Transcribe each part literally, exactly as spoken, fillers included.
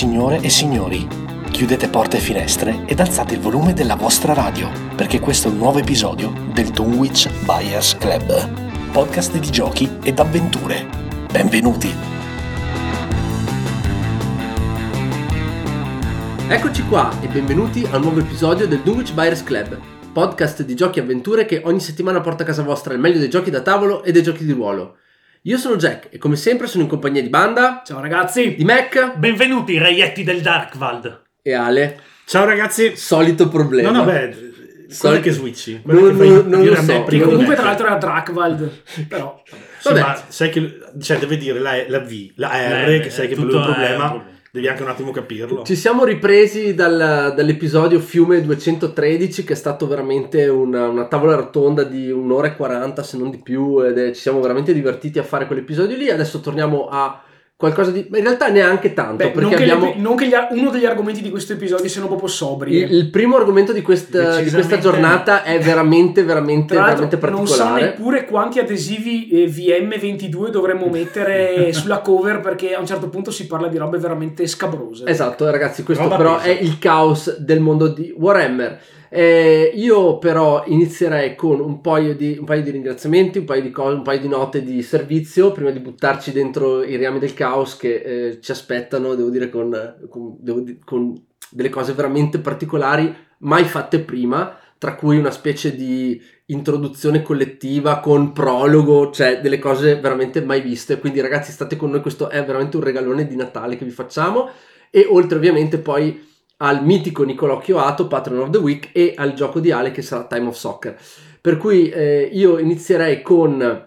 Signore e signori, chiudete porte e finestre ed alzate il volume della vostra radio, perché questo è un nuovo episodio del Dunwich Buyers Club, podcast di giochi ed avventure. Benvenuti! Eccoci qua e benvenuti al nuovo episodio del Dunwich Buyers Club, podcast di giochi e avventure che ogni settimana porta a casa vostra il meglio dei giochi da tavolo e dei giochi di ruolo. Io sono Jack e come sempre sono in compagnia di Banda. Ciao ragazzi. Di Mac. Benvenuti reietti del Darkvald. E Ale. Ciao ragazzi. Solito problema. No, no, beh, Sol- che switchi. Non, che fai non, non lo so. Che comunque tra l'altro era Drakvald. Però sì, vabbè. ma sai che cioè deve dire la, la V, la R, Beh, che sai che per tutto lui è un problema. è un problema. Devi anche un attimo capirlo. Ci siamo ripresi dal, dall'episodio Fiume duecentotredici, che è stato veramente una, una tavola rotonda di un'ora e quaranta, se non di più, ed è, ci siamo veramente divertiti a fare quell'episodio lì. Adesso torniamo a qualcosa di... ma in realtà neanche tanto. Beh, perché non che, abbiamo... le, non che gli, uno degli argomenti di questo episodio siano proprio sobri. il, il primo argomento di questa, di questa giornata è veramente, veramente, Tra veramente l'altro non particolare. so neppure quanti adesivi eh, V M ventidue dovremmo mettere sulla cover, perché a un certo punto si parla di robe veramente scabrose. Esatto, ragazzi, questo Roba però pesa. è il caos del mondo di Warhammer. Eh, io però inizierei con un paio, di, un paio di ringraziamenti, un paio di cose, un paio di note di servizio prima di buttarci dentro i reami del caos che eh, ci aspettano, devo dire, con, con, devo di- con delle cose veramente particolari mai fatte prima, tra cui una specie di introduzione collettiva con prologo, cioè delle cose veramente mai viste. Quindi ragazzi, state con noi, questo è veramente un regalone di Natale che vi facciamo. E oltre ovviamente poi al mitico Nicolò Chioato, Patron of the Week, e al gioco di Ale che sarà Time of Soccer. Per cui eh, io inizierei con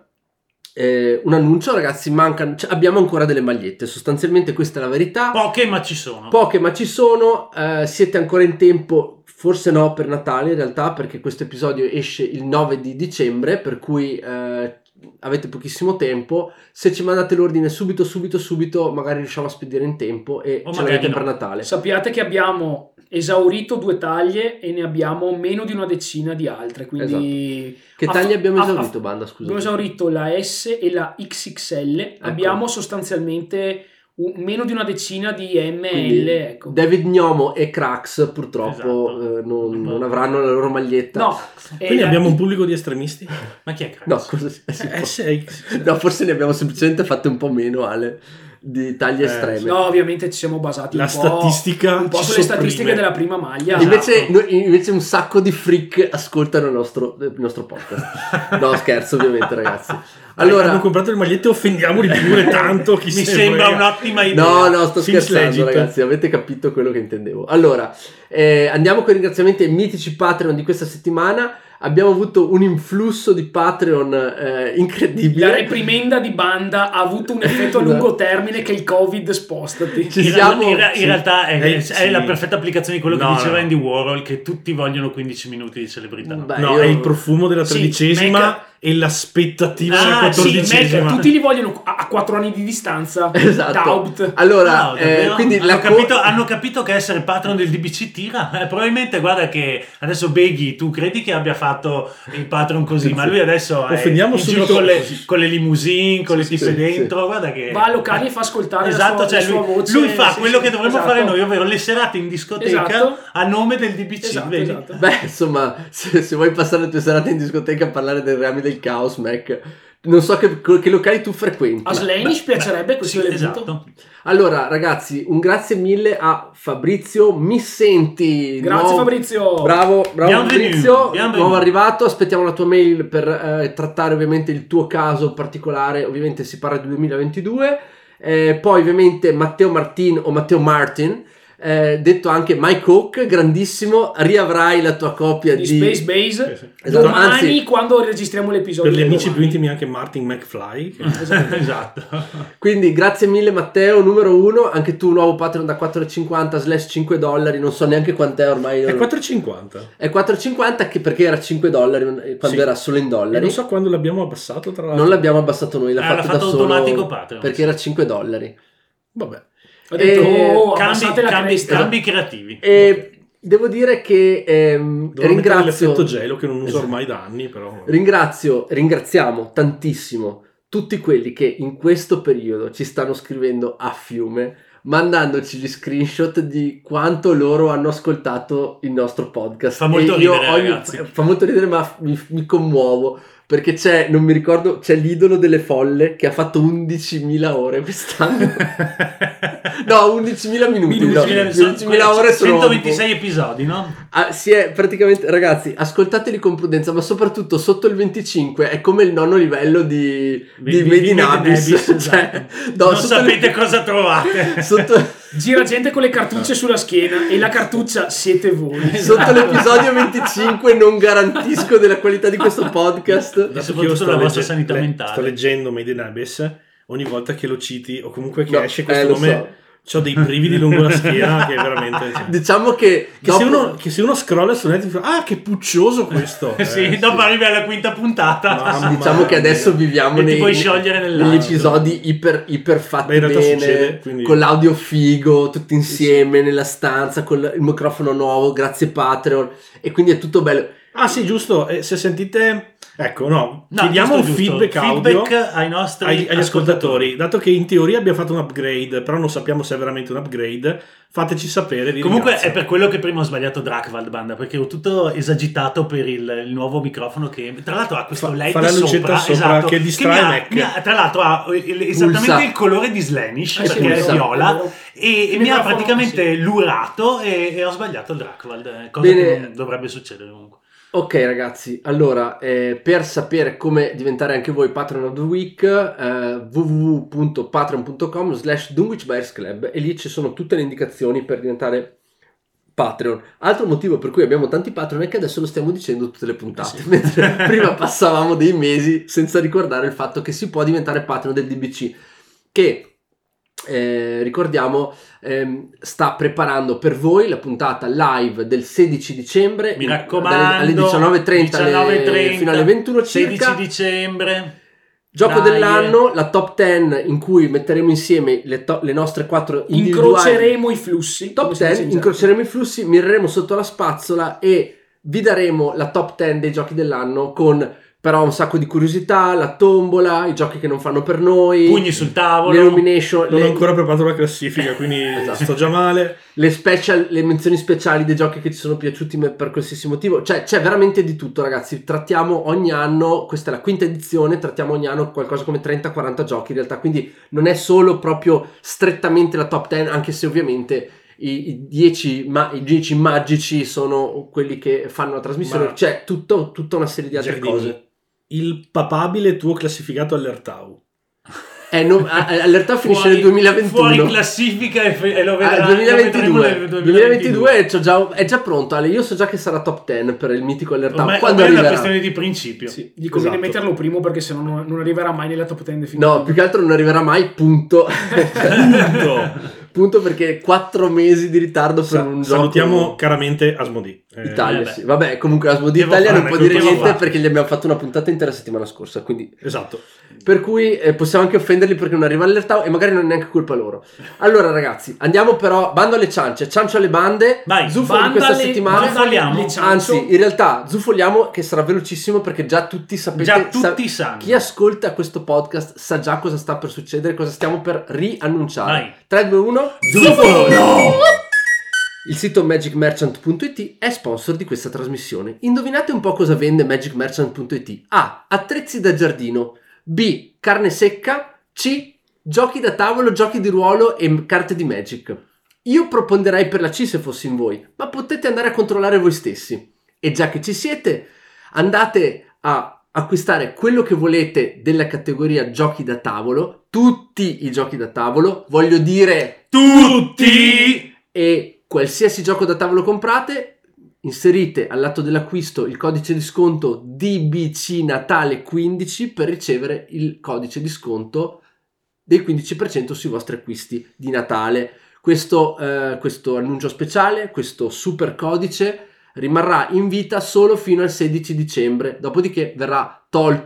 eh, un annuncio, ragazzi. Mancano, cioè, abbiamo ancora delle magliette, sostanzialmente questa è la verità. Poche ma ci sono. Poche ma ci sono, eh, siete ancora in tempo, forse no per Natale in realtà, perché questo episodio esce il nove di dicembre, per cui eh, avete pochissimo tempo. Se ci mandate l'ordine subito subito subito magari riusciamo a spedire in tempo e O ce magari l'avete no. per Natale. Sappiate che abbiamo esaurito due taglie e ne abbiamo meno di una decina di altre, quindi Che a- tagli abbiamo a- esaurito, a- Banda, scusa? Abbiamo esaurito la S e la X X L. Abbiamo sostanzialmente un- meno di una decina di M L. Quindi Ecco. David Gnomo e Crax purtroppo Esatto. eh, non, non avranno la loro maglietta. No, Quindi e la- abbiamo un pubblico di estremisti. Ma chi è Crax? No, cosa si, si può- Eh, sei. no, forse ne abbiamo semplicemente fatte un po' meno, Ale, di taglie Eh, estreme. No, ovviamente ci siamo basati La un po', statistica un po' ci sulle sopprime. statistiche della prima maglia. Invece, Esatto. noi- invece un sacco di freak ascoltano il nostro, il nostro podcast. No, scherzo ovviamente, ragazzi. Allora, Allora, hanno comprato le magliette, offendiamoli pure tanto. Chi Mi se ne sembra frega. un'ottima idea. no, no, sto Sims scherzando, Legit. ragazzi, avete capito quello che intendevo. Allora, eh, andiamo con i ringraziamenti ai mitici Patreon di questa settimana. Abbiamo avuto un influsso di Patreon eh, incredibile. La reprimenda di Banda ha avuto un effetto a lungo termine che il Covid spostati. Ci In, siamo- in ra- in sì. realtà è, Eh, è sì. la perfetta applicazione di quello No, che diceva no. Andy Warhol, che tutti vogliono quindici minuti di celebrità. Beh, No, io- è il profumo della Sì, tredicesima Mac- e l'aspettativa Ah, della Sì, quattordicesima. Mac, tutti li vogliono a a quattro anni di distanza. Esatto. Doubt. Allora, No, eh, davvero? quindi hanno, la co- capito, hanno capito che essere patron del D B C tira? Eh, probabilmente, guarda che adesso Beghi, tu credi che abbia fatto il patron così, ma lui adesso è Offendiamo in giro subito con le, così. con le limousine, con le Sì, tipe sì, dentro, guarda che... Va a locali e fa ascoltare Esatto, la sua, cioè la sua lui, voce. lui fa Sì, quello sì, che dovremmo esatto. fare noi, ovvero le serate in discoteca Esatto. a nome del D B C. Esatto, vedi? esatto. Beh, insomma, se, se vuoi passare le tue serate in discoteca a parlare dei reami del caos, Mac, non so che, che locali tu frequenti. A Slanish piacerebbe questo Sì, elemento. esatto. Allora, ragazzi, un grazie mille a Fabrizio Missenti. Grazie Nuovo- Fabrizio. Bravo, bravo Bienvenue, Fabrizio, bienvenue. nuovo arrivato. Aspettiamo la tua mail per eh, trattare ovviamente il tuo caso particolare. Ovviamente si parla di duemilaventidue. Eh, poi ovviamente Matteo Martin o Matteo Martin, eh, detto anche Mike Hawk, grandissimo. Riavrai la tua copia Di di, Space Base. Sì, sì. Esatto, Domani, anzi- quando registriamo l'episodio. Per gli amici più domani. intimi anche Martin McFly. che- Esatto. Quindi grazie mille Matteo, numero uno. Anche tu nuovo Patreon da quattro e cinquanta slash cinque dollari. Non so neanche quant'è ormai. È quattro e cinquanta. È quattro e cinquanta, che perché era cinque dollari eh, quando Sì. era solo in E dollari. non so quando l'abbiamo abbassato, tra l'altro. Non l'abbiamo abbassato noi, l'ha Ah, l'ha fatto, fatto da solo automatico Patreon. perché era cinque dollari. Vabbè. Ho detto, Eh, oh, cambi, abbassate la cambi, cresta. cambi creativi. E devo dire che ehm, Dovrò mettere ringrazio l'effetto gelo che non uso Esatto. ormai da anni, però. ringrazio ringraziamo tantissimo tutti quelli che in questo periodo ci stanno scrivendo a fiume mandandoci gli screenshot di quanto loro hanno ascoltato il nostro podcast. Fa molto E io ridere, ogni- ragazzi. Fa molto ridere, ma mi, mi commuovo. Perché c'è, non mi ricordo, c'è l'idolo delle folle che ha fatto undicimila ore quest'anno. No, undicimila minuti. Minuti, no. Sono undicimila ore sono centoventisei episodi, no? Ah, si è praticamente, ragazzi, ascoltateli con prudenza, ma soprattutto sotto il venticinque è come il nono livello di, di, Di- Made di in Made in Abyss. Abyss, Cioè, esatto. no, Non sotto sapete il- cosa trovate. Sotto, Gira gente con le cartucce sulla schiena e la cartuccia siete voi. sotto l'episodio venticinque non garantisco della qualità di questo podcast. E Dato che soprattutto io sto la vostra legge- sanità le- mentale. Sto leggendo Made in Abyss, ogni volta che lo citi o comunque che No, esce eh, questo lo nome, so. ho dei brividi lungo la schiena che veramente... cioè, Diciamo che, che, se dopo- uno, che se uno scrolla su Netflix, ah che puccioso questo! sì, Eh, dopo arrivi alla quinta puntata. Mamma diciamo che adesso mia. viviamo E ti nei, puoi sciogliere negli nell'altro. episodi iper, iper fatti Beh, in realtà bene, succede, quindi- con l'audio figo, tutti insieme nella stanza, con il microfono nuovo, grazie Patreon, e quindi è tutto bello. Ah sì, giusto, e se sentite... Ecco, no, No, chiediamo giusto, un giusto. feedback audio Feedback ai nostri agli, agli ascoltatori. Dato che in teoria abbiamo fatto un upgrade, però non sappiamo se è veramente un upgrade, fateci sapere. vi Comunque ringrazio. è per quello che prima ho sbagliato Drakvald, banda, perché ho tutto esagitato per il, il nuovo microfono che tra l'altro ha questo Fa- L E D fa la lucetta sopra, sopra esatto, che distrae mi ha- Mac. mi ha- tra l'altro ha il- esattamente Pulsa. il colore di Slanish, Eh, perché pulsa. è viola, e, e mi ha microfono, praticamente sì. lurato e, e ho sbagliato il Drakvald, eh, cosa Bene. che non dovrebbe succedere comunque. Ok ragazzi, allora eh, per sapere come diventare anche voi Patreon of the Week, eh, w w w punto patreon punto com slash Dunwich Buyers Club, e lì ci sono tutte le indicazioni per diventare Patreon. Altro motivo per cui abbiamo tanti Patreon è che adesso lo stiamo dicendo tutte le puntate, mentre prima passavamo dei mesi senza ricordare il fatto che si può diventare Patreon del D B C, che eh, ricordiamo ehm, sta preparando per voi la puntata live del sedici dicembre, Mi in- raccomando, dalle- alle diciannove e trenta alle- diciannove e trenta, fino alle ventuno sedici circa. dicembre. Gioco Dai. dell'anno, la top dieci in cui metteremo insieme le, to- le nostre quattro individuali. Incroceremo i flussi. Top come si dice dieci, in gergo. incroceremo i flussi, mireremo sotto la spazzola e vi daremo la top dieci dei giochi dell'anno, con però un sacco di curiosità, la tombola, i giochi che non fanno per noi, Pugni sul le tavolo. nomination, Non le, ho ancora preparato la classifica, quindi Esatto. sto già male. le special, le menzioni speciali dei giochi che ci sono piaciuti me- per qualsiasi motivo. Cioè c'è veramente di tutto ragazzi, trattiamo ogni anno, questa è la quinta edizione, trattiamo ogni anno qualcosa come trenta quaranta giochi in realtà, quindi non è solo proprio strettamente la top dieci, anche se ovviamente i, i dieci ma, i dieci magici sono quelli che fanno la trasmissione, Ma- c'è tutto, tutta una serie di altre Giardini, cose. il papabile tuo classificato all'Ertau. Eh, no, a- a- all'Ertau finisce Fuori- nel duemilaventuno. Fuori classifica e, fe- e lo Ah, vedrà, duemilaventidue. lo vedremo nel duemilaventidue c'ho già- è già pronto Ale, io so già che sarà top dieci per il mitico Allertau. Ormai, Quando ormai è una arriverà? questione di principio. Sì, Gli conviene esatto. metterlo primo perché sennò non, non arriverà mai nella top dieci definitiva. No, più che altro non arriverà mai, punto. Punto. Punto perché quattro mesi di ritardo per Sa- un salutiamo gioco. caramente Asmodee. Eh, Italia, vabbè. sì. Vabbè, comunque Asmodee Devo Italia non fare, può dire devo niente fare. perché gli abbiamo fatto una puntata intera settimana scorsa, quindi Esatto. per cui eh, possiamo anche offenderli perché non arriva all'Ertau e magari non è neanche colpa loro. Allora ragazzi, andiamo però, bando alle ciance, ciancio alle bande, Vai, Zufolo di banda questa alle- settimana. banda alle- Zufoliamo. le ciance. Anzi, in realtà zufoliamo che sarà velocissimo perché già tutti sapete, Già tutti sa- sanno. chi ascolta questo podcast sa già cosa sta per succedere, cosa stiamo per riannunciare. Vai. tre, due, uno. Zufolo! Il sito magic merchant punto it è sponsor di questa trasmissione. Indovinate un po' cosa vende magic merchant punto it? A. Attrezzi da giardino. B. Carne secca. C. Giochi da tavolo, giochi di ruolo e m- carte di Magic. Io proponderei per la C se fossi in voi, ma potete andare a controllare voi stessi. E già che ci siete, andate a acquistare quello che volete della categoria giochi da tavolo, tutti i giochi da tavolo, voglio dire Tutti! e qualsiasi gioco da tavolo comprate, inserite al lato dell'acquisto il codice di sconto D B C Natale quindici per ricevere il codice di sconto del quindici per cento sui vostri acquisti di Natale. Questo, eh, questo annuncio speciale, questo super codice rimarrà in vita solo fino al sedici dicembre, dopodiché verrà tolto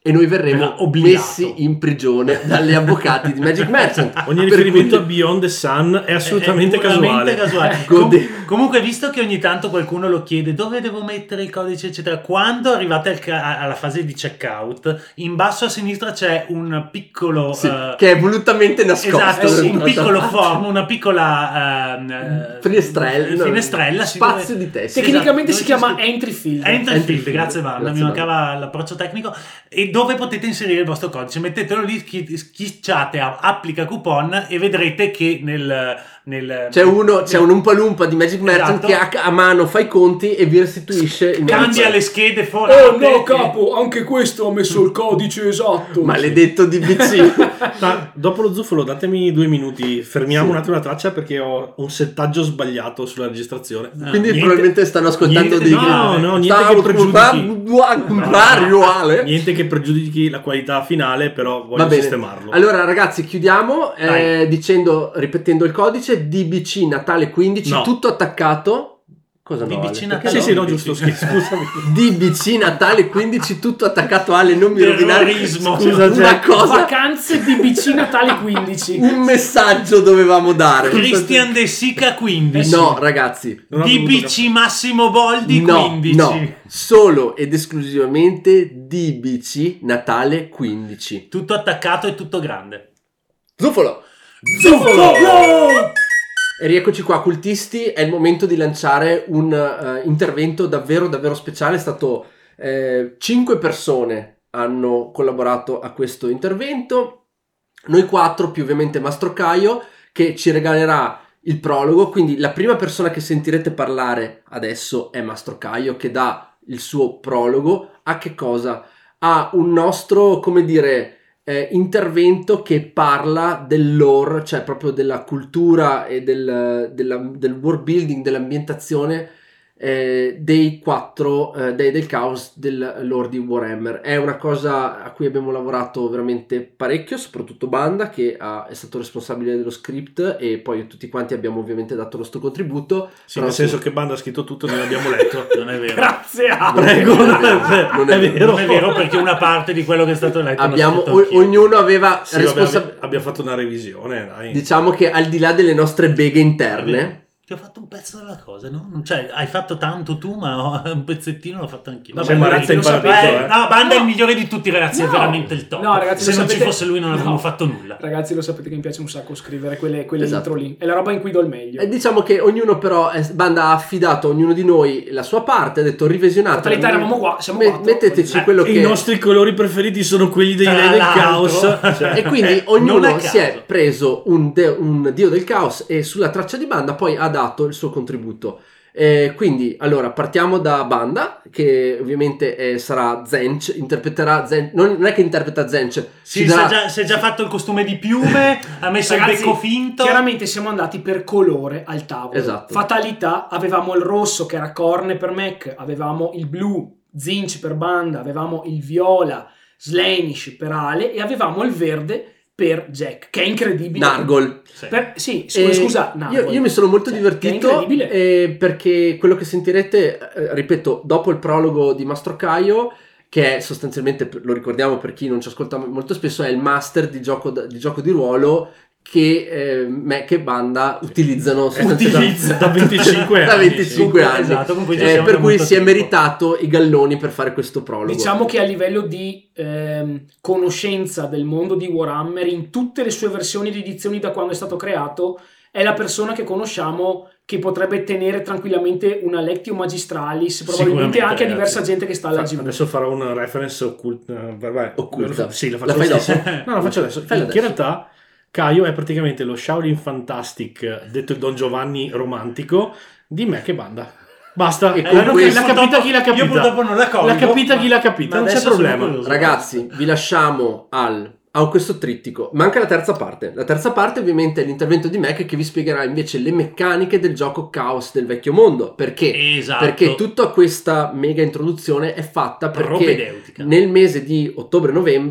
e noi verremo Verrà obbligato. messi in prigione dagli avvocati di Magic Merchant. Ogni Per riferimento cui- a Beyond the Sun è assolutamente È puramente casuale. casuale. Gode- Com- comunque, visto che ogni tanto qualcuno lo chiede dove devo mettere il codice, eccetera, quando arrivate al ca- alla fase di checkout, in basso a sinistra c'è un piccolo. Sì, eh, che è volutamente nascosto. Esatto, sì, un dall'altra piccolo parte. form, una piccola ehm, eh, Finestrella, finestrella sì, spazio dove- di testo. Tecnicamente Esatto, si dove chiama c'è scritto- entry field. Entry Entry field, field, grazie Vanna, grazie mi mancava l'approccio tecnico. E dove potete inserire il vostro codice, mettetelo lì, schi- schiacciate a applica coupon e vedrete che nel, nel C'è uno, c'è un Umpalumpa di Magic Merchant Esatto. che a, a mano fa i conti e vi restituisce il cambia nuovo- le schede forate. Oh no capo, anche questo ha messo il codice esatto. maledetto D B C. Ma dopo lo zufolo, datemi due minuti, fermiamo Sì. un attimo la traccia perché ho un settaggio sbagliato sulla registrazione. Quindi niente- probabilmente stanno ascoltando niente dei di male. No, no, niente Stavo che pregiudichi. contrario. Niente che pregiudichi la qualità finale, però voglio Va bene. sistemarlo. Allora ragazzi chiudiamo eh, Dai. dicendo, ripetendo il codice D B C Natale quindici, No. tutto attaccato. Cosa no? D B C Ale? Natale? Perché Sì, sì, no, D B C. giusto, schi- scusami. D B C Natale quindici, tutto attaccato. Ale, non mi rovinare. Terrorismo. Scusa, Cioè, una cosa, Vacanze D B C Natale quindici. un messaggio dovevamo dare. Christian De Sica quindici. No, ragazzi. Non ho D B dovuto C Massimo Boldi No, quindici. no, solo ed esclusivamente D B C Natale quindici. Tutto attaccato e tutto grande. Zufolo! Zufolo! E rieccoci qua, cultisti, è il momento di lanciare un eh, intervento davvero davvero speciale. È stato eh, cinque persone hanno collaborato a questo intervento, noi quattro più ovviamente Mastro Caio che ci regalerà il prologo. Quindi la prima persona che sentirete parlare adesso è Mastro Caio, che dà il suo prologo a che cosa? A un nostro, come dire, eh, intervento che parla del lore, cioè proprio della cultura e del, della, del world building, dell'ambientazione eh, dei quattro eh, dei del caos del lore di Warhammer. È una cosa a cui abbiamo lavorato veramente parecchio, soprattutto Banda che ha, è stato responsabile dello script, e poi tutti quanti abbiamo ovviamente dato il nostro contributo. Sì, Però nel senso sì, che Banda ha scritto tutto, non l'abbiamo letto. Non è vero. Grazie a Prego, non non è vero, non è vero. Non è vero perché una parte di quello che è stato letto l'ho abbiamo, scritto o- anch'io. ognuno aveva Sì, vabbè, responsab- abbi- abbiamo fatto una revisione, dai. diciamo che al di là delle nostre beghe interne, Ti ho fatto un pezzo della cosa, no? Cioè, hai fatto tanto tu, ma un pezzettino l'ho fatto anch'io. Vabbè, ma ragazzi, lo imparate, sapete. eh. No, Banda è il No. migliore di tutti, ragazzi, è No. veramente il top. No, ragazzi, Se lo non ci sapete- fosse lui non No. avremmo fatto nulla. Ragazzi, lo sapete che mi piace un sacco scrivere quelle, quelle Esatto. intro lì. È la roba in cui do il meglio. e diciamo che ognuno però, è- Banda ha affidato a ognuno di noi la sua parte, ha detto rivisionate. Totalità, eravamo qua, siamo Me- quattro. metteteci Eh, quello E che... i nostri colori preferiti sono quelli dei Tra re del l'altro. caos. Cioè, E quindi Eh, non a ognuno caso. si è preso un, de- un dio del caos e sulla traccia di Banda poi ha dato il suo contributo. Eh, quindi allora partiamo da Banda, che ovviamente eh, sarà Zench, interpreterà Zench, non, non è che interpreta Zench, Sì, ci si, darà- è già, si è già fatto il costume di piume, ha messo Ragazzi, il becco finto. chiaramente siamo andati per colore al tavolo. Esatto. Fatalità, avevamo il rosso che era Corne per Mac, avevamo il blu Zinch per Banda, avevamo il viola Slanish per Ale e avevamo il verde per Jack, che è incredibile. Nargol. Sì. Per- sì, scu- Eh, scusa, io, Nargol. io mi sono molto Cioè, divertito che è incredibile. eh, perché quello che sentirete, eh, ripeto, dopo il prologo di Mastro Caio, che è sostanzialmente, lo ricordiamo per chi non ci ascolta molto spesso, è il master di gioco, da- di, gioco di ruolo che eh, Mac e Banda utilizzano sostanzialmente Utilizza. da venticinque da anni, venticinque sì. anni. Esatto, con cui Eh, giochiamo per da cui molto si è tempo. meritato i galloni per fare questo prologo. Diciamo che a livello di ehm, conoscenza del mondo di Warhammer, in tutte le sue versioni di edizioni da quando è stato creato, è la persona che conosciamo che potrebbe tenere tranquillamente una lectio magistralis, probabilmente Sicuramente, anche a ragazzi. diversa gente che sta alla Fa- G V. Adesso farò una reference occulta. eh, vabbè, Occulta. Sì, la La faccio fai adesso. dopo? No, la faccio adesso. Falla In adesso. realtà Caio è praticamente lo Shaolin Fantastic, detto il Don Giovanni romantico, di Mac e Banda. Basta. E Eh, con non- questo- l'ha capita chi l'ha capita. Io purtroppo non la colgo. L'ha capita chi ma- l'ha capita, ma non c'è adesso sono problema. curioso. Ragazzi, vi lasciamo al a questo trittico. Manca la terza parte. La terza parte ovviamente è l'intervento di Mac che vi spiegherà invece le meccaniche del gioco Chaos del vecchio mondo. Perché? Esatto. Perché tutta questa mega introduzione è fatta perché Propedeutica. nel mese di ottobre-novembre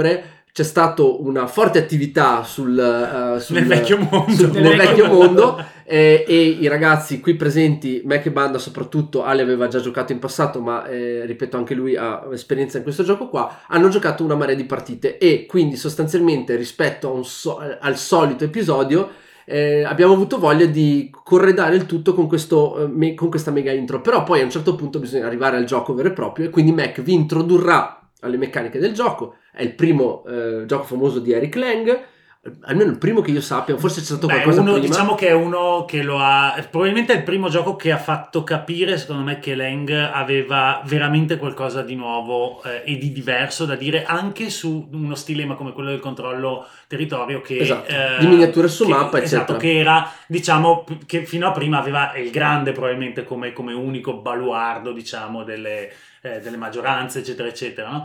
c'è stato una forte attività sul, uh, sul nel vecchio mondo, sul, nel vecchio mondo eh, e i ragazzi qui presenti, Mac e Banda soprattutto, Ale aveva già giocato in passato ma eh, ripeto anche lui ha esperienza in questo gioco qua, hanno giocato una marea di partite e quindi sostanzialmente rispetto a un so- al solito episodio eh, abbiamo avuto voglia di corredare il tutto con, questo, eh, me- con questa mega intro, però poi a un certo punto bisogna arrivare al gioco vero e proprio e quindi Mac vi introdurrà alle meccaniche del gioco. È il primo eh, gioco famoso di Eric Lang, almeno il primo che io sappia, forse c'è stato Beh, qualcosa uno, prima. Diciamo che è uno che lo ha, probabilmente è il primo gioco che ha fatto capire, secondo me, che Lang aveva veramente qualcosa di nuovo eh, e di diverso da dire anche su uno stilema come quello del controllo territorio che esatto. eh, di miniature su che, mappa esatto, eccetera, che era, diciamo, che fino a prima aveva il grande probabilmente come, come unico baluardo, diciamo, delle Eh, delle maggioranze eccetera eccetera, no?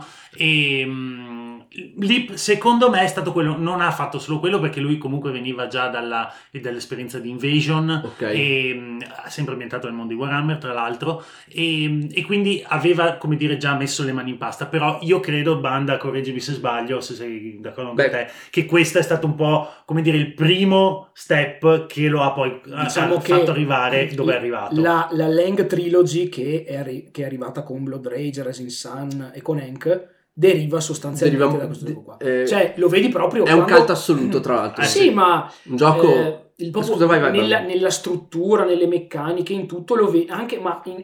E mh, lì secondo me è stato quello, non ha fatto solo quello perché lui comunque veniva già dalla, dall'esperienza di Invasion, okay. e mh, sempre ambientato nel mondo di Warhammer tra l'altro e, e quindi aveva, come dire, già messo le mani in pasta, però io credo, Banda, correggimi se sbaglio, se sei d'accordo con Beh, te, che questo è stato un po', come dire, il primo step che lo ha poi diciamo ha che fatto arrivare dove è arrivato. La, la Lang Trilogy che è, arri- che è arrivata con Blood Rage, Rising Sun e con Hank deriva sostanzialmente Deriva, da questo gioco qua. eh, cioè lo vedi proprio è quando... un cult assoluto tra l'altro, Eh, sì, sì. ma un gioco eh, il proprio, scusa vai vai, nella, vai. nella struttura, nelle meccaniche, in tutto lo vedi anche, ma in,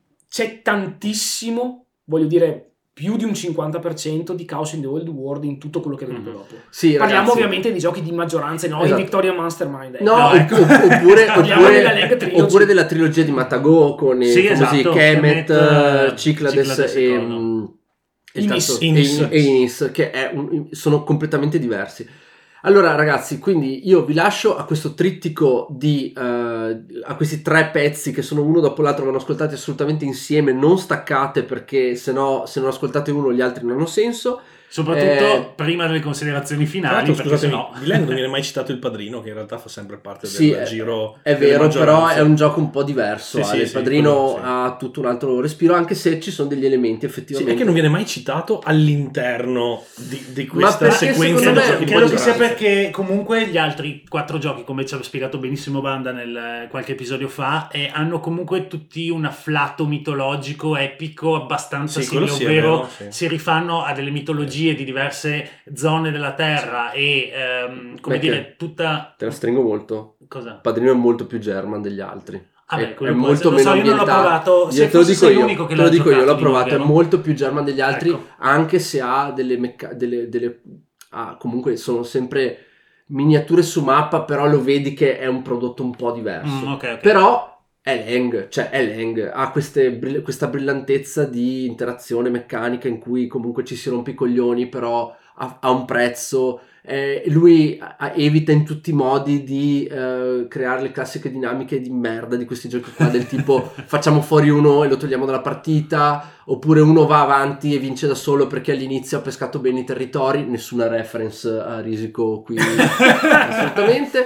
c'è tantissimo, voglio dire più di un cinquanta per cento di Chaos in the Old World in tutto quello che è venuto dopo. Sì, parliamo ragazzi, ovviamente di giochi di maggioranza, no? Esatto. I Victoria Mastermind. Eh. no, No, ecco. oppure, Parliamo oppure, della Lega Trilogy. oppure della trilogia di Matago con i Sì, famosi esatto, Kemet, Kemet, Ciclades, Ciclades e, e coso. mm, e il Inis. terzo- Inis. e- e Inis, che è un- sono completamente diversi. Allora ragazzi, quindi io vi lascio a questo trittico di eh, a questi tre pezzi che sono uno dopo l'altro, vanno ascoltati assolutamente insieme, non staccate perché se no, se non ascoltate uno gli altri non hanno senso. Soprattutto Eh, prima delle considerazioni Tra finali, l'altro, perché scusatemi, sennò... di Lang non viene mai citato il Padrino, che in realtà fa sempre parte del Sì, è- giro. È delle vero, però maggioranze. è un gioco un po' diverso. Sì, Ale. sì, il sì, Padrino quello sì. ha tutto un altro respiro, anche se ci sono degli elementi Sì, effettivamente. è che non viene mai citato all'interno di, di Ma questa perché sequenza secondo di me- giochi di Credo che sia maggioranza. perché comunque gli altri quattro giochi, come ci aveva spiegato benissimo Banda nel qualche episodio fa, eh, hanno comunque tutti un afflato mitologico epico abbastanza Sì, simile, quello sì, è ovvero vero, sì. si rifanno a delle mitologie di diverse zone della Terra e ehm, come Beh, dire che- tutta Te la stringo molto. cosa? Il Padrino è molto più German degli altri. Ah, beh, è, quello è può molto essere. Lo meno so, io non l'ho ambientato. provato. Io Se te lo forse dico sei io, l'unico che te lo l'ha dico io, giocato l'ho di provato, è Morgan, no? molto più German degli altri, Ecco. anche se ha delle, mecca- delle, delle ah, comunque sono sempre miniature su mappa, però lo vedi che è un prodotto un po' diverso. Mm, ok, ok. Però è Lang, cioè è Lang, ha queste, brill- questa brillantezza di interazione meccanica in cui comunque ci si rompe i coglioni, però ha, ha un prezzo. Eh, lui a- evita in tutti i modi di eh, creare le classiche dinamiche di merda di questi giochi qua, del tipo facciamo fuori uno e lo togliamo dalla partita, oppure uno va avanti e vince da solo perché all'inizio ha pescato bene i territori. Nessuna reference a Risico qui assolutamente.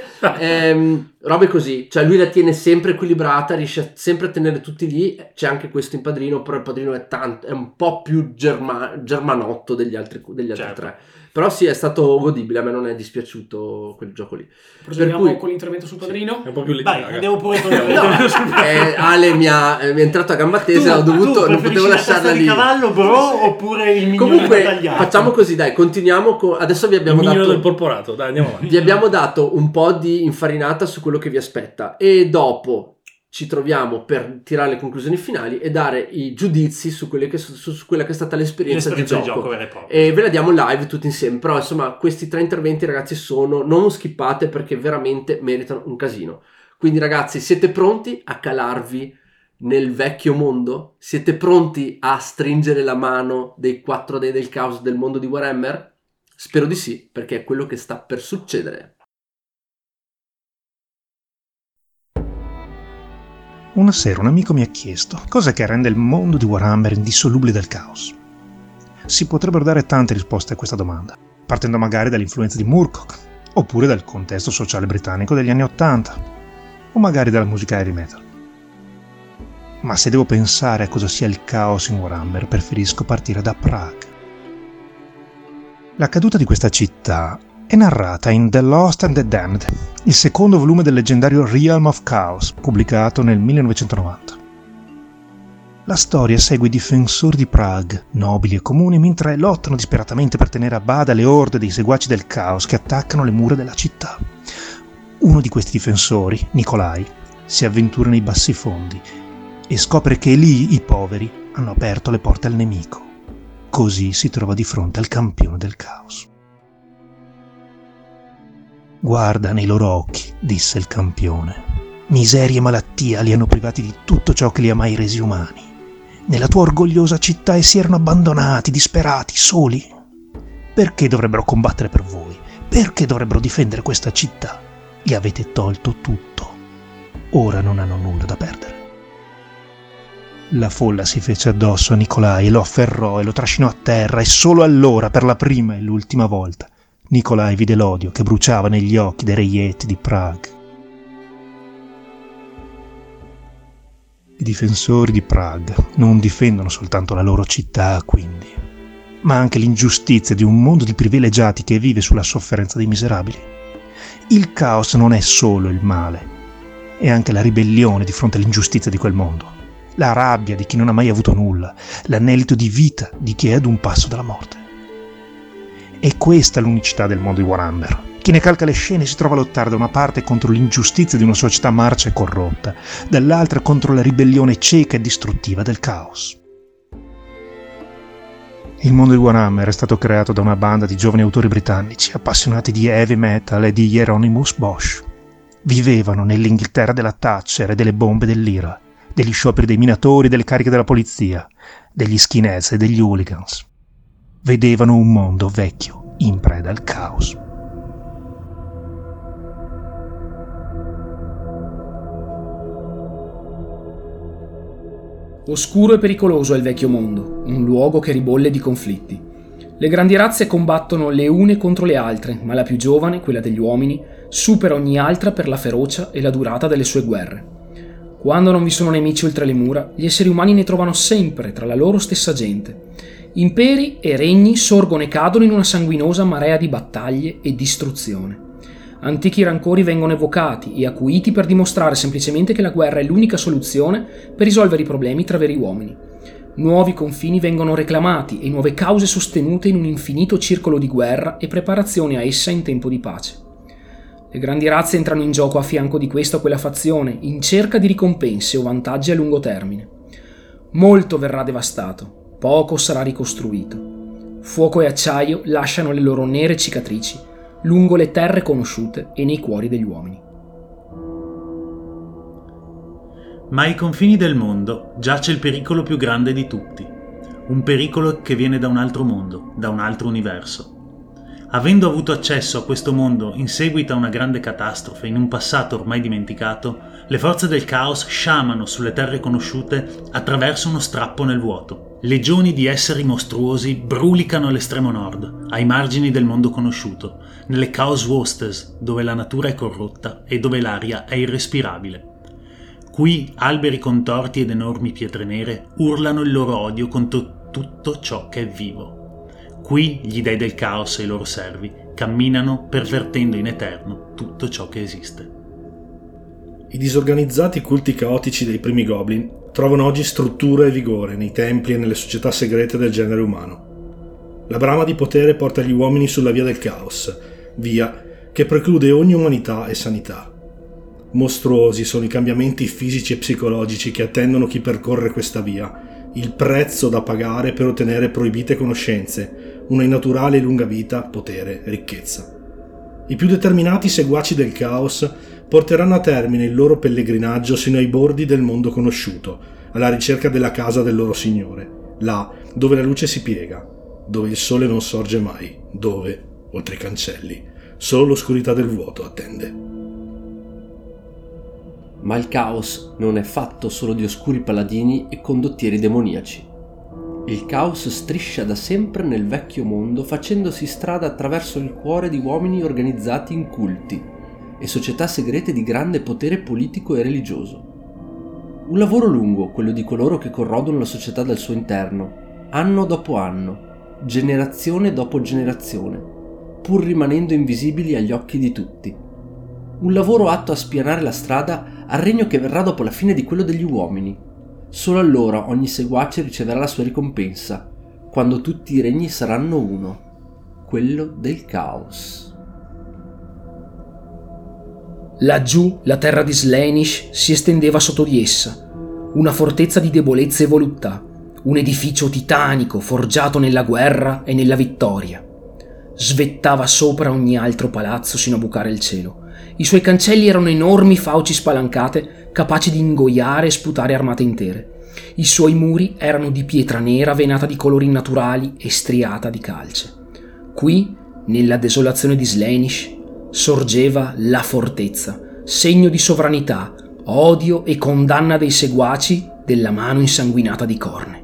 Ehm, robe così, cioè lui la tiene sempre equilibrata, riesce sempre a tenere tutti lì. C'è anche questo in Padrino, però il Padrino è tanto, è un po' più germa- germanotto degli altri, degli altri Certo. tre. Però sì, è stato godibile, a me non è dispiaciuto quel gioco lì. Proseguiamo Per cui- con l'intervento sul Padrino. È un po' più Vai, leggera. andiamo pure con No, eh, Ale mi ha, eh, mi è entrato a gamba tesa, ho dovuto, non potevo lasciarla di lì. cavallo, bro, oppure il mignone Comunque, tagliato? facciamo così, dai, continuiamo con... Adesso vi Il abbiamo mignolo dato... del porporato, dai, andiamo avanti. Vi abbiamo dato un po' di infarinata su quello che vi aspetta e dopo ci troviamo per tirare le conclusioni finali e dare i giudizi su, quelle che, su, su quella che è stata l'esperienza, l'esperienza di di gioco. gioco vera e propria. E ve la diamo live tutti insieme. Però insomma questi tre interventi ragazzi sono, non skippate perché veramente meritano un casino. Quindi ragazzi, siete pronti a calarvi nel vecchio mondo? Siete pronti a stringere la mano dei quattro dei del caos del mondo di Warhammer? Spero di sì, perché è quello che sta per succedere. Una sera un amico mi ha chiesto cosa che rende il mondo di Warhammer indissolubile dal caos. Si potrebbero dare tante risposte a questa domanda, partendo magari dall'influenza di Moorcock, oppure dal contesto sociale britannico degli anni Ottanta, o magari dalla musica heavy metal. Ma se devo pensare a cosa sia il caos in Warhammer, preferisco partire da Prague. La caduta di questa città è narrata in The Lost and the Damned, il secondo volume del leggendario Realm of Chaos, pubblicato nel millenovecentonovanta. La storia segue i difensori di Prague, nobili e comuni, mentre lottano disperatamente per tenere a bada le orde dei seguaci del caos che attaccano le mura della città. Uno di questi difensori, Nikolai, si avventura nei bassi fondi e scopre che lì i poveri hanno aperto le porte al nemico. Così si trova di fronte al campione del caos. «Guarda nei loro occhi», disse il campione. «Miseria e malattia li hanno privati di tutto ciò che li ha mai resi umani. Nella tua orgogliosa città essi erano abbandonati, disperati, soli. Perché dovrebbero combattere per voi? Perché dovrebbero difendere questa città? Gli avete tolto tutto. Ora non hanno nulla da perdere». La folla si fece addosso a Nikolai e lo afferrò e lo trascinò a terra, e solo allora, per la prima e l'ultima volta, Nikolai vide l'odio che bruciava negli occhi dei reietti di Prague. I difensori di Prague non difendono soltanto la loro città, quindi, ma anche l'ingiustizia di un mondo di privilegiati che vive sulla sofferenza dei miserabili. Il caos non è solo il male, è anche la ribellione di fronte all'ingiustizia di quel mondo, la rabbia di chi non ha mai avuto nulla, l'anelito di vita di chi è ad un passo dalla morte. È questa l'unicità del mondo di Warhammer. Chi ne calca le scene si trova a lottare da una parte contro l'ingiustizia di una società marcia e corrotta, dall'altra contro la ribellione cieca e distruttiva del caos. Il mondo di Warhammer è stato creato da una banda di giovani autori britannici appassionati di heavy metal e di Hieronymus Bosch. Vivevano nell'Inghilterra della Thatcher e delle bombe dell'Ira, degli scioperi dei minatori e delle cariche della polizia, degli skinheads e degli hooligans. Vedevano un mondo vecchio in preda al caos. Oscuro e pericoloso è il vecchio mondo, un luogo che ribolle di conflitti. Le grandi razze combattono le une contro le altre, ma la più giovane, quella degli uomini, supera ogni altra per la ferocia e la durata delle sue guerre. Quando non vi sono nemici oltre le mura, gli esseri umani ne trovano sempre tra la loro stessa gente. Imperi e regni sorgono e cadono in una sanguinosa marea di battaglie e distruzione. Antichi rancori vengono evocati e acuiti per dimostrare semplicemente che la guerra è l'unica soluzione per risolvere i problemi tra veri uomini. Nuovi confini vengono reclamati e nuove cause sostenute in un infinito circolo di guerra e preparazione a essa in tempo di pace. Le grandi razze entrano in gioco a fianco di questa o quella fazione, in cerca di ricompense o vantaggi a lungo termine. Molto verrà devastato, poco sarà ricostruito. Fuoco e acciaio lasciano le loro nere cicatrici lungo le terre conosciute e nei cuori degli uomini. Ma ai confini del mondo giace il pericolo più grande di tutti. Un pericolo che viene da un altro mondo, da un altro universo. Avendo avuto accesso a questo mondo in seguito a una grande catastrofe in un passato ormai dimenticato, le forze del caos sciamano sulle terre conosciute attraverso uno strappo nel vuoto. Legioni di esseri mostruosi brulicano all'estremo nord, ai margini del mondo conosciuto, nelle Chaos Wastes, dove la natura è corrotta e dove l'aria è irrespirabile. Qui alberi contorti ed enormi pietre nere urlano il loro odio contro tutto ciò che è vivo. Qui gli dei del caos e i loro servi camminano pervertendo in eterno tutto ciò che esiste. I disorganizzati culti caotici dei primi Goblin trovano oggi struttura e vigore nei templi e nelle società segrete del genere umano. La brama di potere porta gli uomini sulla via del caos, via che preclude ogni umanità e sanità. Mostruosi sono i cambiamenti fisici e psicologici che attendono chi percorre questa via, il prezzo da pagare per ottenere proibite conoscenze, una innaturale e lunga vita, potere, ricchezza. I più determinati seguaci del caos porteranno a termine il loro pellegrinaggio sino ai bordi del mondo conosciuto, alla ricerca della casa del loro signore, là dove la luce si piega, dove il sole non sorge mai, dove, oltre i cancelli, solo l'oscurità del vuoto attende. Ma il caos non è fatto solo di oscuri paladini e condottieri demoniaci. Il caos striscia da sempre nel vecchio mondo, facendosi strada attraverso il cuore di uomini organizzati in culti e società segrete di grande potere politico e religioso. Un lavoro lungo, quello di coloro che corrodono la società dal suo interno, anno dopo anno, generazione dopo generazione, pur rimanendo invisibili agli occhi di tutti. Un lavoro atto a spianare la strada al regno che verrà dopo la fine di quello degli uomini. Solo allora ogni seguace riceverà la sua ricompensa, quando tutti i regni saranno uno, quello del caos. Laggiù la terra di Slaanesh si estendeva sotto di essa, una fortezza di debolezza e voluttà, un edificio titanico forgiato nella guerra e nella vittoria. Svettava sopra ogni altro palazzo sino a bucare il cielo. I suoi cancelli erano enormi fauci spalancate, capaci di ingoiare e sputare armate intere. I suoi muri erano di pietra nera venata di colori naturali e striata di calce. Qui, nella desolazione di Slaanesh, sorgeva la fortezza, segno di sovranità, odio e condanna dei seguaci della mano insanguinata di Khorne.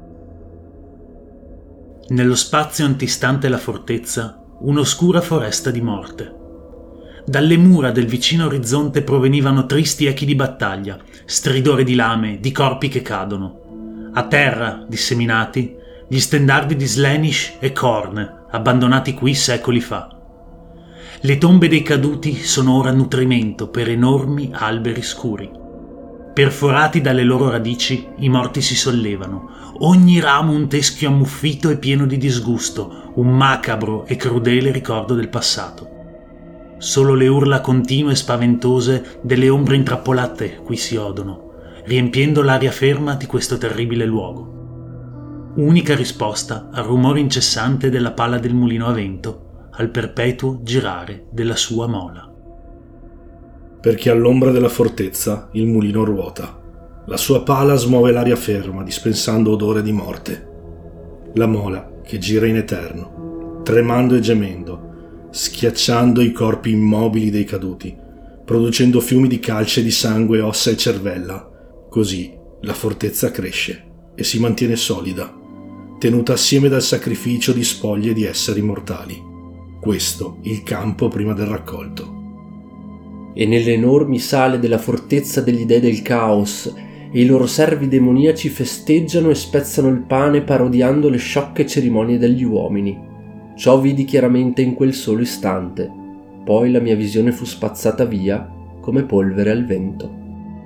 Nello spazio antistante la fortezza, un'oscura foresta di morte. Dalle mura del vicino orizzonte provenivano tristi echi di battaglia, stridore di lame, di corpi che cadono. A terra, disseminati, gli stendardi di Slaanesh e Khorne, abbandonati qui secoli fa. Le tombe dei caduti sono ora nutrimento per enormi alberi scuri. Perforati dalle loro radici, i morti si sollevano, ogni ramo un teschio ammuffito e pieno di disgusto, un macabro e crudele ricordo del passato. Solo le urla continue e spaventose delle ombre intrappolate qui si odono, riempiendo l'aria ferma di questo terribile luogo. Unica risposta al rumore incessante della pala del mulino a vento, al perpetuo girare della sua mola. Perché all'ombra della fortezza il mulino ruota. La sua pala smuove l'aria ferma, dispensando odore di morte. La mola che gira in eterno, tremando e gemendo, schiacciando i corpi immobili dei caduti, producendo fiumi di calce, di sangue, ossa e cervella. Così la fortezza cresce e si mantiene solida, tenuta assieme dal sacrificio di spoglie di esseri mortali. Questo il campo prima del raccolto. E nelle enormi sale della fortezza degli dei del caos e i loro servi demoniaci festeggiano e spezzano il pane parodiando le sciocche cerimonie degli uomini. Ciò vidi chiaramente in quel solo istante. Poi la mia visione fu spazzata via come polvere al vento.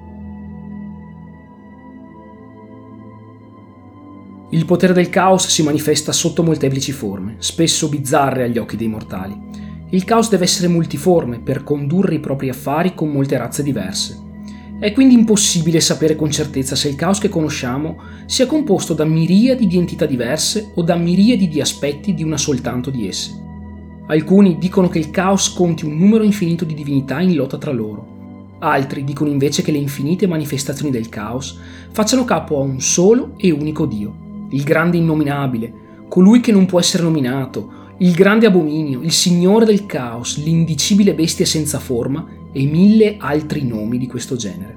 Il potere del caos si manifesta sotto molteplici forme, spesso bizzarre agli occhi dei mortali. Il caos deve essere multiforme per condurre i propri affari con molte razze diverse. È quindi impossibile sapere con certezza se il caos che conosciamo sia composto da miriadi di entità diverse o da miriadi di aspetti di una soltanto di esse. Alcuni dicono che il caos conti un numero infinito di divinità in lotta tra loro. Altri dicono invece che le infinite manifestazioni del caos facciano capo a un solo e unico Dio. Il grande innominabile, colui che non può essere nominato, il grande abominio, il signore del caos, l'indicibile bestia senza forma e mille altri nomi di questo genere.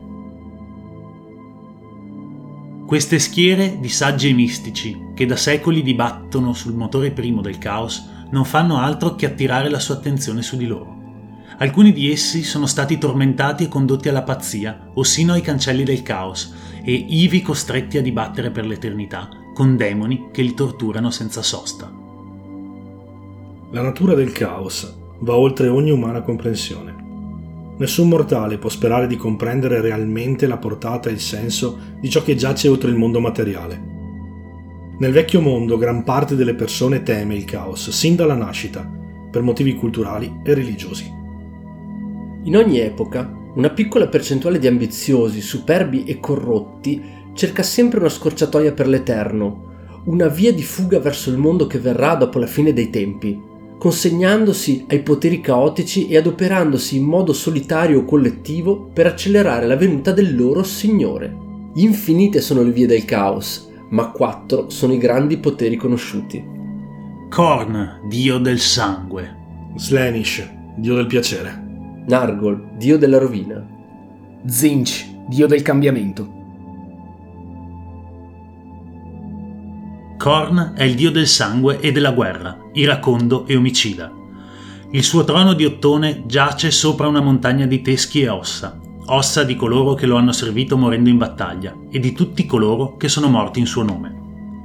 Queste schiere di saggi e mistici, che da secoli dibattono sul motore primo del caos, non fanno altro che attirare la sua attenzione su di loro. Alcuni di essi sono stati tormentati e condotti alla pazzia o sino ai cancelli del caos e ivi costretti a dibattere per l'eternità con demoni che li torturano senza sosta. La natura del caos va oltre ogni umana comprensione. Nessun mortale può sperare di comprendere realmente la portata e il senso di ciò che giace oltre il mondo materiale. Nel vecchio mondo gran parte delle persone teme il caos sin dalla nascita, per motivi culturali e religiosi. In ogni epoca, una piccola percentuale di ambiziosi, superbi e corrotti cerca sempre una scorciatoia per l'eterno, una via di fuga verso il mondo che verrà dopo la fine dei tempi, consegnandosi ai poteri caotici e adoperandosi in modo solitario o collettivo per accelerare la venuta del loro Signore. Infinite sono le vie del caos, ma quattro sono i grandi poteri conosciuti. Khorne, dio del sangue. Slaanesh, dio del piacere. Nargol, dio della rovina. Tzeentch, dio del cambiamento. Khorne è il dio del sangue e della guerra, iracondo e omicida. Il suo trono di ottone giace sopra una montagna di teschi e ossa, ossa di coloro che lo hanno servito morendo in battaglia e di tutti coloro che sono morti in suo nome.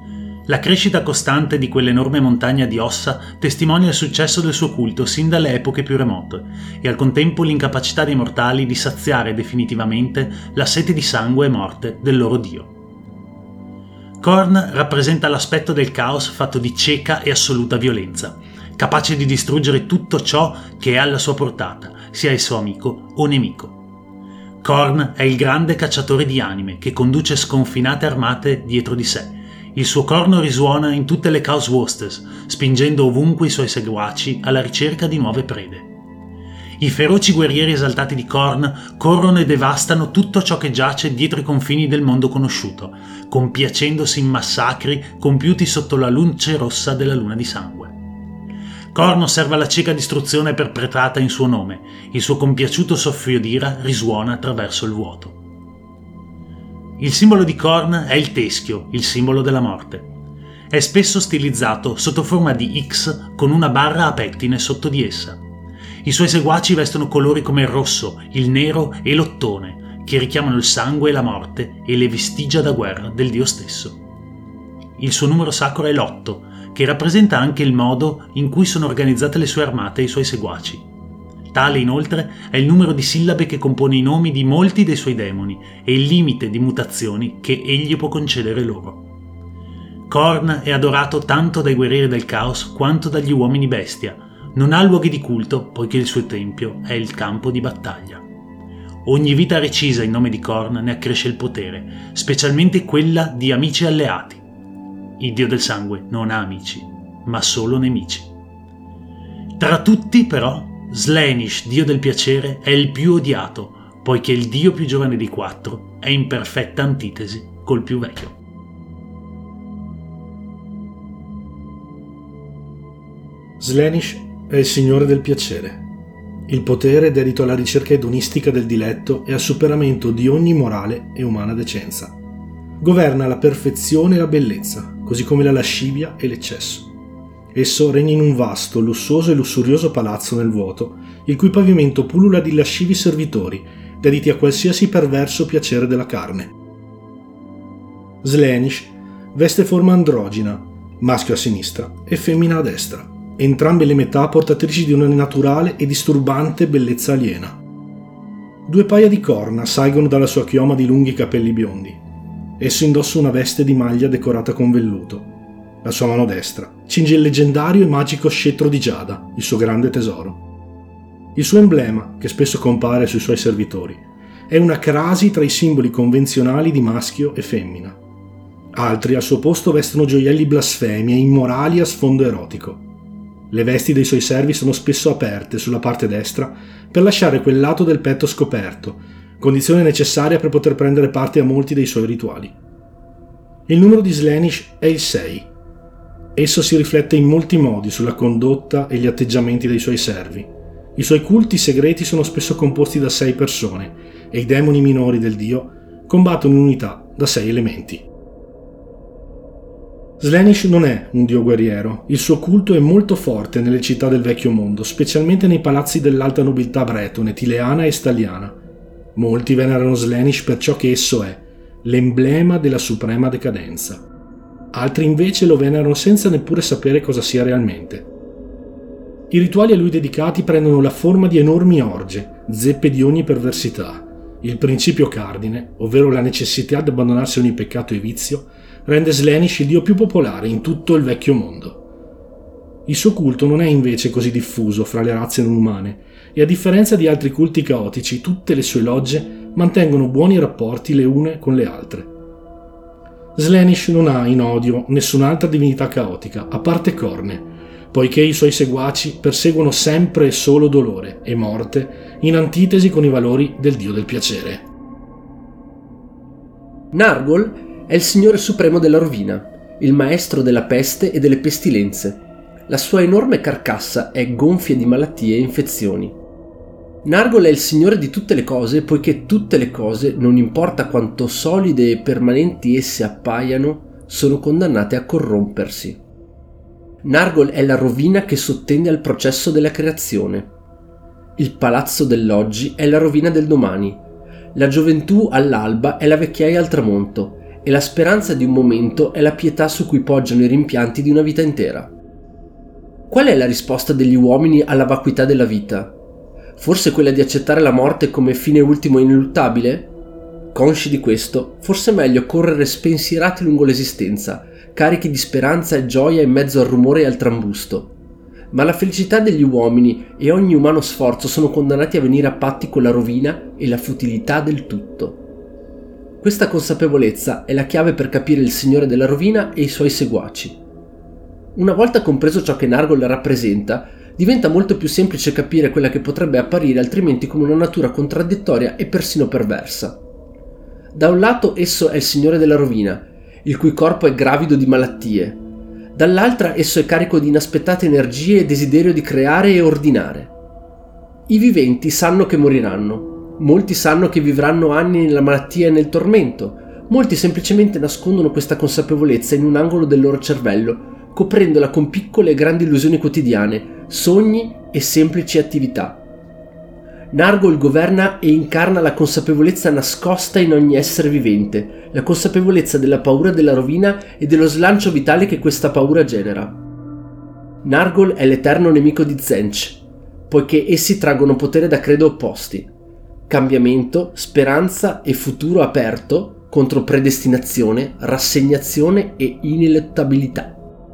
La crescita costante di quell'enorme montagna di ossa testimonia il successo del suo culto sin dalle epoche più remote e al contempo l'incapacità dei mortali di saziare definitivamente la sete di sangue e morte del loro dio. Khorne rappresenta l'aspetto del caos fatto di cieca e assoluta violenza, capace di distruggere tutto ciò che è alla sua portata, sia esso amico o nemico. Khorne è il grande cacciatore di anime che conduce sconfinate armate dietro di sé. Il suo corno risuona in tutte le Chaos Wursters, spingendo ovunque i suoi seguaci alla ricerca di nuove prede. I feroci guerrieri esaltati di Khorne corrono e devastano tutto ciò che giace dietro i confini del mondo conosciuto, compiacendosi in massacri compiuti sotto la luce rossa della luna di sangue. Khorne osserva la cieca distruzione perpetrata in suo nome, il suo compiaciuto soffio d'ira risuona attraverso il vuoto. Il simbolo di Khorne è il teschio, il simbolo della morte. È spesso stilizzato sotto forma di X con una barra a pettine sotto di essa. I suoi seguaci vestono colori come il rosso, il nero e l'ottone, che richiamano il sangue e la morte e le vestigia da guerra del dio stesso. Il suo numero sacro è l'otto, che rappresenta anche il modo in cui sono organizzate le sue armate e i suoi seguaci. Tale, inoltre, è il numero di sillabe che compone i nomi di molti dei suoi demoni e il limite di mutazioni che egli può concedere loro. Khorne è adorato tanto dai guerrieri del caos quanto dagli uomini bestia. Non ha luoghi di culto poiché il suo tempio è il campo di battaglia. Ogni vita recisa in nome di Khorne ne accresce il potere, specialmente quella di amici alleati. Il dio del sangue non ha amici, ma solo nemici. Tra tutti, però, Slaanesh, dio del piacere, è il più odiato, poiché il dio più giovane dei quattro è in perfetta antitesi col più vecchio. Slaanesh è il signore del piacere. Il potere è dedito alla ricerca edonistica del diletto e al superamento di ogni morale e umana decenza. Governa la perfezione e la bellezza, così come la lascivia e l'eccesso. Esso regna in un vasto, lussuoso e lussurioso palazzo nel vuoto, il cui pavimento pullula di lascivi servitori, dediti a qualsiasi perverso piacere della carne. Slaanesh veste forma androgina, maschio a sinistra e femmina a destra, entrambe le metà portatrici di una naturale e disturbante bellezza aliena. Due paia di corna salgono dalla sua chioma di lunghi capelli biondi. Esso indossa una veste di maglia decorata con velluto. La sua mano destra cinge il leggendario e magico scettro di Giada, il suo grande tesoro. Il suo emblema, che spesso compare sui suoi servitori, è una crasi tra i simboli convenzionali di maschio e femmina. Altri al suo posto vestono gioielli blasfemi e immorali a sfondo erotico. Le vesti dei suoi servi sono spesso aperte sulla parte destra per lasciare quel lato del petto scoperto, condizione necessaria per poter prendere parte a molti dei suoi rituali. Il numero di Slaanesh è il sei. Esso si riflette in molti modi sulla condotta e gli atteggiamenti dei suoi servi. I suoi culti segreti sono spesso composti da sei persone e i demoni minori del dio combattono in unità da sei elementi. Slaanesh non è un dio guerriero, il suo culto è molto forte nelle città del vecchio mondo, specialmente nei palazzi dell'alta nobiltà bretone, tileana e stalliana. Molti venerano Slaanesh per ciò che esso è, l'emblema della suprema decadenza. Altri invece lo venerano senza neppure sapere cosa sia realmente. I rituali a lui dedicati prendono la forma di enormi orge, zeppe di ogni perversità. Il principio cardine, ovvero la necessità di abbandonarsi ogni peccato e vizio, rende Slaanesh il dio più popolare in tutto il vecchio mondo. Il suo culto non è invece così diffuso fra le razze non umane, e a differenza di altri culti caotici, tutte le sue logge mantengono buoni rapporti le une con le altre. Slaanesh non ha in odio nessun'altra divinità caotica, a parte Khorne, poiché i suoi seguaci perseguono sempre e solo dolore e morte, in antitesi con i valori del dio del piacere. Nargol è il signore supremo della rovina, il maestro della peste e delle pestilenze. La sua enorme carcassa è gonfia di malattie e infezioni. Nargol è il signore di tutte le cose, poiché tutte le cose, non importa quanto solide e permanenti esse appaiano, sono condannate a corrompersi. Nargol è la rovina che sottende al processo della creazione. Il palazzo dell'oggi è la rovina del domani. La gioventù all'alba è la vecchiaia al tramonto, e la speranza di un momento è la pietà su cui poggiano i rimpianti di una vita intera. Qual è la risposta degli uomini alla vacuità della vita? Forse quella di accettare la morte come fine ultimo e ineluttabile? Consci di questo, forse è meglio correre spensierati lungo l'esistenza, carichi di speranza e gioia in mezzo al rumore e al trambusto. Ma la felicità degli uomini e ogni umano sforzo sono condannati a venire a patti con la rovina e la futilità del tutto. Questa consapevolezza è la chiave per capire il Signore della Rovina e i suoi seguaci. Una volta compreso ciò che Nargol rappresenta, diventa molto più semplice capire quella che potrebbe apparire altrimenti come una natura contraddittoria e persino perversa. Da un lato esso è il Signore della Rovina, il cui corpo è gravido di malattie. Dall'altra esso è carico di inaspettate energie e desiderio di creare e ordinare. I viventi sanno che moriranno, molti sanno che vivranno anni nella malattia e nel tormento, molti semplicemente nascondono questa consapevolezza in un angolo del loro cervello, coprendola con piccole e grandi illusioni quotidiane, sogni e semplici attività. Nargol governa e incarna la consapevolezza nascosta in ogni essere vivente, la consapevolezza della paura della rovina e dello slancio vitale che questa paura genera. Nargol è l'eterno nemico di Tzeentch, poiché essi traggono potere da credo opposti: cambiamento, speranza e futuro aperto contro predestinazione, rassegnazione e ineluttabilità.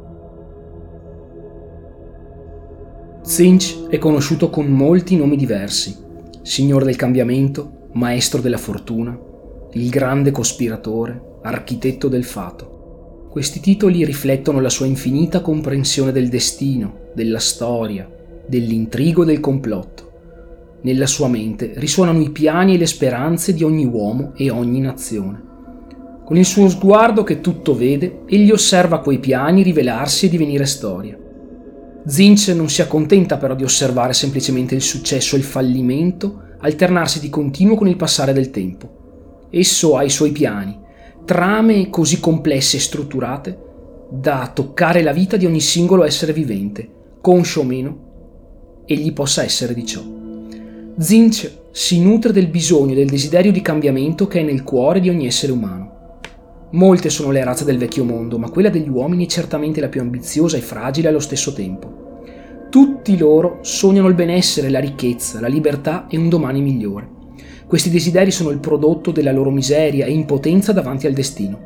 Tzeentch è conosciuto con molti nomi diversi: Signore del Cambiamento, Maestro della Fortuna, il Grande Cospiratore, Architetto del Fato. Questi titoli riflettono la sua infinita comprensione del destino, della storia, dell'intrigo e del complotto. Nella sua mente risuonano i piani e le speranze di ogni uomo e ogni nazione. Con il suo sguardo che tutto vede, egli osserva quei piani rivelarsi e divenire storia. Tzeentch non si accontenta però di osservare semplicemente il successo e il fallimento alternarsi di continuo con il passare del tempo. Esso ha i suoi piani, trame così complesse e strutturate da toccare la vita di ogni singolo essere vivente, conscio o meno, egli possa essere di ciò. Tzeentch si nutre del bisogno e del desiderio di cambiamento che è nel cuore di ogni essere umano. Molte sono le razze del vecchio mondo, ma quella degli uomini è certamente la più ambiziosa e fragile allo stesso tempo. Tutti loro sognano il benessere, la ricchezza, la libertà e un domani migliore. Questi desideri sono il prodotto della loro miseria e impotenza davanti al destino.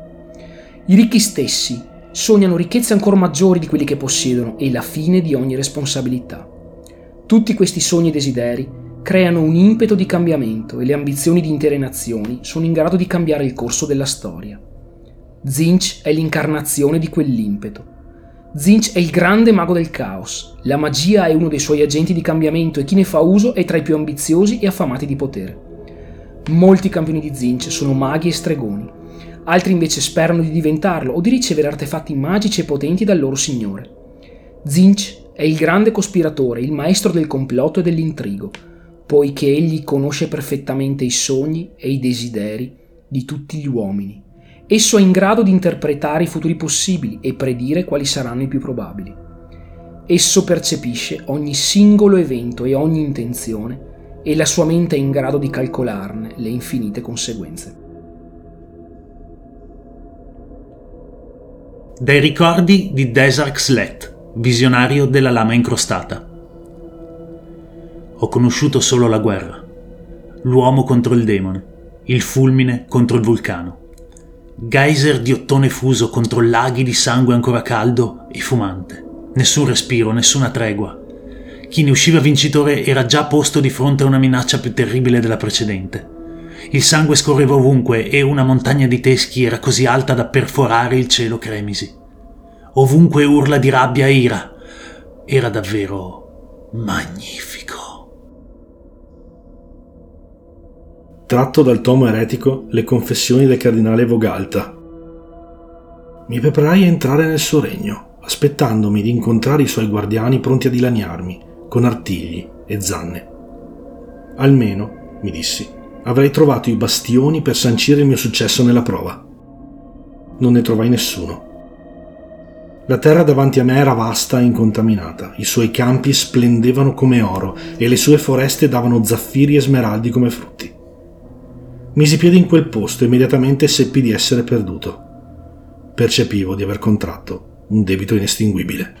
I ricchi stessi sognano ricchezze ancora maggiori di quelli che possiedono e la fine di ogni responsabilità. Tutti questi sogni e desideri creano un impeto di cambiamento e le ambizioni di intere nazioni sono in grado di cambiare il corso della storia. Tzeentch è l'incarnazione di quell'impeto. Tzeentch è il grande mago del caos. La magia è uno dei suoi agenti di cambiamento e chi ne fa uso è tra i più ambiziosi e affamati di potere. Molti campioni di Tzeentch sono maghi e stregoni, altri invece sperano di diventarlo o di ricevere artefatti magici e potenti dal loro signore. Tzeentch è il grande cospiratore, il maestro del complotto e dell'intrigo, poiché egli conosce perfettamente i sogni e i desideri di tutti gli uomini. Esso è in grado di interpretare i futuri possibili e predire quali saranno i più probabili. Esso percepisce ogni singolo evento e ogni intenzione e la sua mente è in grado di calcolarne le infinite conseguenze. Dai ricordi di Desark Slet, visionario della lama incrostata. Ho conosciuto solo la guerra, l'uomo contro il demone, il fulmine contro il vulcano. Geyser di ottone fuso contro laghi di sangue ancora caldo e fumante. Nessun respiro, nessuna tregua. Chi ne usciva vincitore era già posto di fronte a una minaccia più terribile della precedente. Il sangue scorreva ovunque e una montagna di teschi era così alta da perforare il cielo cremisi. Ovunque urla di rabbia e ira. Era davvero magnifico. Tratto dal tomo eretico Le confessioni del cardinale Vogalta. Mi preparai a entrare nel suo regno, aspettandomi di incontrare i suoi guardiani pronti a dilaniarmi, con artigli e zanne. Almeno, mi dissi, avrei trovato i bastioni per sancire il mio successo nella prova. Non ne trovai nessuno. La terra davanti a me era vasta e incontaminata, i suoi campi splendevano come oro e le sue foreste davano zaffiri e smeraldi come frutti. Misi piede in quel posto e immediatamente seppi di essere perduto. Percepivo di aver contratto un debito inestinguibile.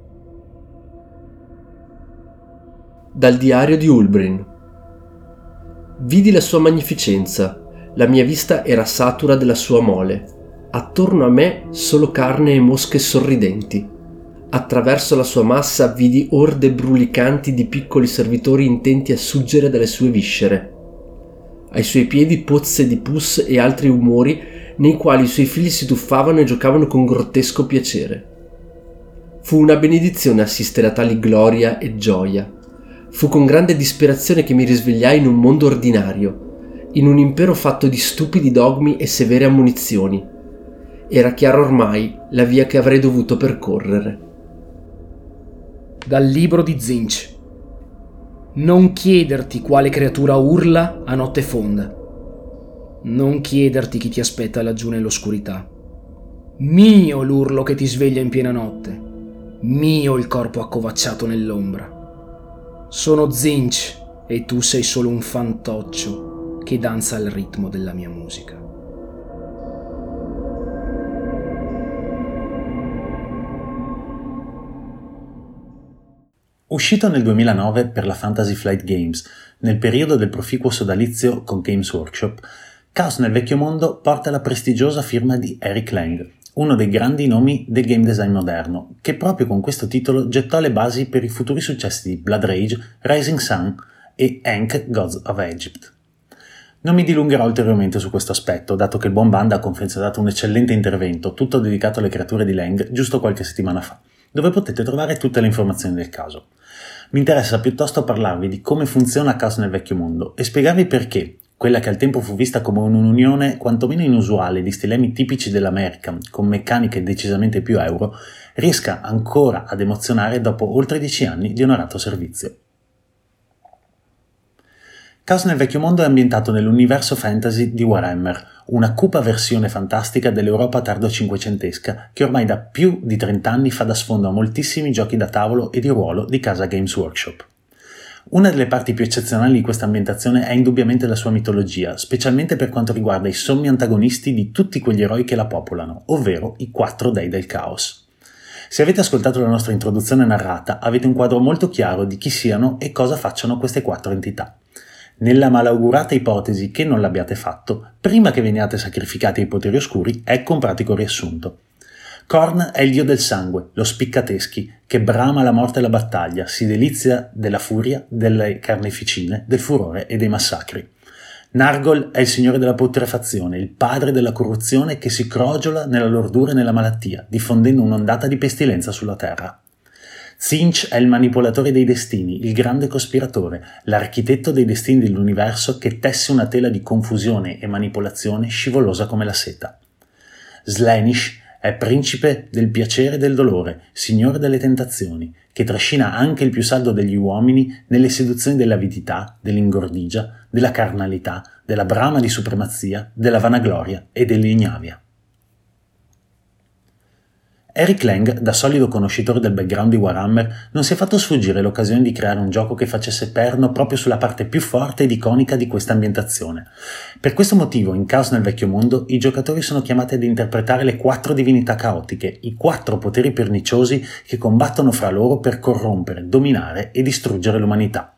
Dal diario di Ulbrin. Vidi la sua magnificenza, la mia vista era satura della sua mole. Attorno a me solo carne e mosche sorridenti. Attraverso la sua massa vidi orde brulicanti di piccoli servitori intenti a suggere dalle sue viscere. Ai suoi piedi pozze di pus e altri umori nei quali i suoi figli si tuffavano e giocavano con grottesco piacere. Fu una benedizione assistere a tali gloria e gioia. Fu con grande disperazione che mi risvegliai in un mondo ordinario, in un impero fatto di stupidi dogmi e severe ammonizioni. Era chiaro ormai la via che avrei dovuto percorrere. Dal libro di Zinch. Non chiederti quale creatura urla a notte fonda. Non chiederti chi ti aspetta laggiù nell'oscurità. Mio l'urlo che ti sveglia in piena notte. Mio il corpo accovacciato nell'ombra. Sono Zinch e tu sei solo un fantoccio che danza al ritmo della mia musica. Uscito nel duemilanove per la Fantasy Flight Games, nel periodo del proficuo sodalizio con Games Workshop, Caos nel Vecchio Mondo porta la prestigiosa firma di Eric Lang, uno dei grandi nomi del game design moderno, che proprio con questo titolo gettò le basi per i futuri successi di Blood Rage, Rising Sun e Ankh Gods of Egypt. Non mi dilungherò ulteriormente su questo aspetto, dato che il buon Banda ha confezionato un eccellente intervento, tutto dedicato alle creature di Lang, giusto qualche settimana fa, dove potete trovare tutte le informazioni del caso. Mi interessa piuttosto parlarvi di come funziona Caos nel Vecchio Mondo e spiegarvi perché quella che al tempo fu vista come un'unione quantomeno inusuale di stilemi tipici dell'American, con meccaniche decisamente più euro, riesca ancora ad emozionare dopo oltre dieci anni di onorato servizio. Caos nel Vecchio Mondo è ambientato nell'universo fantasy di Warhammer, una cupa versione fantastica dell'Europa tardo cinquecentesca che ormai da più di trenta anni fa da sfondo a moltissimi giochi da tavolo e di ruolo di casa Games Workshop. Una delle parti più eccezionali di questa ambientazione è indubbiamente la sua mitologia, specialmente per quanto riguarda i sommi antagonisti di tutti quegli eroi che la popolano, ovvero i quattro dei del caos. Se avete ascoltato la nostra introduzione narrata, avete un quadro molto chiaro di chi siano e cosa facciano queste quattro entità. Nella malaugurata ipotesi che non l'abbiate fatto, prima che veniate sacrificati ai poteri oscuri, ecco un pratico riassunto. Khorne è il dio del sangue, lo spiccateschi, che brama la morte e la battaglia, si delizia della furia, delle carneficine, del furore e dei massacri. Nargol è il signore della putrefazione, il padre della corruzione che si crogiola nella lordura e nella malattia, diffondendo un'ondata di pestilenza sulla terra. Tzeentch è il manipolatore dei destini, il grande cospiratore, l'architetto dei destini dell'universo che tesse una tela di confusione e manipolazione scivolosa come la seta. Slaanesh è principe del piacere e del dolore, signore delle tentazioni, che trascina anche il più saldo degli uomini nelle seduzioni dell'avidità, dell'ingordigia, della carnalità, della brama di supremazia, della vanagloria e dell'ignavia. Eric Lang, da solido conoscitore del background di Warhammer, non si è fatto sfuggire l'occasione di creare un gioco che facesse perno proprio sulla parte più forte ed iconica di questa ambientazione. Per questo motivo, in Caos nel Vecchio Mondo, i giocatori sono chiamati ad interpretare le quattro divinità caotiche, i quattro poteri perniciosi che combattono fra loro per corrompere, dominare e distruggere l'umanità.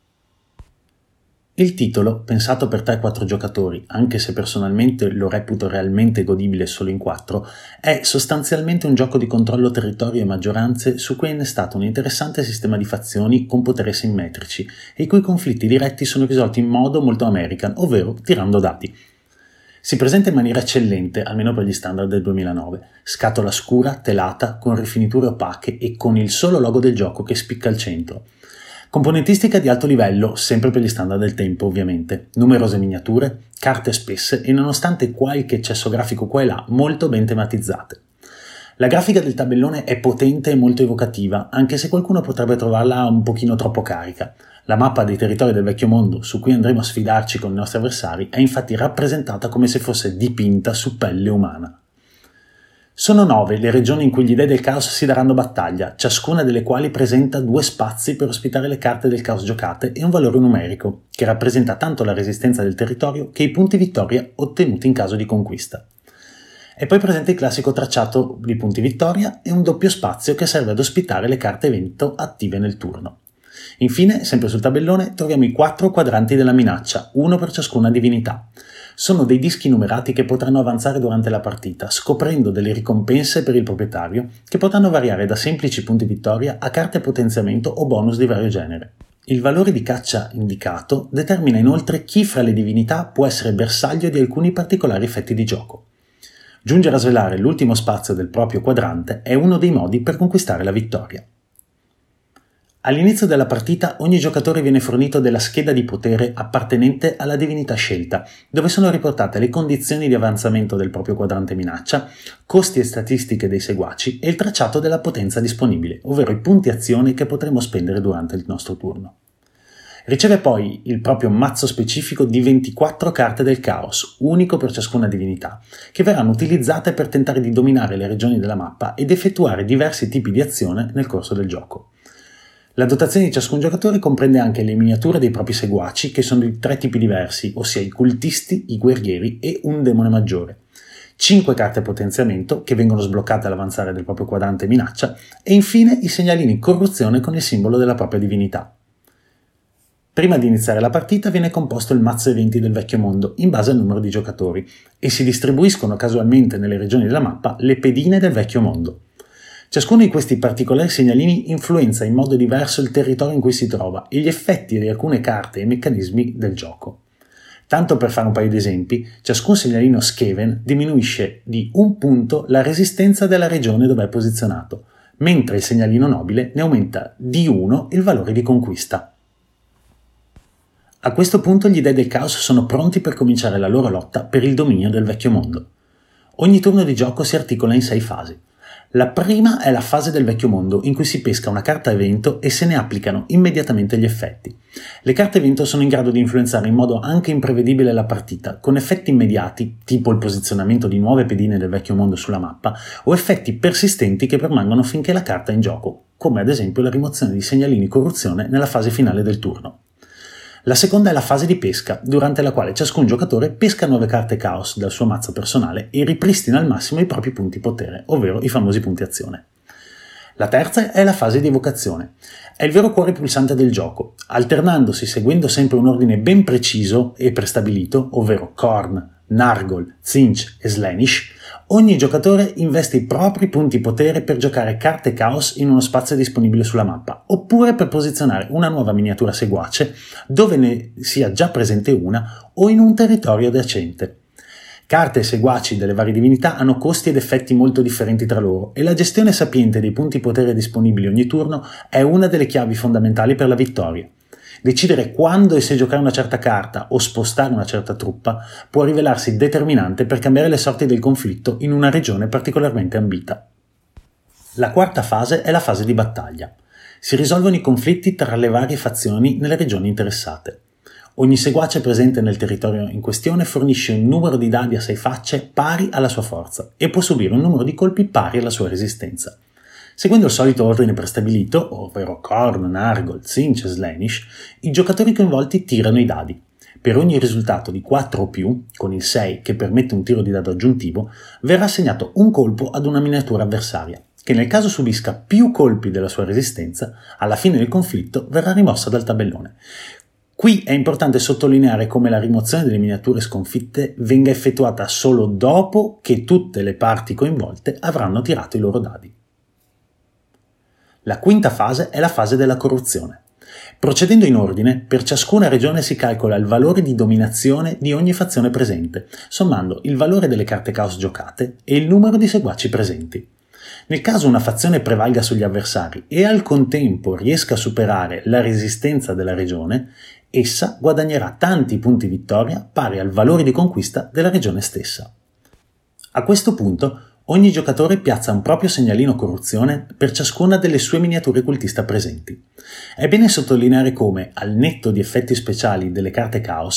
Il titolo, pensato per tre quattro giocatori, anche se personalmente lo reputo realmente godibile solo in quattro, è sostanzialmente un gioco di controllo territorio e maggioranze su cui è innestato un interessante sistema di fazioni con poteri simmetrici e i cui conflitti diretti sono risolti in modo molto American, ovvero tirando dadi. Si presenta in maniera eccellente, almeno per gli standard del duemilanove, scatola scura, telata, con rifiniture opache e con il solo logo del gioco che spicca al centro. Componentistica di alto livello, sempre per gli standard del tempo ovviamente, numerose miniature, carte spesse e nonostante qualche eccesso grafico qua e là, molto ben tematizzate. La grafica del tabellone è potente e molto evocativa, anche se qualcuno potrebbe trovarla un pochino troppo carica. La mappa dei territori del Vecchio Mondo, su cui andremo a sfidarci con i nostri avversari, è infatti rappresentata come se fosse dipinta su pelle umana. Sono nove le regioni in cui gli dei del caos si daranno battaglia, ciascuna delle quali presenta due spazi per ospitare le carte del caos giocate e un valore numerico, che rappresenta tanto la resistenza del territorio che i punti vittoria ottenuti in caso di conquista. È poi presente il classico tracciato di punti vittoria e un doppio spazio che serve ad ospitare le carte evento attive nel turno. Infine, sempre sul tabellone, troviamo i quattro quadranti della minaccia, uno per ciascuna divinità. Sono dei dischi numerati che potranno avanzare durante la partita, scoprendo delle ricompense per il proprietario, che potranno variare da semplici punti vittoria a carte potenziamento o bonus di vario genere. Il valore di caccia indicato determina inoltre chi fra le divinità può essere bersaglio di alcuni particolari effetti di gioco. Giungere a svelare l'ultimo spazio del proprio quadrante è uno dei modi per conquistare la vittoria. All'inizio della partita ogni giocatore viene fornito della scheda di potere appartenente alla divinità scelta, dove sono riportate le condizioni di avanzamento del proprio quadrante minaccia, costi e statistiche dei seguaci e il tracciato della potenza disponibile, ovvero i punti azione che potremo spendere durante il nostro turno. Riceve poi il proprio mazzo specifico di ventiquattro carte del caos, unico per ciascuna divinità, che verranno utilizzate per tentare di dominare le regioni della mappa ed effettuare diversi tipi di azione nel corso del gioco. La dotazione di ciascun giocatore comprende anche le miniature dei propri seguaci, che sono di tre tipi diversi, ossia i cultisti, i guerrieri e un demone maggiore. cinque carte potenziamento, che vengono sbloccate all'avanzare del proprio quadrante minaccia, e infine i segnalini corruzione con il simbolo della propria divinità. Prima di iniziare la partita viene composto il mazzo eventi del vecchio mondo, in base al numero di giocatori, e si distribuiscono casualmente nelle regioni della mappa le pedine del vecchio mondo. Ciascuno di questi particolari segnalini influenza in modo diverso il territorio in cui si trova e gli effetti di alcune carte e meccanismi del gioco. Tanto per fare un paio di esempi, ciascun segnalino Skaven diminuisce di un punto la resistenza della regione dove è posizionato, mentre il segnalino nobile ne aumenta di uno il valore di conquista. A questo punto gli dei del caos sono pronti per cominciare la loro lotta per il dominio del vecchio mondo. Ogni turno di gioco si articola in sei fasi. La prima è la fase del vecchio mondo, in cui si pesca una carta evento e se ne applicano immediatamente gli effetti. Le carte evento sono in grado di influenzare in modo anche imprevedibile la partita, con effetti immediati, tipo il posizionamento di nuove pedine del vecchio mondo sulla mappa, o effetti persistenti che permangono finché la carta è in gioco, come ad esempio la rimozione di segnalini corruzione nella fase finale del turno. La seconda è la fase di pesca, durante la quale ciascun giocatore pesca nuove carte caos dal suo mazzo personale e ripristina al massimo i propri punti potere, ovvero i famosi punti azione. La terza è la fase di evocazione. È il vero cuore pulsante del gioco, alternandosi seguendo sempre un ordine ben preciso e prestabilito, ovvero Khorne, Nargol, Tzeentch e Slaanesh. Ogni giocatore investe i propri punti potere per giocare carte caos in uno spazio disponibile sulla mappa, oppure per posizionare una nuova miniatura seguace dove ne sia già presente una o in un territorio adiacente. Carte e seguaci delle varie divinità hanno costi ed effetti molto differenti tra loro e la gestione sapiente dei punti potere disponibili ogni turno è una delle chiavi fondamentali per la vittoria. Decidere quando e se giocare una certa carta o spostare una certa truppa può rivelarsi determinante per cambiare le sorti del conflitto in una regione particolarmente ambita. La quarta fase è la fase di battaglia. Si risolvono i conflitti tra le varie fazioni nelle regioni interessate. Ogni seguace presente nel territorio in questione fornisce un numero di dadi a sei facce pari alla sua forza e può subire un numero di colpi pari alla sua resistenza. Seguendo il solito ordine prestabilito, ovvero Khorne, Nargol, Tzeentch e Slaanesh, i giocatori coinvolti tirano i dadi. Per ogni risultato di quattro o più, con il sei che permette un tiro di dado aggiuntivo, verrà assegnato un colpo ad una miniatura avversaria, che nel caso subisca più colpi della sua resistenza, alla fine del conflitto verrà rimossa dal tabellone. Qui è importante sottolineare come la rimozione delle miniature sconfitte venga effettuata solo dopo che tutte le parti coinvolte avranno tirato i loro dadi. La quinta fase è la fase della corruzione. Procedendo in ordine, per ciascuna regione si calcola il valore di dominazione di ogni fazione presente, sommando il valore delle carte caos giocate e il numero di seguaci presenti. Nel caso una fazione prevalga sugli avversari e al contempo riesca a superare la resistenza della regione, essa guadagnerà tanti punti vittoria pari al valore di conquista della regione stessa. A questo punto, ogni giocatore piazza un proprio segnalino corruzione per ciascuna delle sue miniature cultista presenti. È bene sottolineare come, al netto di effetti speciali delle carte caos,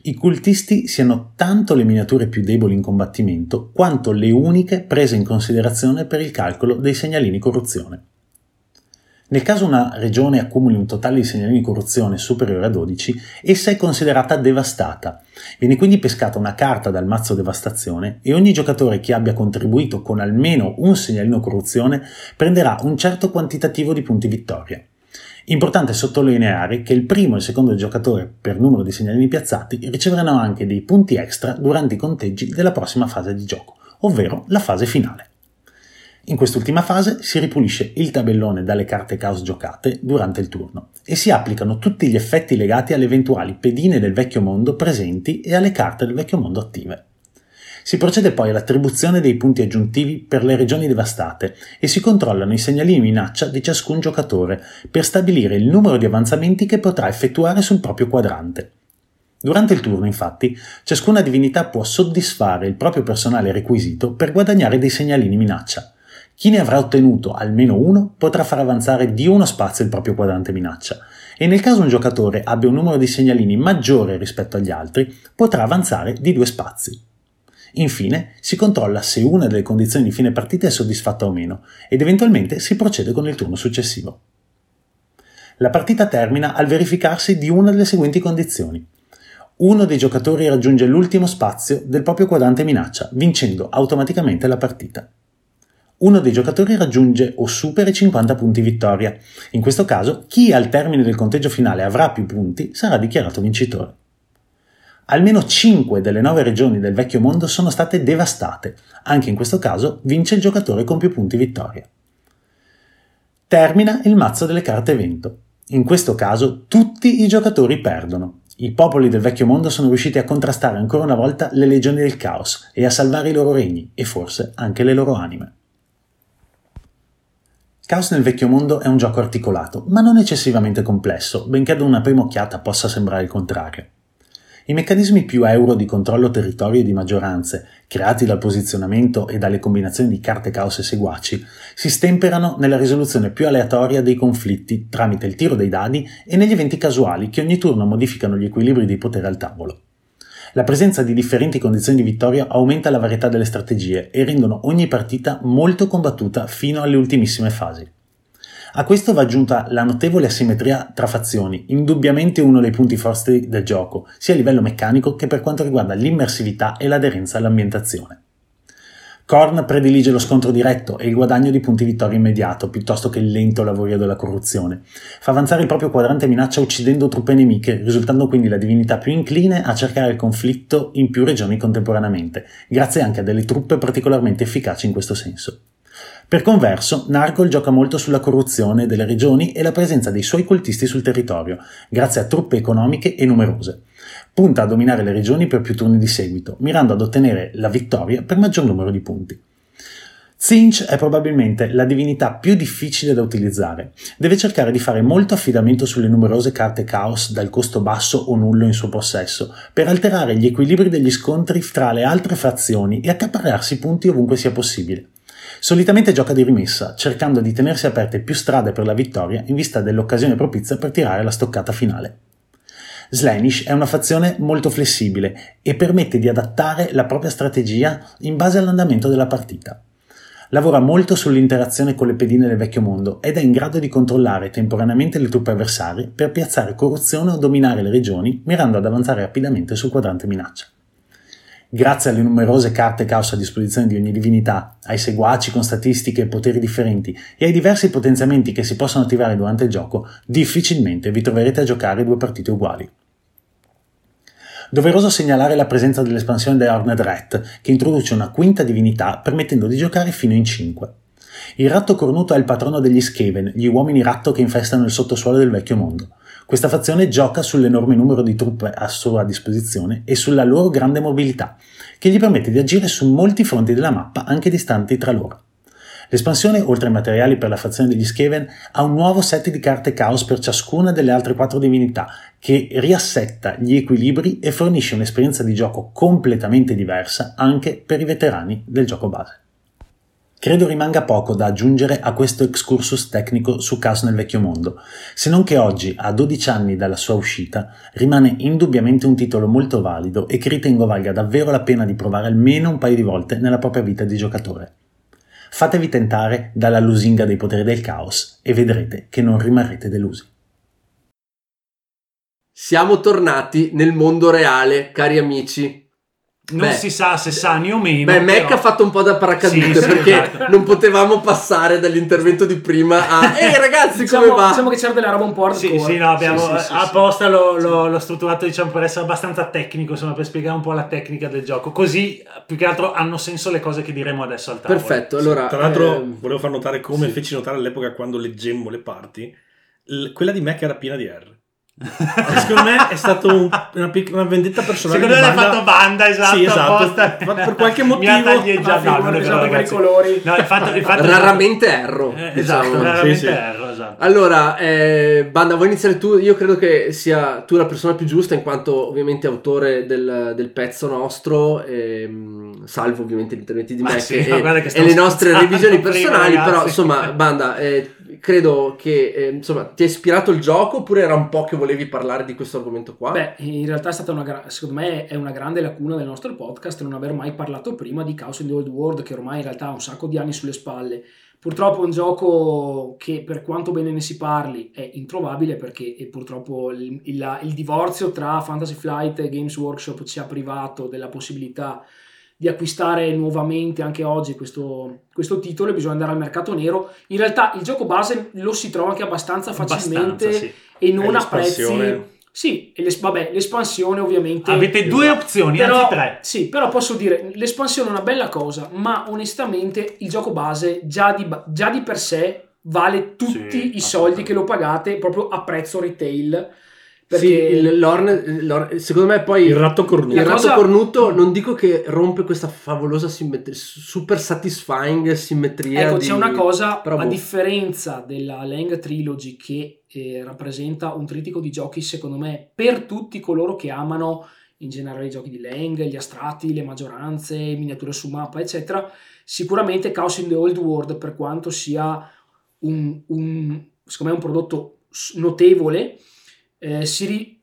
i cultisti siano tanto le miniature più deboli in combattimento quanto le uniche prese in considerazione per il calcolo dei segnalini corruzione. Nel caso una regione accumuli un totale di segnalini corruzione superiore a dodici, essa è considerata devastata. Viene quindi pescata una carta dal mazzo devastazione e ogni giocatore che abbia contribuito con almeno un segnalino corruzione prenderà un certo quantitativo di punti vittoria. Importante sottolineare che il primo e il secondo giocatore per numero di segnalini piazzati riceveranno anche dei punti extra durante i conteggi della prossima fase di gioco, ovvero la fase finale. In quest'ultima fase si ripulisce il tabellone dalle carte caos giocate durante il turno e si applicano tutti gli effetti legati alle eventuali pedine del vecchio mondo presenti e alle carte del vecchio mondo attive. Si procede poi all'attribuzione dei punti aggiuntivi per le regioni devastate e si controllano i segnalini minaccia di ciascun giocatore per stabilire il numero di avanzamenti che potrà effettuare sul proprio quadrante. Durante il turno, infatti, ciascuna divinità può soddisfare il proprio personale requisito per guadagnare dei segnalini minaccia. Chi ne avrà ottenuto almeno uno potrà far avanzare di uno spazio il proprio quadrante minaccia e nel caso un giocatore abbia un numero di segnalini maggiore rispetto agli altri potrà avanzare di due spazi. Infine si controlla se una delle condizioni di fine partita è soddisfatta o meno ed eventualmente si procede con il turno successivo. La partita termina al verificarsi di una delle seguenti condizioni. Uno dei giocatori raggiunge l'ultimo spazio del proprio quadrante minaccia, vincendo automaticamente la partita. Uno dei giocatori raggiunge o supera i cinquanta punti vittoria. In questo caso, chi al termine del conteggio finale avrà più punti sarà dichiarato vincitore. Almeno cinque delle nove regioni del vecchio mondo sono state devastate. Anche in questo caso vince il giocatore con più punti vittoria. Termina il mazzo delle carte evento. In questo caso tutti i giocatori perdono. I popoli del vecchio mondo sono riusciti a contrastare ancora una volta le legioni del caos e a salvare i loro regni e forse anche le loro anime. Caos nel vecchio mondo è un gioco articolato, ma non eccessivamente complesso, benché ad una prima occhiata possa sembrare il contrario. I meccanismi più euro di controllo territorio e di maggioranze, creati dal posizionamento e dalle combinazioni di carte caos e seguaci, si stemperano nella risoluzione più aleatoria dei conflitti tramite il tiro dei dadi e negli eventi casuali che ogni turno modificano gli equilibri di potere al tavolo. La presenza di differenti condizioni di vittoria aumenta la varietà delle strategie e rendono ogni partita molto combattuta fino alle ultimissime fasi. A questo va aggiunta la notevole asimmetria tra fazioni, indubbiamente uno dei punti forti del gioco, sia a livello meccanico che per quanto riguarda l'immersività e l'aderenza all'ambientazione. Khorne predilige lo scontro diretto e il guadagno di punti vittoria immediato, piuttosto che il lento lavorio della corruzione. Fa avanzare il proprio quadrante minaccia uccidendo truppe nemiche, risultando quindi la divinità più incline a cercare il conflitto in più regioni contemporaneamente, grazie anche a delle truppe particolarmente efficaci in questo senso. Per converso, Nargol gioca molto sulla corruzione delle regioni e la presenza dei suoi cultisti sul territorio, grazie a truppe economiche e numerose. Punta a dominare le regioni per più turni di seguito, mirando ad ottenere la vittoria per maggior numero di punti. Tzeentch è probabilmente la divinità più difficile da utilizzare. Deve cercare di fare molto affidamento sulle numerose carte caos dal costo basso o nullo in suo possesso, per alterare gli equilibri degli scontri fra le altre fazioni e accaparrarsi punti ovunque sia possibile. Solitamente gioca di rimessa, cercando di tenersi aperte più strade per la vittoria in vista dell'occasione propizia per tirare la stoccata finale. Slaanesh è una fazione molto flessibile e permette di adattare la propria strategia in base all'andamento della partita. Lavora molto sull'interazione con le pedine del vecchio mondo ed è in grado di controllare temporaneamente le truppe avversarie per piazzare corruzione o dominare le regioni, mirando ad avanzare rapidamente sul quadrante minaccia. Grazie alle numerose carte caos a disposizione di ogni divinità, ai seguaci con statistiche e poteri differenti e ai diversi potenziamenti che si possono attivare durante il gioco, difficilmente vi troverete a giocare due partite uguali. Doveroso segnalare la presenza dell'espansione The Horned Rat, che introduce una quinta divinità permettendo di giocare fino in cinque. Il ratto cornuto è il patrono degli Skaven, gli uomini ratto che infestano il sottosuolo del vecchio mondo. Questa fazione gioca sull'enorme numero di truppe a sua disposizione e sulla loro grande mobilità, che gli permette di agire su molti fronti della mappa anche distanti tra loro. L'espansione, oltre ai materiali per la fazione degli Skaven, ha un nuovo set di carte caos per ciascuna delle altre quattro divinità, che riassetta gli equilibri e fornisce un'esperienza di gioco completamente diversa anche per i veterani del gioco base. Credo rimanga poco da aggiungere a questo excursus tecnico su Caos nel Vecchio Mondo, se non che oggi, a dodici anni dalla sua uscita, rimane indubbiamente un titolo molto valido e che ritengo valga davvero la pena di provare almeno un paio di volte nella propria vita di giocatore. Fatevi tentare dalla lusinga dei poteri del caos e vedrete che non rimarrete delusi. Siamo tornati nel mondo reale, cari amici. Non Beh, si sa se sani o meno. Beh, Mac però... ha fatto un po' da paracadute Sì, sì, perché esatto. non potevamo passare dall'intervento di prima a ehi ragazzi, Diciamo, come va? diciamo che c'era della roba un po' hardcore. Sì, sì, no, abbiamo Sì, sì, sì, apposta l'ho, l'ho, l'ho strutturato, diciamo, per essere abbastanza tecnico, insomma, per spiegare un po' la tecnica del gioco. Così, più che altro, hanno senso le cose che diremo adesso al tavolo. Perfetto, allora... Tra l'altro ehm, volevo far notare come sì. feci notare all'epoca quando leggemmo le parti, l- quella di Mac era piena di R. Secondo me è stata un, una, pic- una vendetta personale. Secondo me di l'hai fatto banda, esatto, Sì, esatto. apposta. Ma per qualche Mi motivo ha taglieggiato. No, non è vero, Esatto, per i ragazzi. colori. No, infatti, infatti, Raramente erro, Eh, diciamo. esatto, raramente Sì, sì. erro, esatto. Allora, eh, Banda, vuoi iniziare tu? Io credo che sia tu la persona più giusta, in quanto ovviamente autore del, del pezzo nostro, ehm, salvo ovviamente gli interventi di Ma Mac sì, e, ma guarda che e stavo le nostre scherzando revisioni prima, personali, ragazzi. però insomma, Banda, eh, credo che eh, insomma ti ha ispirato il gioco oppure era un po' che volevi parlare di questo argomento qua? Beh, in realtà è stata una gra- secondo me è una grande lacuna del nostro podcast non aver mai parlato prima di Chaos in the Old World, che ormai in realtà ha un sacco di anni sulle spalle. Purtroppo è un gioco che, per quanto bene ne si parli, è introvabile perché e purtroppo il, il, il divorzio tra Fantasy Flight e Games Workshop ci ha privato della possibilità di acquistare nuovamente anche oggi questo, questo titolo e bisogna andare al mercato nero. In realtà il gioco base lo si trova anche abbastanza facilmente Abbastanza, sì. e non È a prezzi... l'espansione. Sì, e l'es- vabbè, l'espansione ovviamente... Avete due opzioni, Però, anzi tre. sì, però posso dire, l'espansione è una bella cosa, ma onestamente il gioco base già di, ba- già di per sé vale tutti Sì, i soldi che lo pagate proprio a prezzo retail. Perché Sì, il Lorne, Lorne- secondo me poi Il ratto cornuto. il La ratto cosa- cornuto non dico che rompe questa favolosa simmetria, super satisfying simmetria. Ecco, di... c'è una cosa, però, a boh. differenza della Lang Trilogy, che eh, rappresenta un trittico di giochi, secondo me, per tutti coloro che amano in generale i giochi di Lang, gli astratti, le maggioranze, miniature su mappa, eccetera. Sicuramente Chaos in the Old World, per quanto sia un, un secondo me un prodotto s- notevole, eh, si ri-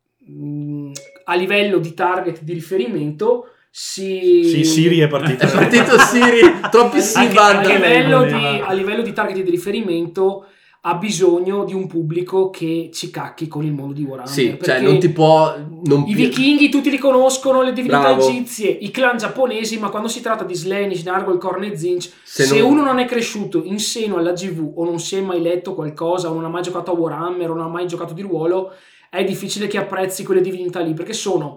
mh, a livello di target di riferimento si... Sì, Siri è partito. È partito Siri, troppi sì, Anche- Banda. a, livello lei di, voleva. a livello di target di riferimento ha bisogno di un pubblico che ci cacchi con il mondo di Warhammer. Sì, cioè perché non ti può... Non i pi- vichinghi tutti li conoscono, le divinità Bravo. egizie, i clan giapponesi, ma quando si tratta di Slaanesh, Nargol, Khorne e Zinch, Se se, non- uno non è cresciuto in seno alla G V o non si è mai letto qualcosa o non ha mai giocato a Warhammer o non ha mai giocato di ruolo, è difficile che apprezzi quelle divinità lì, perché sono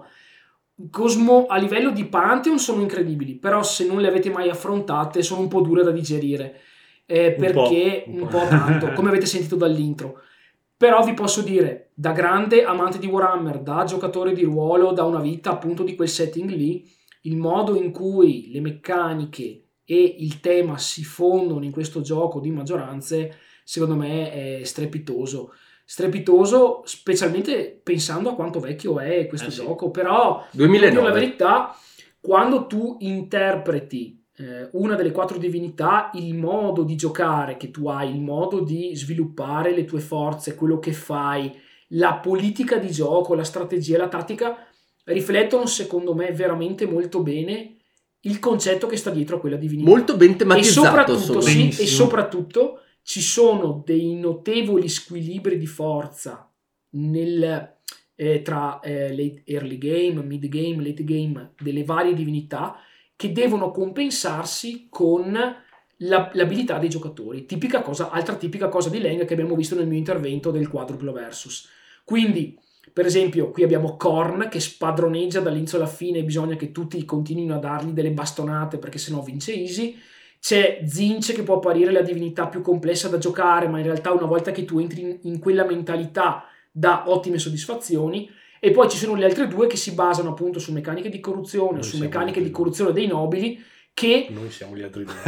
cosmo a livello di Pantheon sono incredibili, però se non le avete mai affrontate sono un po' dure da digerire, eh, Un perché po', un un po'. po' tanto, come avete sentito dall'intro. Però vi posso dire, da grande amante di Warhammer, da giocatore di ruolo, da una vita appunto di quel setting lì, il modo in cui le meccaniche e il tema si fondono in questo gioco di maggioranze, secondo me è strepitoso. Strepitoso, specialmente pensando a quanto vecchio è questo Eh sì. gioco, però duemilanove. devo dire la verità, quando tu interpreti eh, una delle quattro divinità, il modo di giocare che tu hai, il modo di sviluppare le tue forze, quello che fai, la politica di gioco, la strategia, la tattica, riflettono secondo me veramente molto bene il concetto che sta dietro a quella divinità. Molto ben E tematizzato. soprattutto, insomma. sì, e Benissimo. soprattutto ci sono dei notevoli squilibri di forza nel, eh, tra eh, late, early game, mid game, late game delle varie divinità che devono compensarsi con la- l'abilità dei giocatori. Tipica cosa, altra tipica cosa di Lang che abbiamo visto nel mio intervento del quadruplo versus. Quindi, per esempio, qui abbiamo Khorne che spadroneggia dall'inizio alla fine e bisogna che tutti continuino a dargli delle bastonate perché sennò vince easy. C'è Zinch che può apparire la divinità più complessa da giocare, ma in realtà una volta che tu entri in, in quella mentalità dà ottime soddisfazioni. E poi ci sono le altre due che si basano appunto su meccaniche di corruzione, Noi su siamo meccaniche di tutti- corruzione dei nobili, che Noi siamo gli altri due.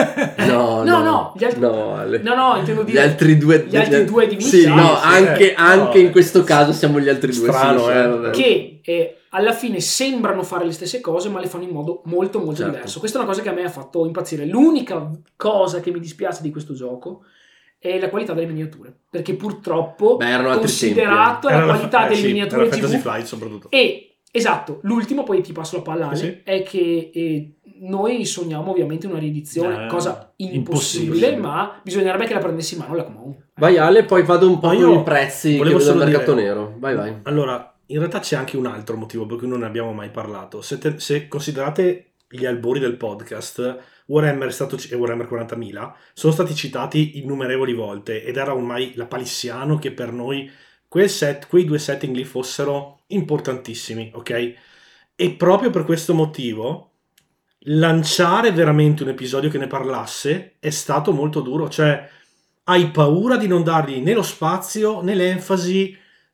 No, no, no, no, gli altri, no, le- no, no, intendo Gli dire altri due, gli altri due di sì, Vincenzo, no, sì, anche, eh, anche no, in questo caso siamo gli altri due. Strano, sì, eh. vabbè. che eh, alla fine sembrano fare le stesse cose ma le fanno in modo molto molto Certo. diverso. Questa è una cosa che a me ha fatto impazzire. L'unica cosa che mi dispiace di questo gioco è la qualità delle miniature, perché purtroppo Beh, erano altri considerato Era la la- qualità eh, delle sì, miniature era Fantasy T V Flight soprattutto. e esatto, l'ultimo, poi ti passo la palla Ale, Sì, sì. è che eh, noi sogniamo ovviamente una riedizione, Eh, cosa impossibile, impossibile. ma bisognerebbe che la prendessi in mano la Common. Vai Ale, poi vado un po' Ma con io i prezzi che volevo vedo al solo mercato dire- nero. Vai, vai. Allora, in realtà c'è anche un altro motivo per cui non ne abbiamo mai parlato. Se, te- se considerate gli albori del podcast, Warhammer è stato, e Warhammer quarantamila sono stati citati innumerevoli volte ed era ormai la palissiano che per noi quel set, quei due setting lì fossero importantissimi, ok? E proprio per questo motivo lanciare veramente un episodio che ne parlasse è stato molto duro, cioè hai paura di non dargli né lo spazio né l'enfasi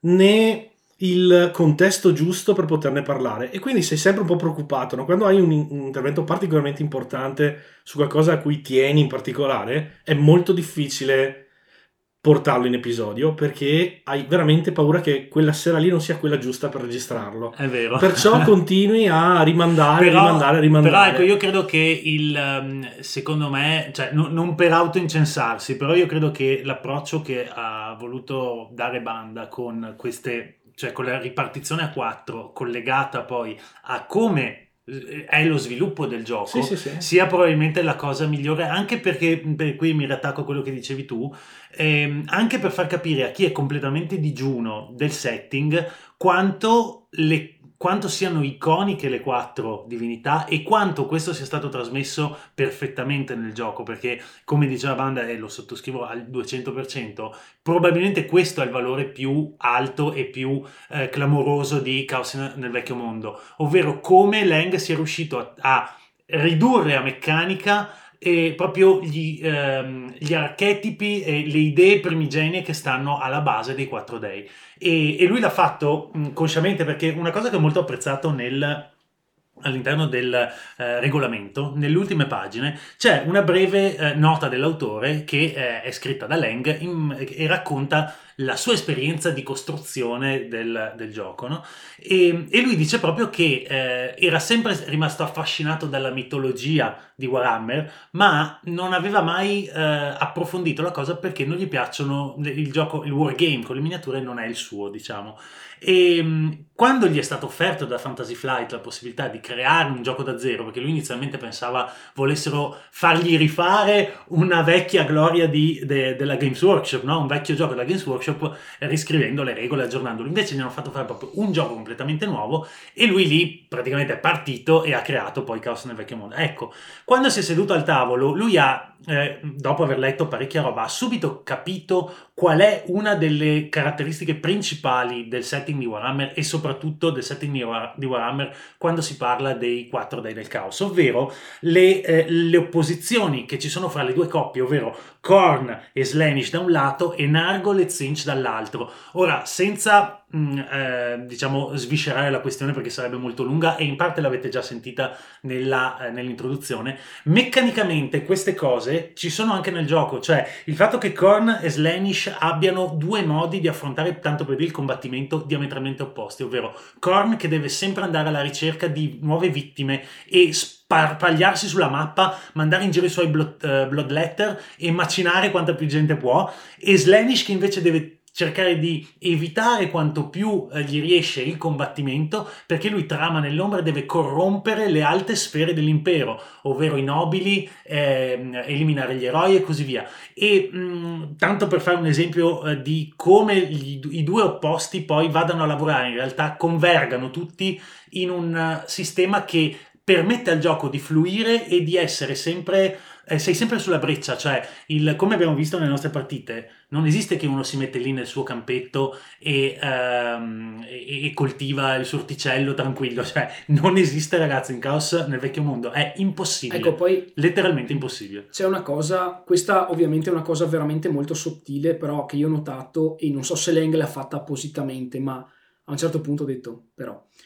né il contesto giusto per poterne parlare e quindi sei sempre un po' preoccupato, no? Quando hai un, un intervento particolarmente importante su qualcosa a cui tieni in particolare è molto difficile portarlo in episodio perché hai veramente paura che quella sera lì non sia quella giusta per registrarlo. È vero. Perciò continui a rimandare, Però- rimandare, rimandare. Però ecco, io credo che il, um, secondo me, cioè no- non per autoincensarsi, però io credo che l'approccio che ha voluto dare Banda con queste, cioè con la ripartizione a quattro collegata poi a come eh, è lo sviluppo del gioco, Sì, sì, sì. sia probabilmente la cosa migliore, anche perché, per qui mi riattacco a quello che dicevi tu, ehm, anche per far capire a chi è completamente digiuno del setting quanto le quanto siano iconiche le quattro divinità e quanto questo sia stato trasmesso perfettamente nel gioco, perché come diceva Banda e lo sottoscrivo al duecento per cento, probabilmente questo è il valore più alto e più eh, clamoroso di Chaos nel Vecchio Mondo, ovvero come Lang sia riuscito a, a ridurre a meccanica e proprio gli, ehm, gli archetipi e le idee primigenie che stanno alla base dei quattro dei. E, e lui l'ha fatto mh, consciamente, perché una cosa che ho molto apprezzato nel, all'interno del eh, regolamento, nelle ultime pagine, c'è una breve eh, nota dell'autore che eh, è scritta da Lang in, e racconta la sua esperienza di costruzione del, del gioco, no? E, e lui dice proprio che eh, era sempre rimasto affascinato dalla mitologia di Warhammer, ma non aveva mai eh, approfondito la cosa perché non gli piacciono il gioco, il wargame con le miniature non è il suo, diciamo. E mh, quando gli è stato offerto da Fantasy Flight la possibilità di creare un gioco da zero, perché lui inizialmente pensava volessero fargli rifare una vecchia gloria di, de, della Games Workshop, no? Un vecchio gioco della Games Workshop, riscrivendo le regole, aggiornandolo. Invece gli hanno fatto fare proprio un gioco completamente nuovo e lui lì praticamente è partito e ha creato poi Chaos nel Vecchio Mondo. Ecco, quando si è seduto al tavolo, lui ha, eh, dopo aver letto parecchia roba, ha subito capito qual è una delle caratteristiche principali del setting di Warhammer e soprattutto del setting di, War- di Warhammer quando si parla dei quattro dei del caos, ovvero le, eh, le opposizioni che ci sono fra le due coppie, ovvero Khorne e Slaanesh da un lato e Nargol e Tzeentch dall'altro. Ora, senza mh, eh, diciamo sviscerare la questione perché sarebbe molto lunga e in parte l'avete già sentita nella, eh, nell'introduzione, meccanicamente queste cose ci sono anche nel gioco, cioè il fatto che Khorne e Slaanesh abbiano due modi di affrontare, tanto per dire, il combattimento diametralmente opposti, ovvero Khorne che deve sempre andare alla ricerca di nuove vittime e sparpagliarsi sulla mappa, mandare in giro i suoi blood, uh, bloodletter e macinare quanta più gente può, e Slaanesh che invece deve cercare di evitare quanto più eh, gli riesce il combattimento, perché lui trama nell'ombra e deve corrompere le alte sfere dell'impero, ovvero i nobili, eh, eliminare gli eroi e così via. E mh, tanto per fare un esempio eh, di come gli, i due opposti poi vadano a lavorare, in realtà convergano tutti in un uh, sistema che permette al gioco di fluire e di essere sempre, eh, sei sempre sulla breccia, cioè il, come abbiamo visto nelle nostre partite, non esiste che uno si mette lì nel suo campetto e, ehm, e, e coltiva il suo orticello tranquillo, cioè non esiste, ragazzi, in Chaos nel Vecchio Mondo, è impossibile, Ecco, poi letteralmente impossibile. c'è una cosa, questa ovviamente è una cosa veramente molto sottile, però che io ho notato e non so se Lang l'ha fatta appositamente, ma a un certo punto ho detto, però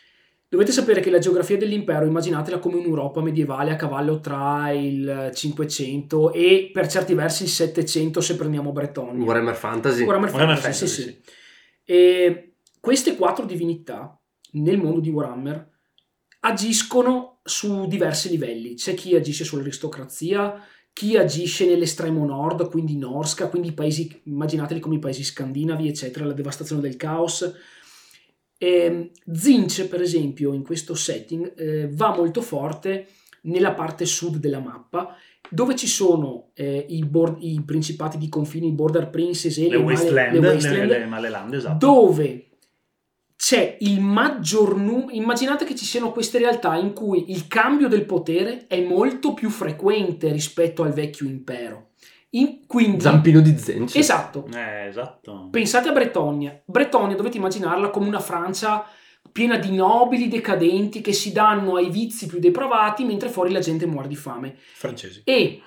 Dovete sapere che la geografia dell'impero, immaginatela come un'Europa medievale a cavallo tra il cinquecento e per certi versi il settecento se prendiamo Bretonnia. Warhammer Fantasy. Warhammer Warhammer Fantasy, Fantasy, sì, sì. E queste quattro divinità nel mondo di Warhammer agiscono su diversi livelli. C'è chi agisce sull'aristocrazia, chi agisce nell'estremo nord, quindi Norsca, quindi i paesi, immaginateli come i paesi scandinavi, eccetera, la devastazione del caos. E Tzeentch, per esempio, in questo setting eh, va molto forte nella parte sud della mappa, dove ci sono eh, i, board, i principati di confine, i border princes e le, le, wasteland, le, wasteland, le, le Maleland, esatto. dove c'è il maggior numero. Immaginate che ci siano queste realtà in cui il cambio del potere è molto più frequente rispetto al vecchio impero. In, quindi, Zampino di Tzeentch. Esatto. Eh, esatto. Pensate a Bretonnia. Bretonnia dovete immaginarla come una Francia piena di nobili decadenti che si danno ai vizi più depravati mentre fuori la gente muore di fame. Francesi. E,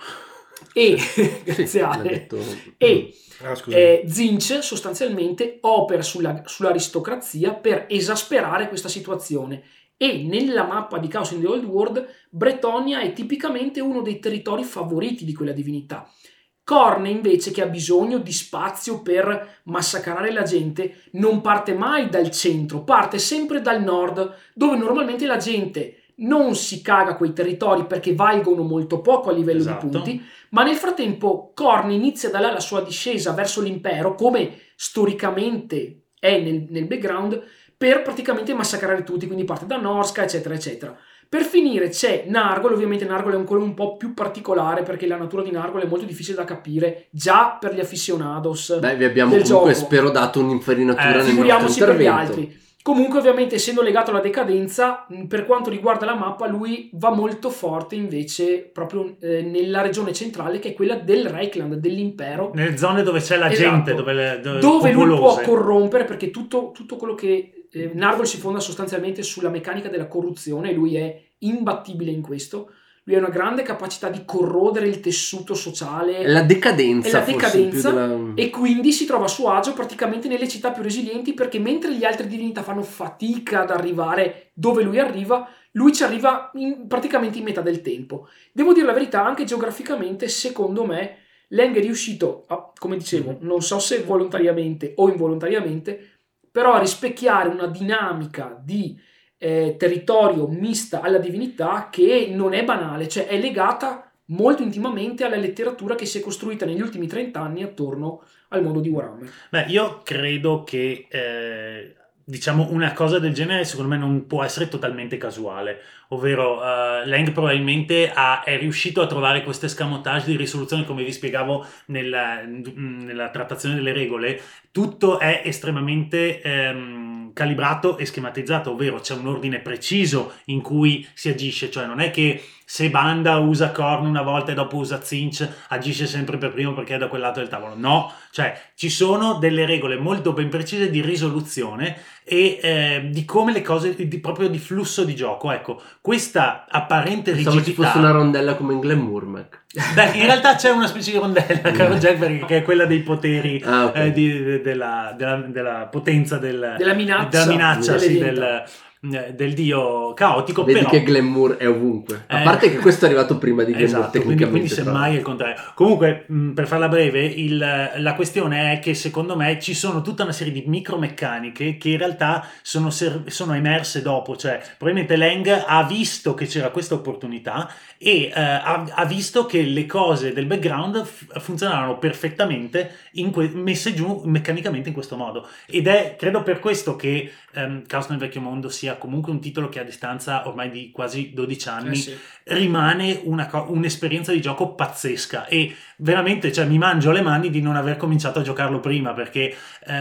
e grazie Sì, Ale. l'ha detto. E Ah, scusa. eh, Tzeentch sostanzialmente opera sulla, sull'aristocrazia per esasperare questa situazione. E nella mappa di Chaos in the Old World, Bretonnia è tipicamente uno dei territori favoriti di quella divinità. Khorne invece, che ha bisogno di spazio per massacrare la gente, non parte mai dal centro, parte sempre dal nord, dove normalmente la gente non si caga quei territori perché valgono molto poco a livello Esatto. di punti, ma nel frattempo Khorne inizia da là la sua discesa verso l'impero, come storicamente è nel, nel background, per praticamente massacrare tutti, quindi parte da Norsca, eccetera, eccetera. Per finire c'è Nargol. Ovviamente Nargol è ancora un po' più particolare perché la natura di Nargol è molto difficile da capire già per gli aficionados. Beh, vi abbiamo del comunque gioco. spero dato un'infarinatura Eh, nel nostro Figuriamoci per gli intervento. altri. Comunque, ovviamente, essendo legato alla decadenza, per quanto riguarda la mappa, lui va molto forte invece proprio eh, nella regione centrale, che è quella del Reichland, dell'impero, Nelle zone dove c'è la Esatto. gente, dove, le, dove, dove lui può popolose. corrompere, perché tutto, tutto quello che eh, Nargol si fonda sostanzialmente sulla meccanica della corruzione, e lui è imbattibile in questo. Lui ha una grande capacità di corrodere il tessuto sociale. È la decadenza, È la forse, decadenza, più della... e quindi si trova a suo agio praticamente nelle città più resilienti, perché mentre gli altri divinità fanno fatica ad arrivare dove lui arriva, lui ci arriva in, praticamente in metà del tempo. Devo dire la verità, anche geograficamente, secondo me, Leng è riuscito, a, come dicevo, non so se volontariamente o involontariamente, però a rispecchiare una dinamica di eh, territorio mista alla divinità che non è banale, cioè è legata molto intimamente alla letteratura che si è costruita negli ultimi trent'anni attorno al mondo di Warhammer. Beh, io credo che eh, diciamo una cosa del genere secondo me non può essere totalmente casuale, ovvero uh, Leng probabilmente ha, è riuscito a trovare questo escamotage di risoluzione, come vi spiegavo nella, nella trattazione delle regole. Tutto è estremamente ehm, calibrato e schematizzato, ovvero c'è un ordine preciso in cui si agisce, cioè non è che se Banda usa Khorne una volta e dopo usa Tzeentch agisce sempre per primo perché è da quel lato del tavolo. No, cioè ci sono delle regole molto ben precise di risoluzione e eh, di come le cose, di, proprio di flusso di gioco. Ecco, questa apparente Pensavo rigidità... ci fosse una rondella come in Glamourmech. Beh, in realtà c'è una specie di rondella, caro Jack, perché che è quella dei poteri, Ah, ok. eh, di, della, della, della potenza del, Della minaccia, della minaccia delle sì, divinità. del, del dio caotico. Vedi però, che Glamour è ovunque. A Eh, parte che questo è arrivato prima di Glamour, esatto, quindi, tecnicamente. quindi tra semmai è il l'altro. contrario. Comunque, mh, per farla breve, il, la questione è che secondo me ci sono tutta una serie di micromeccaniche che in realtà sono, ser- sono emerse dopo, cioè probabilmente Leng ha visto che c'era questa opportunità e eh, ha, ha visto che le cose del background f- funzionavano perfettamente in que- messe giù meccanicamente in questo modo, ed è credo per questo che ehm, Chaos nel Vecchio Mondo sia comunque un titolo che a distanza ormai di quasi dodici anni Eh sì. rimane una co- un'esperienza di gioco pazzesca, e veramente, cioè, mi mangio le mani di non aver cominciato a giocarlo prima, perché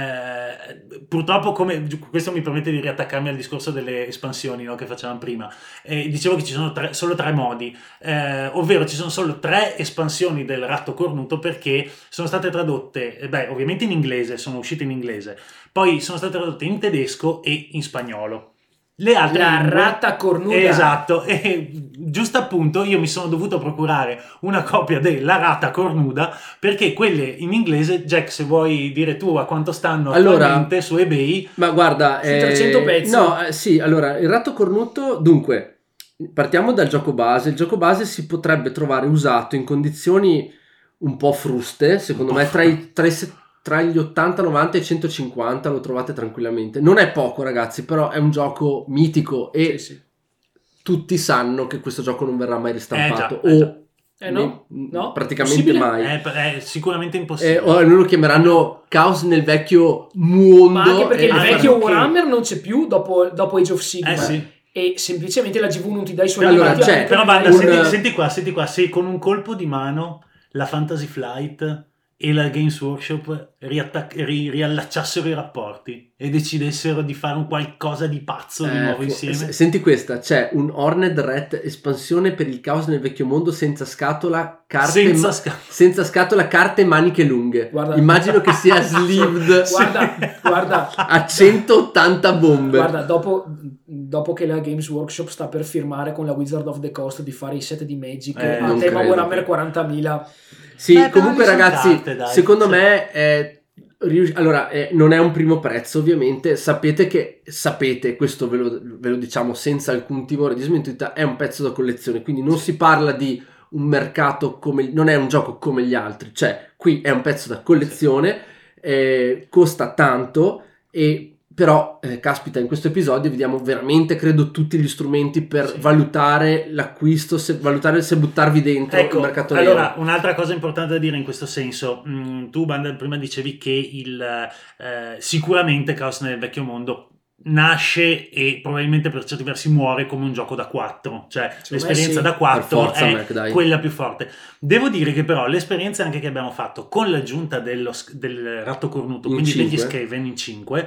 eh, purtroppo, come questo mi permette di riattaccarmi al discorso delle espansioni, no, che facevamo prima. Eh, dicevo che ci sono tre, solo tre modi, eh, ovvero ci sono solo tre espansioni del Ratto Cornuto, perché sono state tradotte, eh, beh, ovviamente in inglese, sono uscite in inglese, poi sono state tradotte in tedesco e in spagnolo. le altre La lingue- rata cornuda. Esatto, e giusto appunto io mi sono dovuto procurare una copia della rata cornuda, perché quelle in inglese, Jack, se vuoi dire tu a quanto stanno Allora, attualmente su eBay. Ma guarda, Su trecento pezzi. No, eh, sì, allora, il ratto cornuto, dunque, partiamo dal gioco base. Il gioco base si potrebbe trovare usato in condizioni un po' fruste, secondo me, tra, i, tra, i, tra gli ottanta, novanta e centocinquanta lo trovate tranquillamente. Non è poco, ragazzi, però è un gioco mitico e Sì, sì. tutti sanno che questo gioco non verrà mai ristampato. Eh già, eh già. o Eh no? ne- No? praticamente Possibile? mai. È, è sicuramente Eh, impossibile. o loro chiameranno Caos nel vecchio mondo. Ma anche perché e- il anche vecchio perché- Warhammer non c'è più dopo, dopo Age of Sigmar. Eh sì. E semplicemente la G V non ti dà i suoi Allora, diritti, c'è- anche Però perché- Banda, un- senti, senti qua, senti qua, se con un colpo di mano la Fantasy Flight e la Games Workshop riattac- ri- riallacciassero i rapporti e decidessero di fare un qualcosa di pazzo di Eh, nuovo fu- insieme. s- Senti questa, c'è un Horned Rat espansione per il caos nel vecchio mondo senza scatola, carte Senza ma- sca- senza scatola, carte e maniche lunghe. Guarda- Immagino che sia sleeved Guarda, guarda, a centottanta bombe. guarda dopo, dopo che la Games Workshop sta per firmare con la Wizard of the Coast di fare i set di Magic Eh, a non tema credo. Warhammer quarantamila. Sì, Beh, però comunque lì son ragazzi, carte, dai. secondo Sì. me è rius- allora eh, non è un primo prezzo, ovviamente. Sapete che sapete, questo ve lo, ve lo diciamo senza alcun timore di smentita, è un pezzo da collezione, quindi non si parla di un mercato come, non è un gioco come gli altri, cioè qui è un pezzo da collezione, eh, costa tanto e però eh, caspita, in questo episodio vediamo veramente credo tutti gli strumenti per Sì. valutare l'acquisto, se, valutare se buttarvi dentro Ecco, il mercato allora nero. un'altra cosa importante da dire in questo senso, mm, tu Banda prima dicevi che il, eh, sicuramente Caos nel vecchio mondo nasce e probabilmente per certi versi muore come un gioco da quattro, cioè Secondo l'esperienza me sì. da quattro Per forza, è Mac, dai. quella più forte. Devo dire che però l'esperienza anche che abbiamo fatto con l'aggiunta dello, sch- del ratto cornuto, In quindi degli cinque. Skaven in cinque,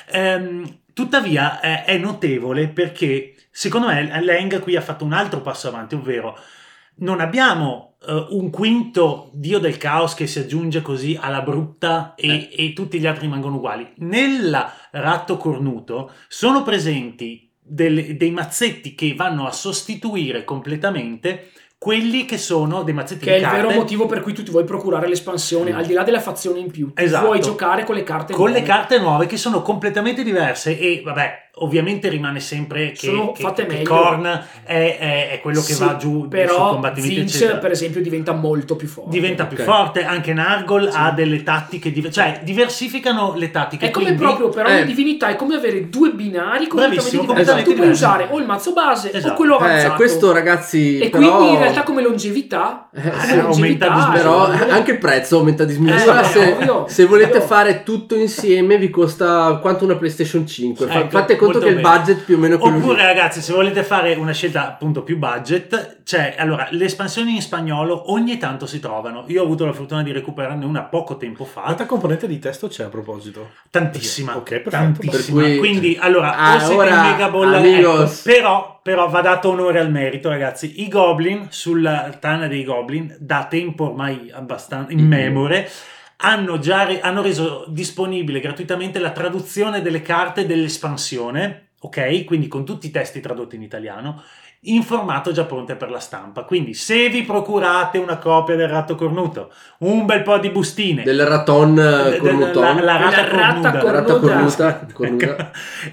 ehm, tuttavia è, è notevole perché secondo me Lang qui ha fatto un altro passo avanti, ovvero non abbiamo eh, un quinto dio del caos che si aggiunge così alla brutta e, e tutti gli altri rimangono uguali. Nel ratto cornuto sono presenti delle- dei mazzetti che vanno a sostituire completamente quelli che sono dei mazzetti Che è di il carte vero motivo per cui tu ti vuoi procurare l'espansione, Mm. al di là della fazione in più. Tu Esatto. vuoi giocare con le carte con nuove. le carte nuove che sono completamente diverse e vabbè ovviamente rimane sempre che, Sono che, fatte che meglio. Korn è, è- è quello che Sì, va giù su però combattimenti Zinch eccetera. per esempio diventa molto più forte. Diventa più Ok. forte, anche Nargol Sì. ha delle tattiche, div- cioè diversificano le tattiche. È come quindi- proprio per eh. ogni divinità, è come avere due binari completamente Bravissimo, diversi. completamente Tu puoi diversi. usare o il mazzo base Esatto. o quello avanzato. Eh, questo ragazzi e però... quindi in realtà come longevità, Eh, come sì, aumenta longevità, di però cioè, anche il prezzo aumenta di Eh, smisura. vabbè, se, ovvio, se volete ovvio. fare tutto insieme vi costa quanto una PlayStation cinque. Fa- Ecco, fate conto molto che il bene. budget più o meno è quello Oppure lì. ragazzi, se volete fare una scelta appunto più budget, cioè allora le espansioni in spagnolo ogni tanto si trovano. Io ho avuto la fortuna di recuperarne una poco tempo fa. Quanta componente di testo c'è a proposito? Tantissima, Ok, perfetto. tantissima. Per cui- Quindi allora Ah, o siete ora, in mega bolla, amigos. ecco, però, però va dato onore al merito, ragazzi. I Goblin sulla Tana dei Goblin da tempo ormai abbastanza Mm-hmm. immemore hanno già re- hanno reso disponibile gratuitamente la traduzione delle carte dell'espansione, ok? Quindi con tutti i testi tradotti in italiano in formato già pronte per la stampa. Quindi se vi procurate una copia del ratto cornuto, un bel po' di bustine Del raton de- de- cornuton. la, la rata Della rata cornuta. La rata cornuta. cornuta, cornuta.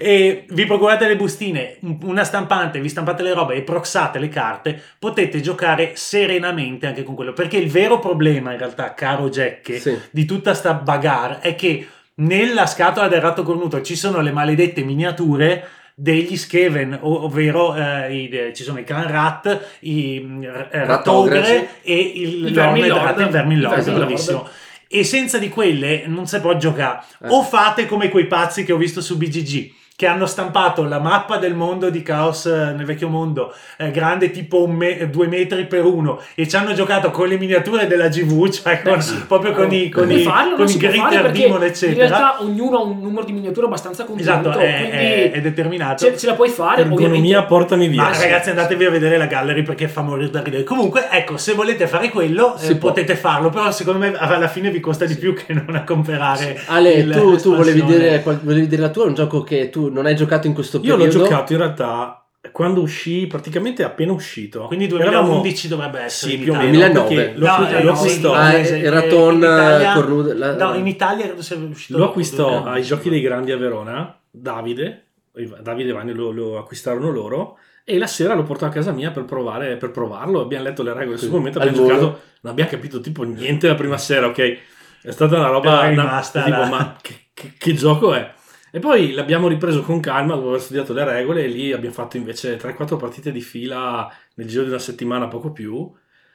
E vi procurate le bustine, un- una stampante, vi stampate le robe e proxate le carte, potete giocare serenamente anche con quello, perché il vero problema in realtà, caro Jack, Sì. di tutta sta bagarre è che nella scatola del ratto cornuto ci sono le maledette miniature degli Skaven, ov- ovvero eh, i- eh, ci sono i Clan Rat, i mm, eh, Ratogre, Ratogre e il, Il Lord Vermin Rat, Lord. il Vermin Lord, Il Vermin Lord. bravissimo. E senza di quelle non si può giocare. Eh. O fate come quei pazzi che ho visto su B G G, che hanno stampato la mappa del mondo di Caos eh, nel vecchio mondo, eh, grande tipo un me- due metri per uno, e ci hanno giocato con le miniature della G V, cioè con- Beh, sì. proprio con i, con Puoi i, farlo, con non i si può fare Greater perché Demon, in eccetera. realtà ognuno ha un numero di miniature abbastanza contenuto, Esatto, è, quindi è- è determinato. ce, ce la puoi fare. Ergonomia, ovviamente. portami via. Ma ragazzi, andatevi a vedere la gallery perché fa morire da ridere. Comunque, ecco, se volete fare quello, Si eh, può. potete farlo, però secondo me alla fine vi costa di più che non a comprare. Ale, il- tu, tu volevi, l'espansione. dire, qual- volevi dire la tua, è un gioco che tu tu non hai giocato in questo Io periodo. l'ho giocato in realtà quando uscì, praticamente appena uscito. Quindi duemilaundici dovrebbe essere. Sì, in più o Italia. meno. duemilanove. perché Lo, No, acqui- eh, lo no, acquistò, Ah, in- era Ton, in Italia- cornuto, la- No, in Italia credo sia uscito. lo acquistò dopo ai Giochi dei Grandi a Verona, Davide, Davide e Vanni lo, lo acquistarono loro, e la sera lo portò a casa mia per provare, per provarlo. Abbiamo letto le regole sul momento, Al abbiamo volo. giocato, non abbiamo capito tipo niente la prima sera, ok? È stata una roba, Però è una- rimasta tipo, la- ma che, che- che gioco è? E poi l'abbiamo ripreso con calma dopo aver studiato le regole, e lì abbiamo fatto invece tre quattro partite di fila nel giro di una settimana, poco più.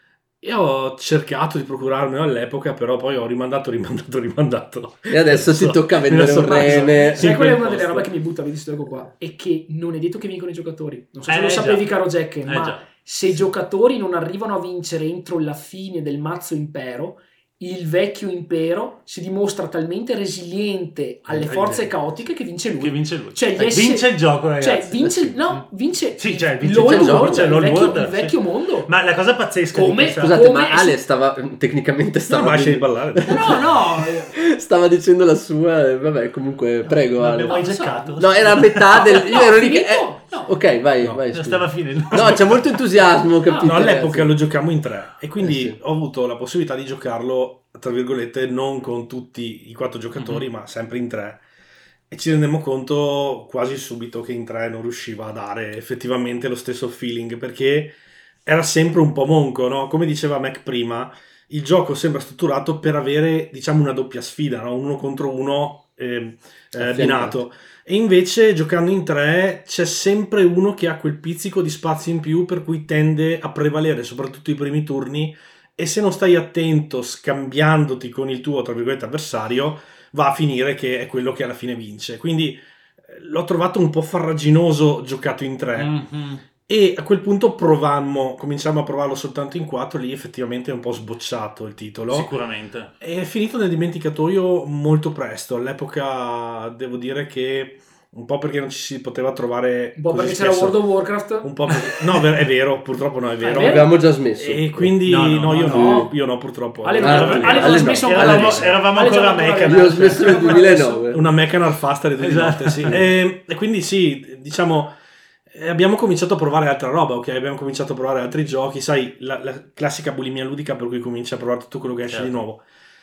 E ho cercato di procurarmelo all'epoca, però poi ho rimandato, rimandato, rimandato. E adesso ti So, tocca me la vendere sono un preso. rene. Sì, Sai qual è quel una delle posto. robe che mi butta, vedi sto gioco qua? È che non è detto che vincono i giocatori. Non so se Eh, lo già. sapevi, caro Jack, Eh, ma già. se i giocatori non arrivano a vincere entro la fine del mazzo impero, il vecchio impero si dimostra talmente resiliente alle Eh, forze eh, caotiche che vince lui. Che vince lui. Cioè, gli Eh, esseri- vince il gioco, ragazzi. Cioè, vince, Eh, sì. no, vince, Sì, cioè, vince l'old il gioco, world, cioè, il l'old vecchio, world, il sì. vecchio mondo. Ma la cosa pazzesca Come- di questa... Scusate, Come- ma Ale stava tecnicamente No, stava, ma lascia di ballare. No, no, stava dicendo la sua. E vabbè, comunque, prego. Non Ale. abbiamo mai No, giocato. No, era a metà del. Io No, ero lì finito? che. eh, No. Ok, vai, No, vai. Non scusa. stava finendo. No, c'è molto entusiasmo, capito? No, all'epoca ragazzi? lo giocammo in tre, e quindi Eh sì. ho avuto la possibilità di giocarlo, tra virgolette, non con tutti i quattro giocatori, Mhm. ma sempre in tre. E ci rendemmo conto quasi subito che in tre non riusciva a dare effettivamente lo stesso feeling, perché era sempre un po' monco, no? Come diceva Mac prima, il gioco sembra strutturato per avere, diciamo, una doppia sfida, no? Uno contro uno eh, eh, abbinato. E invece giocando in tre c'è sempre uno che ha quel pizzico di spazio in più, per cui tende a prevalere soprattutto i primi turni, e se non stai attento scambiandoti con il tuo, tra virgolette, avversario, va a finire che è quello che alla fine vince. Quindi eh, l'ho trovato un po' farraginoso giocato in tre. Mhm. E a quel punto provammo, cominciamo a provarlo soltanto in quattro, lì effettivamente è un po' sbocciato il titolo. Sicuramente. È finito nel dimenticatoio molto presto. All'epoca devo dire che un po' perché non ci si poteva trovare un po' così perché c'era spesso. World of Warcraft. Un po' perché... No, è vero, purtroppo no, è vero. È vero? Abbiamo già smesso. E quindi No, no, no, io no, no, no. io no purtroppo. Ale, Ah, Ale, no. Ale, Ale l'ho no. smesso un po' Eravamo, da- eravamo Ale ancora a c'era Mecha. ancora- Io ho smesso nel duemilanove. Una Mechanar Faster di Esatto. notte, sì. E, e quindi sì, diciamo, eh, abbiamo cominciato a provare altra roba, ok? Abbiamo cominciato a provare altri giochi, sai, la, la classica bulimia ludica per cui cominci a provare tutto quello che esce Certo. di nuovo.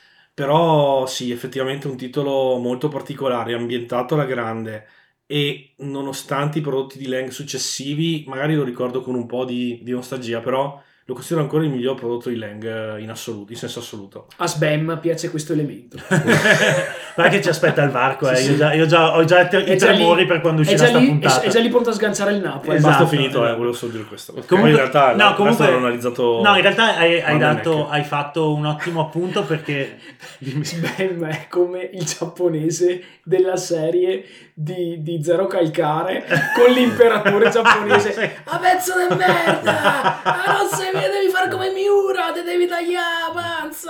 Però sì, effettivamente un titolo molto particolare, ambientato alla grande, e nonostante i prodotti di Lang successivi, magari lo ricordo con un po' di, di nostalgia, però lo considero ancora il miglior prodotto di Lang eh, in assoluto, in senso assoluto. A Sbam piace questo elemento. Guarda che ci aspetta il varco, eh. Sì, io, sì. già, io già- ho già i È già lì- tremori per quando È uscirà già, sta lì, puntata. è, è già lì pronto a sganciare il Napoli. Esatto. Basta, finito, esatto. eh, volevo solo dire questo. Comunque- Poi in realtà no, il comunque- resto l'ho analizzato. No, in realtà hai, hai, Mamma dato, mia, che- hai fatto un ottimo appunto perché... Sbam è come il giapponese della serie di, di Zero Calcare con l'imperatore giapponese. A pezzo di merda! Ah, non si vede, devi fare come Miura, te devi tagliare la panza!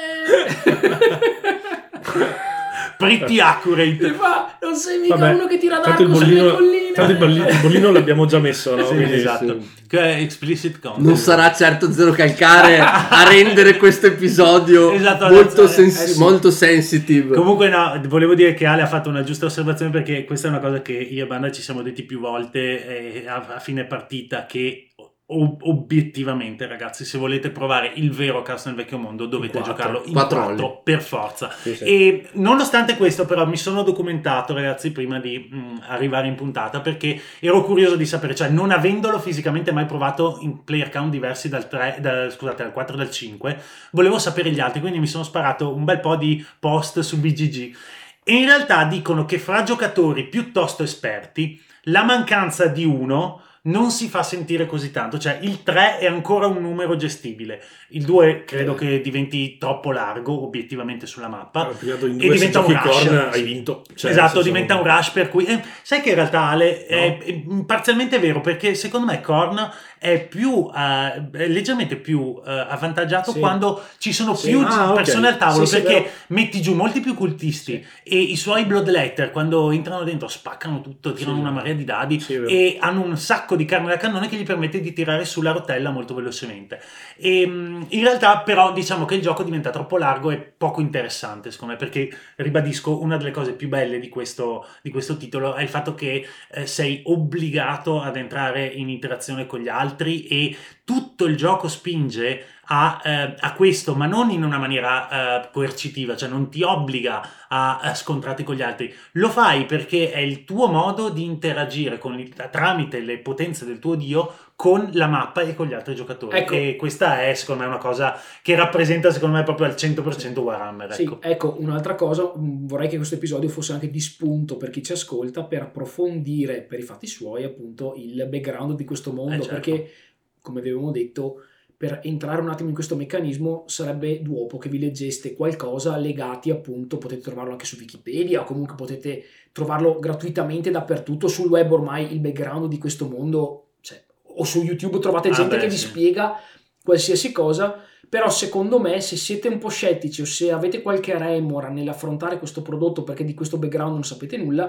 Eh. Pretty Ti accurate. fa, non sei mica Vabbè, uno che tira tanto il d'arco sulle bollino, colline. tanto il bollino, il bollino l'abbiamo già messo, no? Sì, Quindi- esatto. Che è explicit content. Non sarà certo Zero Calcare a rendere questo episodio Esatto, molto, adesso- sensi- eh sì. molto sensitive. Comunque no, volevo dire che Ale ha fatto una giusta osservazione, perché questa è una cosa che io e Banda ci siamo detti più volte eh, a, a fine partita, che o- obiettivamente, ragazzi, se volete provare il vero Caos nel Vecchio Mondo dovete Quattro. giocarlo in Quattro quattro, olli. per forza. Sì, sì. E nonostante questo, però, mi sono documentato, ragazzi, prima di mh, arrivare in puntata, perché ero curioso di sapere, cioè non avendolo fisicamente mai provato in player count diversi dal tre, da, scusate, dal quattro e dal cinque, volevo sapere gli altri, quindi mi sono sparato un bel po' di post su B G G. E in realtà dicono che fra giocatori piuttosto esperti la mancanza di uno non si fa sentire così tanto, cioè il tre è ancora un numero gestibile, il due credo che diventi troppo largo obiettivamente sulla mappa, Allora, piegato in e due, se diventa un giochi rush. Korn, hai vinto. Cioè, Esatto, nel senso- diventa un rush, per cui eh, sai che in realtà Ale è, No. è parzialmente vero, perché secondo me Korn è più eh, è leggermente più eh, avvantaggiato Sì. quando ci sono Sì. più Ah, ok. persone al tavolo, Sì, sì, perché vero. metti giù molti più cultisti e i suoi bloodletter quando entrano dentro spaccano tutto, tirano Sì, una vero. marea di dadi Sì, è vero. e hanno un sacco di carne da cannone che gli permette di tirare sulla rotella molto velocemente. E in realtà però diciamo che il gioco diventa troppo largo e poco interessante secondo me, perché ribadisco, una delle cose più belle di questo, di questo titolo è il fatto che eh, sei obbligato ad entrare in interazione con gli altri e tutto il gioco spinge a, eh, a questo, ma non in una maniera eh, coercitiva, cioè non ti obbliga a, a scontrarti con gli altri, lo fai perché è il tuo modo di interagire con il, tramite le potenze del tuo dio con la mappa e con gli altri giocatori. Ecco. E questa è secondo me una cosa che rappresenta secondo me proprio al cento per cento Warhammer. Sì, ecco. ecco, un'altra cosa, vorrei che questo episodio fosse anche di spunto per chi ci ascolta, per approfondire per i fatti suoi appunto il background di questo mondo, eh, certo. perché come avevamo detto, per entrare un attimo in questo meccanismo sarebbe d'uopo che vi leggeste qualcosa legati appunto, potete trovarlo anche su Wikipedia o comunque potete trovarlo gratuitamente dappertutto sul web, ormai il background di questo mondo, cioè, o su YouTube trovate gente ah, beh, che vi sì. spiega qualsiasi cosa, però secondo me se siete un po' scettici o se avete qualche remora nell'affrontare questo prodotto perché di questo background non sapete nulla,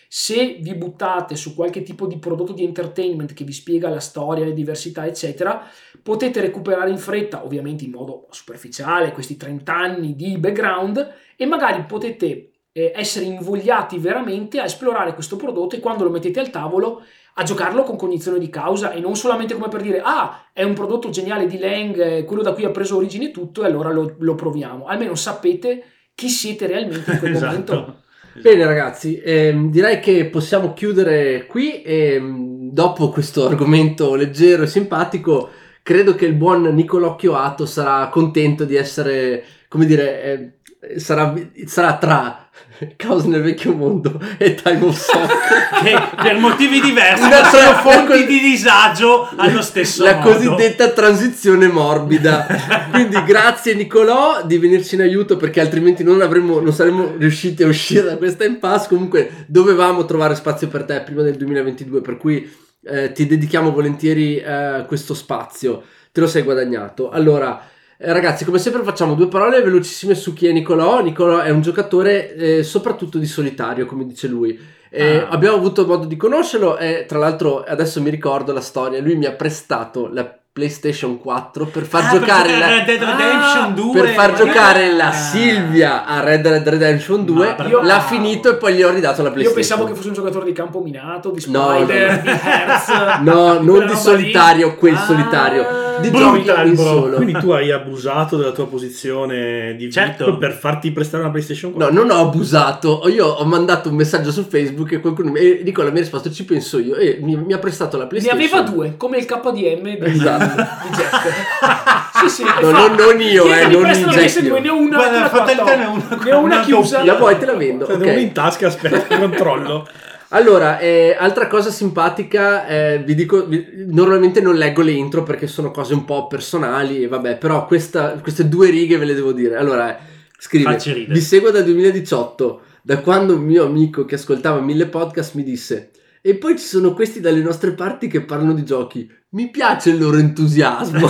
se vi buttate su qualche tipo di prodotto di entertainment che vi spiega la storia, le diversità eccetera, potete recuperare in fretta, ovviamente in modo superficiale, questi trenta anni di background e magari potete eh, essere invogliati veramente a esplorare questo prodotto e quando lo mettete al tavolo a giocarlo con cognizione di causa e non solamente come per dire ah è un prodotto geniale di Lang, quello da cui ha preso origine tutto e allora lo, lo proviamo, almeno sapete chi siete realmente in quel esatto. momento. Bene ragazzi, ehm, direi che possiamo chiudere qui e dopo questo argomento leggero e simpatico credo che il buon Nicolò Chioato sarà contento di essere, come dire, eh, sarà, sarà tra Caos nel vecchio mondo e Time of Sock che per motivi diversi una sono fonti di disagio allo stesso la modo. cosiddetta transizione morbida. Quindi grazie Nicolò di venirci in aiuto perché altrimenti non avremmo non saremmo riusciti a uscire da questa impasse. Comunque dovevamo trovare spazio per te prima del duemilaventidue, per cui eh, ti dedichiamo volentieri eh, questo spazio, te lo sei guadagnato. Allora Eh, ragazzi, come sempre facciamo due parole velocissime su chi è Nicolò. Nicolò è un giocatore eh, soprattutto di solitario, come dice lui. Eh, ah. Abbiamo avuto modo di conoscerlo e tra l'altro adesso mi ricordo la storia, lui mi ha prestato la PlayStation quattro per far ah, giocare per la Red Dead Redemption ah, due per far ma giocare yeah. la Silvia a Red Dead Redemption due. No, io, l'ha finito e poi gli ho ridato la PlayStation. Io pensavo che fosse un giocatore di campo minato, di Spider, no, no, no. di Hertz. No, non di solitario, quel ah, solitario di giochi in solo. Quindi tu hai abusato della tua posizione di certo. V I P per farti prestare una PlayStation quattro? No, non ho abusato. Io ho mandato un messaggio su Facebook e qualcuno e Nicola mi ha risposto ci penso io e mi, mi ha prestato la PlayStation. Ne aveva due, come il K D M di, esatto. di Jack. Sì, sì, no, non, non io, eh, non il Jack. Due, ne ho una, Guarda, fatta ne ho una, ne ho una chiusa. La vuoi te la vendo? Cioè, okay. In tasca, aspetta, controllo. Allora, eh, altra cosa simpatica, eh, vi dico, vi, normalmente non leggo le intro perché sono cose un po' personali, vabbè, però questa, queste due righe ve le devo dire. Allora, eh, scrive, vi seguo dal duemiladiciotto, da quando un mio amico che ascoltava mille podcast mi disse e poi ci sono questi dalle nostre parti che parlano di giochi, mi piace il loro entusiasmo.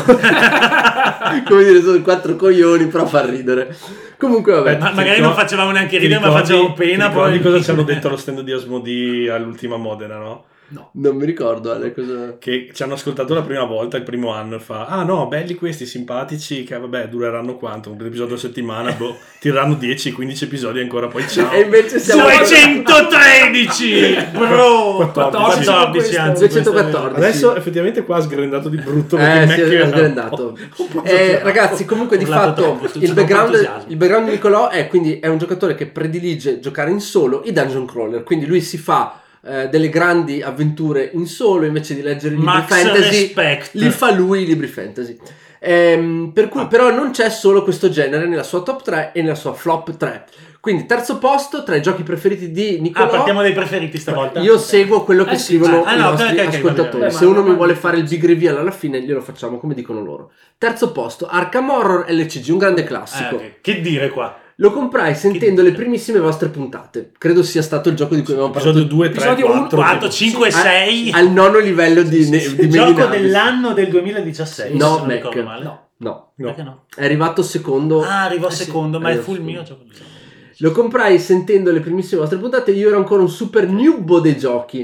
Come dire, sono quattro coglioni, però fa ridere. Comunque vabbè, ma magari non facevamo neanche ridere, ma facevamo pena. Ti poi cosa ci hanno detto allo stand di Asmodee all'ultima Modena, no? No, non mi ricordo Ale, cosa... che ci hanno ascoltato la prima volta il primo anno e fa ah no belli questi simpatici che vabbè dureranno quanto un episodio a settimana boh tireranno dieci quindici episodi ancora poi ciao e invece siamo duecentotredici bro quattordici, quattordici anzi duecentoquattordici adesso effettivamente qua ha sgrendato di brutto eh sì è sgrendato eh, ragazzi comunque di fatto troppo, il background il background di Nicolò è quindi è un giocatore che predilige giocare in solo i dungeon crawler, quindi lui si fa Uh, delle grandi avventure in solo invece di leggere i libri Max fantasy respect. Li fa lui i libri fantasy ehm, per cui ah. però non c'è solo questo genere nella sua top tre e nella sua flop tre, quindi terzo posto tra i giochi preferiti di Nicolò. Ah, partiamo dai preferiti stavolta. Io seguo quello che eh, scrivono ah, i no, nostri okay, okay, ascoltatori. okay, se uno mi vuole fare il big reveal alla fine glielo facciamo come dicono loro. Terzo posto Arkham Horror L C G, un grande classico. eh, okay. Che dire qua? Lo comprai sentendo le primissime vostre puntate. Credo sia stato il gioco di cui abbiamo parlato. Episodio due, tre, quattro, quattro, cinque, sei Al nono livello di, sì, sì, di il gioco Medinavis. dell'anno del duemiladiciassei. No, se non Mac. ricordo male. No, no. Perché no? È arrivato secondo. Ah, arrivò eh, secondo, sì, ma è arrivato fu il secondo. mio gioco. Lo comprai sentendo le primissime vostre puntate. Io ero ancora un super newbo dei giochi.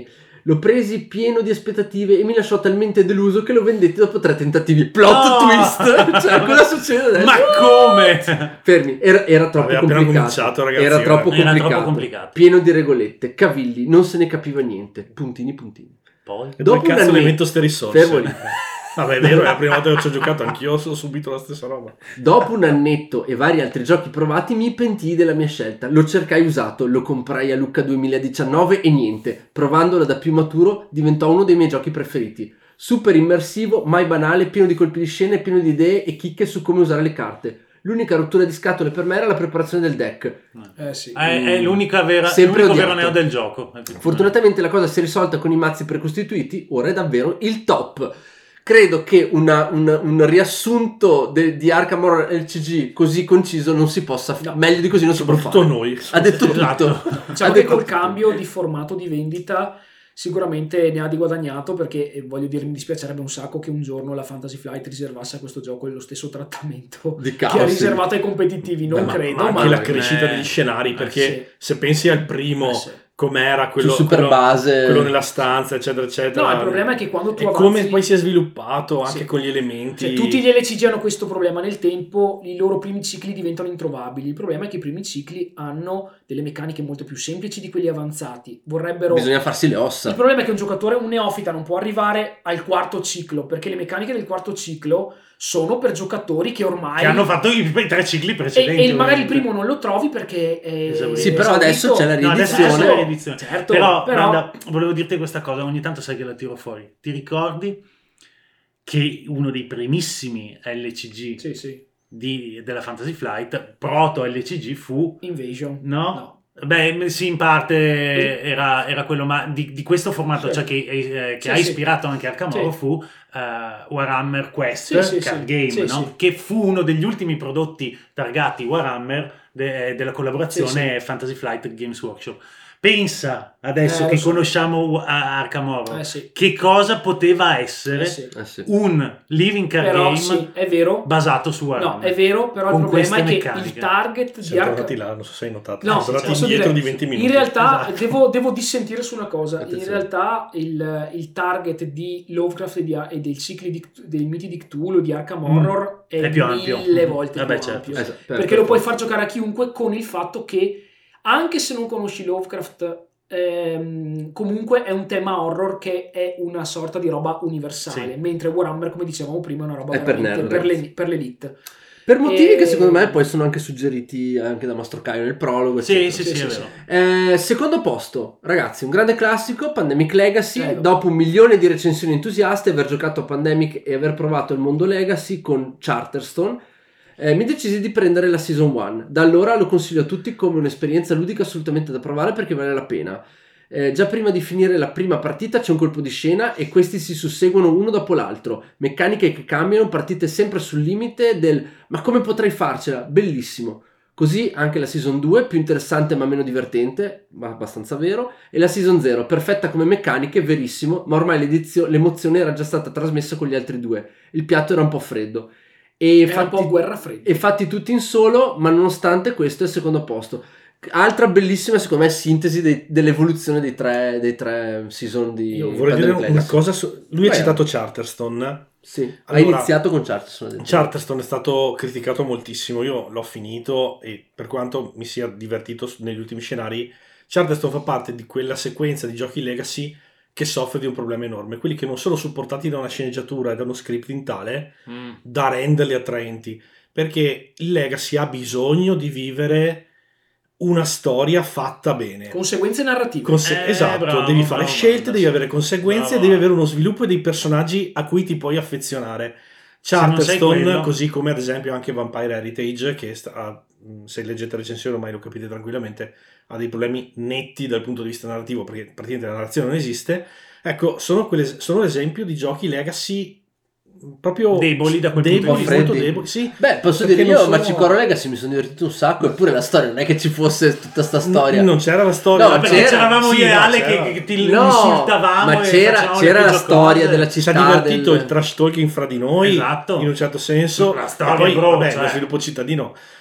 L'ho presi pieno di aspettative e mi lasciò talmente deluso che lo vendetti dopo tre tentativi. Plot No! twist! Cioè, cosa succede adesso? Ma come? Fermi, era, era troppo Aveva appena complicato. cominciato, ragazzi, era, troppo era complicato. troppo complicato. Pieno di regolette, cavilli, non se ne capiva niente. Puntini, puntini. Poi? E Dopo dove un cazzo anno- le metto ste risorse? Fermo lì. Vabbè, è vero, è la prima volta che ci ho giocato, anch'io ho subito la stessa roba. Dopo un annetto e vari altri giochi provati mi pentii della mia scelta. Lo cercai usato, lo comprai a Lucca duemiladiciannove e niente. Provandolo da più maturo diventò uno dei miei giochi preferiti. Super immersivo, mai banale, pieno di colpi di scena e pieno di idee e chicche su come usare le carte. L'unica rottura di scatole per me era la preparazione del deck. Eh sì. È, è l'unica vera, Sempre l'unico vero odiato. neo del gioco. Fortunatamente la cosa si è risolta con i mazzi precostituiti, ora è davvero il top. Credo che una- un, un riassunto de- di Arkham Horror L C G così conciso non si possa f- No. meglio di così non si può Soprattutto fare. noi. Ha detto Esatto. tutto. Diciamo Ha che detto col tutto. cambio di formato di vendita sicuramente ne ha di guadagnato, perché eh, voglio dire, mi dispiacerebbe un sacco che un giorno la Fantasy Flight riservasse a questo gioco lo stesso trattamento Di che ha caos. riservato ai competitivi. Non ma, credo, ma ma, anche la ma- crescita eh, degli scenari, perché sì. se pensi al primo Eh sì. com'era quello, Su super quello, base. quello nella stanza, eccetera eccetera, No, il problema è che quando tu e avanzi- come poi si è sviluppato anche Sì. con gli elementi, Cioè, tutti gli L C G hanno questo problema nel tempo, i loro primi cicli diventano introvabili. Il problema è che i primi cicli hanno delle meccaniche molto più semplici di quelli avanzati. Vorrebbero... Bisogna farsi le Il ossa. problema è che un giocatore, un neofita, non può arrivare al quarto ciclo, perché le meccaniche del quarto ciclo sono per giocatori che ormai... Che hanno fatto i, i tre cicli precedenti. e, e magari il ovviamente. primo non lo trovi perché è Esaurito. Sì, però adesso c'è la No, adesso c'è riedizione. la riedizione. Certo, però, però- Branda, volevo dirti questa cosa, ogni tanto sai che la tiro fuori. Ti ricordi che uno dei primissimi L C G Sì, sì. di- della Fantasy Flight, proto L C G, fu... Invasion. No? Beh, sì, in parte era, era quello, ma di, di questo formato, Sì. cioè che, eh, che Sì, ha sì. ispirato anche Arkham Horror, Sì. fu eh, Warhammer Quest, Sì, sì, card sì. game, Sì, no? sì. Che fu uno degli ultimi prodotti targati Warhammer de- della collaborazione Sì, Fantasy Flight Games Workshop. Pensa adesso Eh, che lo so. conosciamo a- Arkham Horror, Eh, sì. che cosa poteva essere Eh, sì. Eh sì. un living card Però game sì, è vero. basato su Warhammer. No, è vero, però Con il problema è queste che meccaniche. il target di siamo Arkham... tornati là, non so se hai notato, No, siamo tornati posso indietro dire, di venti minuti. in realtà Esatto. devo, devo dissentire su una cosa. Attenzione. In realtà il, il target di Lovecraft e, di, e dei cicli di, dei miti di Cthulhu di Arkham Horror è, È più ampio. mille volte Vabbè, più certo. ampio. Esatto, per- Perché per lo puoi forza. far giocare a chiunque, con il fatto che anche se non conosci Lovecraft, ehm, comunque è un tema horror che è una sorta di roba universale, Sì. mentre Warhammer, come dicevamo prima, è una roba È per veramente nerd, per, ragazzi. le- per l'elite. Per motivi E- che secondo me poi sono anche suggeriti anche da Mastro Caio nel prologo. Sì, eccetera. sì, sì, Sì, è sì, vero. Eh, secondo posto, ragazzi, un grande classico, Pandemic Legacy. Bello. Dopo un milione di recensioni entusiaste, aver giocato a Pandemic e aver provato il mondo Legacy con Charterstone, eh, mi decisi di prendere la Season uno. Da allora lo consiglio a tutti come un'esperienza ludica assolutamente da provare perché vale la pena. Eh, già prima di finire la prima partita c'è un colpo di scena e questi si susseguono uno dopo l'altro, meccaniche che cambiano, partite sempre sul limite del ma come potrei farcela? Bellissimo. Così anche la Season due, più interessante ma meno divertente, ma abbastanza vero, e la Season zero, perfetta come meccaniche, verissimo, ma ormai l'edizio- l'emozione era già stata trasmessa con gli altri due, il piatto era un po' freddo. E È un po' fatti, guerra fredda. e fatti tutti in solo, ma nonostante questo è il secondo posto. Altra bellissima, secondo me, sintesi dei- dell'evoluzione dei tre, dei tre season di Io vorrei dire Pandemic una Legacy. cosa, su- lui ha Vai, citato Charterstone. Sì, ha Allora, iniziato con Charterstone. ad esempio. Charterstone è stato criticato moltissimo, io l'ho finito e per quanto mi sia divertito su- negli ultimi scenari, Charterstone fa parte di quella sequenza di giochi Legacy che soffre di un problema enorme, quelli che non sono supportati da una sceneggiatura e da uno scripting tale Mm. da renderli attraenti, perché il Legacy ha bisogno di vivere una storia fatta bene. Conseguenze narrative. Conse- Eh, esatto, bravo, devi fare bravo, scelte, bravo, devi sì. avere conseguenze, Bravo. devi avere uno sviluppo e dei personaggi a cui ti puoi affezionare. Se non sei Charterstone, quello- così come ad esempio anche Vampire Heritage, che sta, se leggete recensioni ormai lo capite tranquillamente, ha dei problemi netti dal punto di vista narrativo, perché praticamente la narrazione non esiste. Ecco, sono, quelle, sono l'esempio di giochi Legacy proprio Deboli da quel deboli, punto di vista. molto Freddi. deboli. Sì, Beh, posso perché dire non io, sono- ma Macicoro Legacy mi sono divertito un sacco, eppure la storia non è che ci fosse tutta sta storia. non c'era la storia. No, Ma perché c'era- c'eravamo sì, io e no, Ale c'era. che, che ti No, insultavamo ma e c'era, facevamo c'era le la peggio storia cose. della ci ha città. divertito del- il trash talking fra di noi, Esatto. in un certo senso, La e storia, poi bro, vabbè, cioè. lo sviluppo cittadino,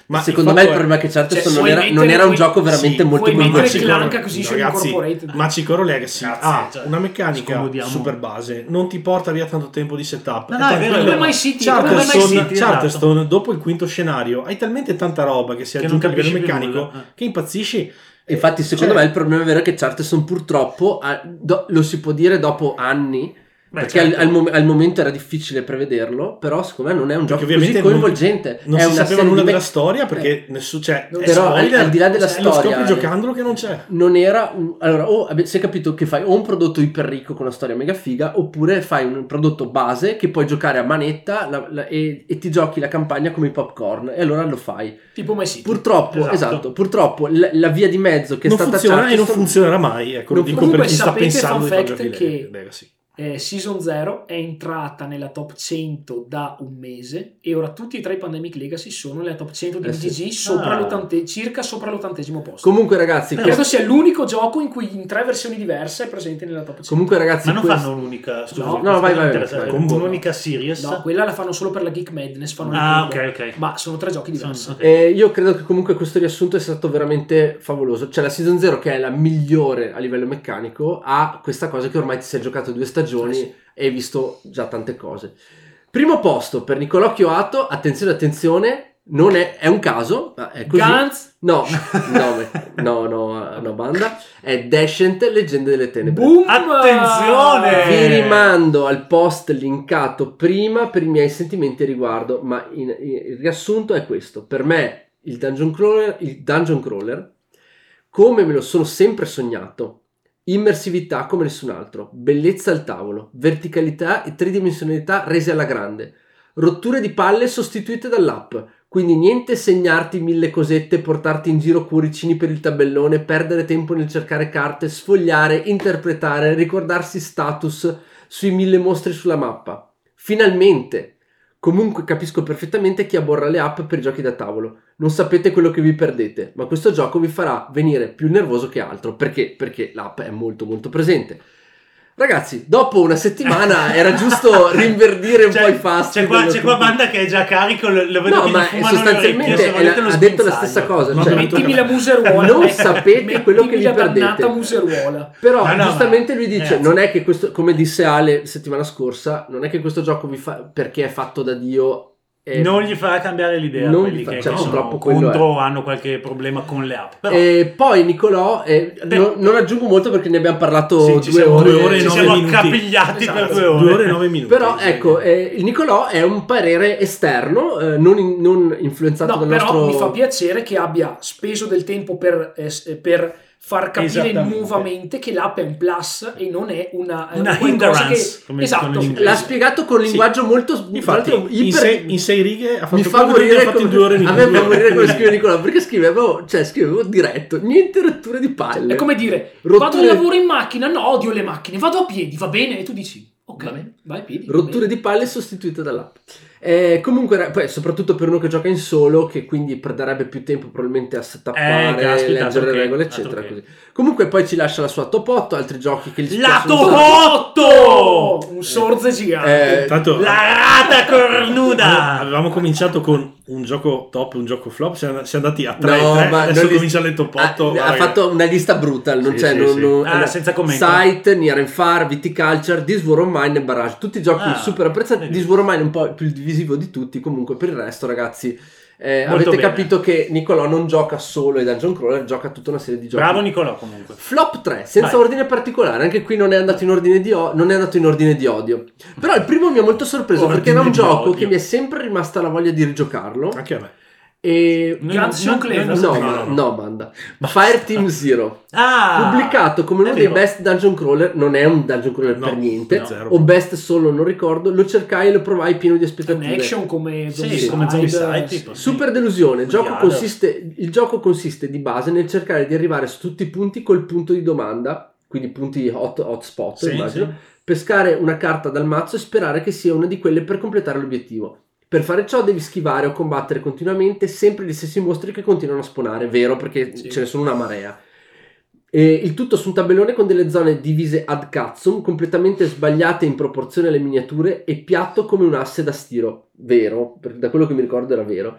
Ma secondo me il problema è che Charterstone cioè, non, era, mettere, non era un puoi, gioco veramente sì, molto puoi mettere coinvolgente. Clank Acquisition Ragazzi, Incorporated. Machikoro Legacy Grazie, ha cioè, una meccanica scomodiamo. super base, non ti porta via tanto tempo di setup. No, no, è vero, è come vero. My City, come My Charterstone, City, Charterstone, esatto. dopo il quinto scenario, hai talmente tanta roba che si è Che aggiunta a non livello capisci più meccanico nulla. Eh. che impazzisci. Infatti secondo Cioè- me il problema vero è che Charterstone purtroppo ha- do- lo si può dire dopo anni, Beh, perché certo. al, al mom- al momento era difficile prevederlo, però secondo me non è un Perché gioco così ovviamente coinvolgente. Non è si una sapeva serie nulla di me- della storia perché nessuno, cioè, Non- è però al, spoiler, al di là della cioè, lo storia scopri giocandolo che non c'è. non era un, allora o abbi- si è capito che fai o un prodotto iper ricco con una storia mega figa, oppure fai un prodotto base che puoi giocare a manetta la- la- e, e ti giochi la campagna come i popcorn, e allora lo fai. Tipo My City. Purtroppo, Esatto. esatto, purtroppo la, la via di mezzo che Non è stata funziona e non Charterstone- funzionerà mai. Ecco, lo Non- dico comunque per chi sta sapete, pensando di fun fare fact, giochi che- Legacy. Eh, Season zero è entrata nella top cento da un mese e ora tutti e tre i Pandemic Legacy sono nella top cento di Eh B G G, sì. sopra Ah. l'ottante- circa sopra l'ottantesimo posto. Comunque ragazzi, Credo questo- sia l'unico gioco in cui in tre versioni diverse è presente nella top cento. comunque ragazzi Ma non questo- fanno un'unica, scusa, No, no, vai, vai, interessa- vai. un'unica series? No, quella la fanno solo per la Geek Madness. Fanno Ah, il- ok, ok. Ma sono tre giochi diversi. Sono- ok. Eh, io credo che comunque questo riassunto è stato veramente favoloso. Cioè la Season zero, che è la migliore a livello meccanico, ha questa cosa che ormai ti sei giocato due stagioni Sì, sì. e hai visto già tante cose. Primo posto per Nicolò Chioato, attenzione attenzione, non è, è un caso, ma è così. Gantz, No, no, no, no, no, banda, è Descent, Leggende delle Tenebre. boom! Attenzione! Vi rimando al post linkato prima per i miei sentimenti a riguardo, ma in- in- il riassunto è questo. Per me il dungeon crawler, il dungeon crawler, come me lo sono sempre sognato, immersività come nessun altro, bellezza al tavolo, verticalità e tridimensionalità rese alla grande, rotture di palle sostituite dall'app, quindi niente segnarti mille cosette, portarti in giro cuoricini per il tabellone, perdere tempo nel cercare carte, sfogliare, interpretare, ricordarsi status sui mille mostri sulla mappa. Finalmente! Comunque capisco perfettamente chi aborra le app per i giochi da tavolo. Non sapete quello che vi perdete, ma questo gioco vi farà venire più nervoso che altro. Perché? Perché l'app è molto molto presente. Ragazzi, dopo una settimana era giusto rinverdire un C'è- po' i fasti. C'è qua, dello c'è qua computer. Banda che è già carico, lo, lo vedo No, che gli ma fumano le sostanzialmente orecchie, se è la- volete lo ha detto la sguinzaglio. stessa cosa. Ma Cioè, Mettimi la museruola. non eh. sapete quello che Mettimi vi la perdete. dannata museruola. Però No, no, giustamente ma- lui dice, ragazzi. non è che questo, come disse Ale settimana scorsa, non è che questo gioco vi fa perché è fatto da Dio. e- Non gli farà cambiare l'idea Non quelli gli fa- che, cioè, che sono purtroppo quello contro è. o hanno qualche problema con le app. Però, E poi Nicolò, eh, Però- non, non aggiungo molto perché ne abbiamo parlato sì, due, ci siamo, ore. due ore e ci nove siamo minuti. accapigliati Esatto. per due ore. Due ore e nove minuti. Però ecco, eh, il Nicolò è un parere esterno, eh, non, in- non influenzato No, dal però nostro... mi fa piacere che abbia speso del tempo per, eh, s- per far capire Esattamente. nuovamente che l'app è un plus e non è una, è Una qualcosa hindrance, che, come esatto. dicono in inglese. L'ha spiegato con un Sì. linguaggio molto... Infatti, tra l'altro, in, iper- sei, in sei righe ha fatto mi fa quello che morire abbiamo fatto in due ore e come, a minuti. me fa morire come scrive Nicolò, perché scrivevo, cioè scrivevo diretto, niente rotture di palle. È come dire, Rotture- vado al lavoro in macchina, no, odio le macchine, vado a piedi, va bene? E tu dici, ok, Va bene. vai a piedi. va Rotture bene. di palle sostituite dall'app. Eh, comunque, ra- poi, soprattutto per uno che gioca in solo, che quindi perderebbe più tempo probabilmente a settappare, Eh, caspita, leggere altro le che, regole, altro eccetera. che. Così. Comunque, poi ci lascia la sua top otto, altri giochi che gli La piacciono- top otto! Un sorze gigante. Eh, Tanto La rata cornuda! avevamo cominciato con un gioco top e un gioco flop, siamo siamo andati a tre, No, tre, ma adesso non li- cominciano le top otto. ha, ha fatto una lista brutal, non Sì, c'è sì, non, sì. non- Ah, senza commento. Sight, Nier and Far, Viticulture, This War of Mine e Barrage, tutti giochi Ah, super apprezzati. vedi. This War of Mine è un po' più divisivo di tutti, comunque per il resto ragazzi eh, Molto avete bene. capito che Nicolò non gioca solo ai Dungeon Crawler, gioca tutta una serie di giochi. Bravo Nicolò comunque. Flop tre, senza Vai. ordine particolare, anche qui non è andato in ordine di, o- non è andato in ordine di odio. Però il primo mi ha molto sorpreso Ordine perché era un di gioco odio. che mi è sempre rimasta la voglia di rigiocarlo. Anche a me. E Noi Guns non- N' Clever. noi no, non- ma- no, banda. Fire Team Zero. Ah, Pubblicato come uno è dei vero. best dungeon crawler, non è un dungeon crawler No, per niente, no, zero. o best solo non ricordo, lo cercai e lo provai pieno di È un aspettative. action come Sì, Zombicide, come Zombicide, sì. tipo. Super delusione, il gioco, Odiato. consiste, il gioco consiste di base nel cercare di arrivare su tutti i punti col punto di domanda, quindi punti hot, hotspot, Sì, immagino, sì. pescare una carta dal mazzo e sperare che sia una di quelle per completare l'obiettivo. Per fare ciò devi schivare o combattere continuamente sempre gli stessi mostri che continuano a spawnare, vero? Perché Sì. ce ne sono una marea. E il tutto su un tabellone con delle zone divise ad cazzum, completamente sbagliate in proporzione alle miniature e piatto come un asse da stiro, vero? Perché da quello che mi ricordo era vero.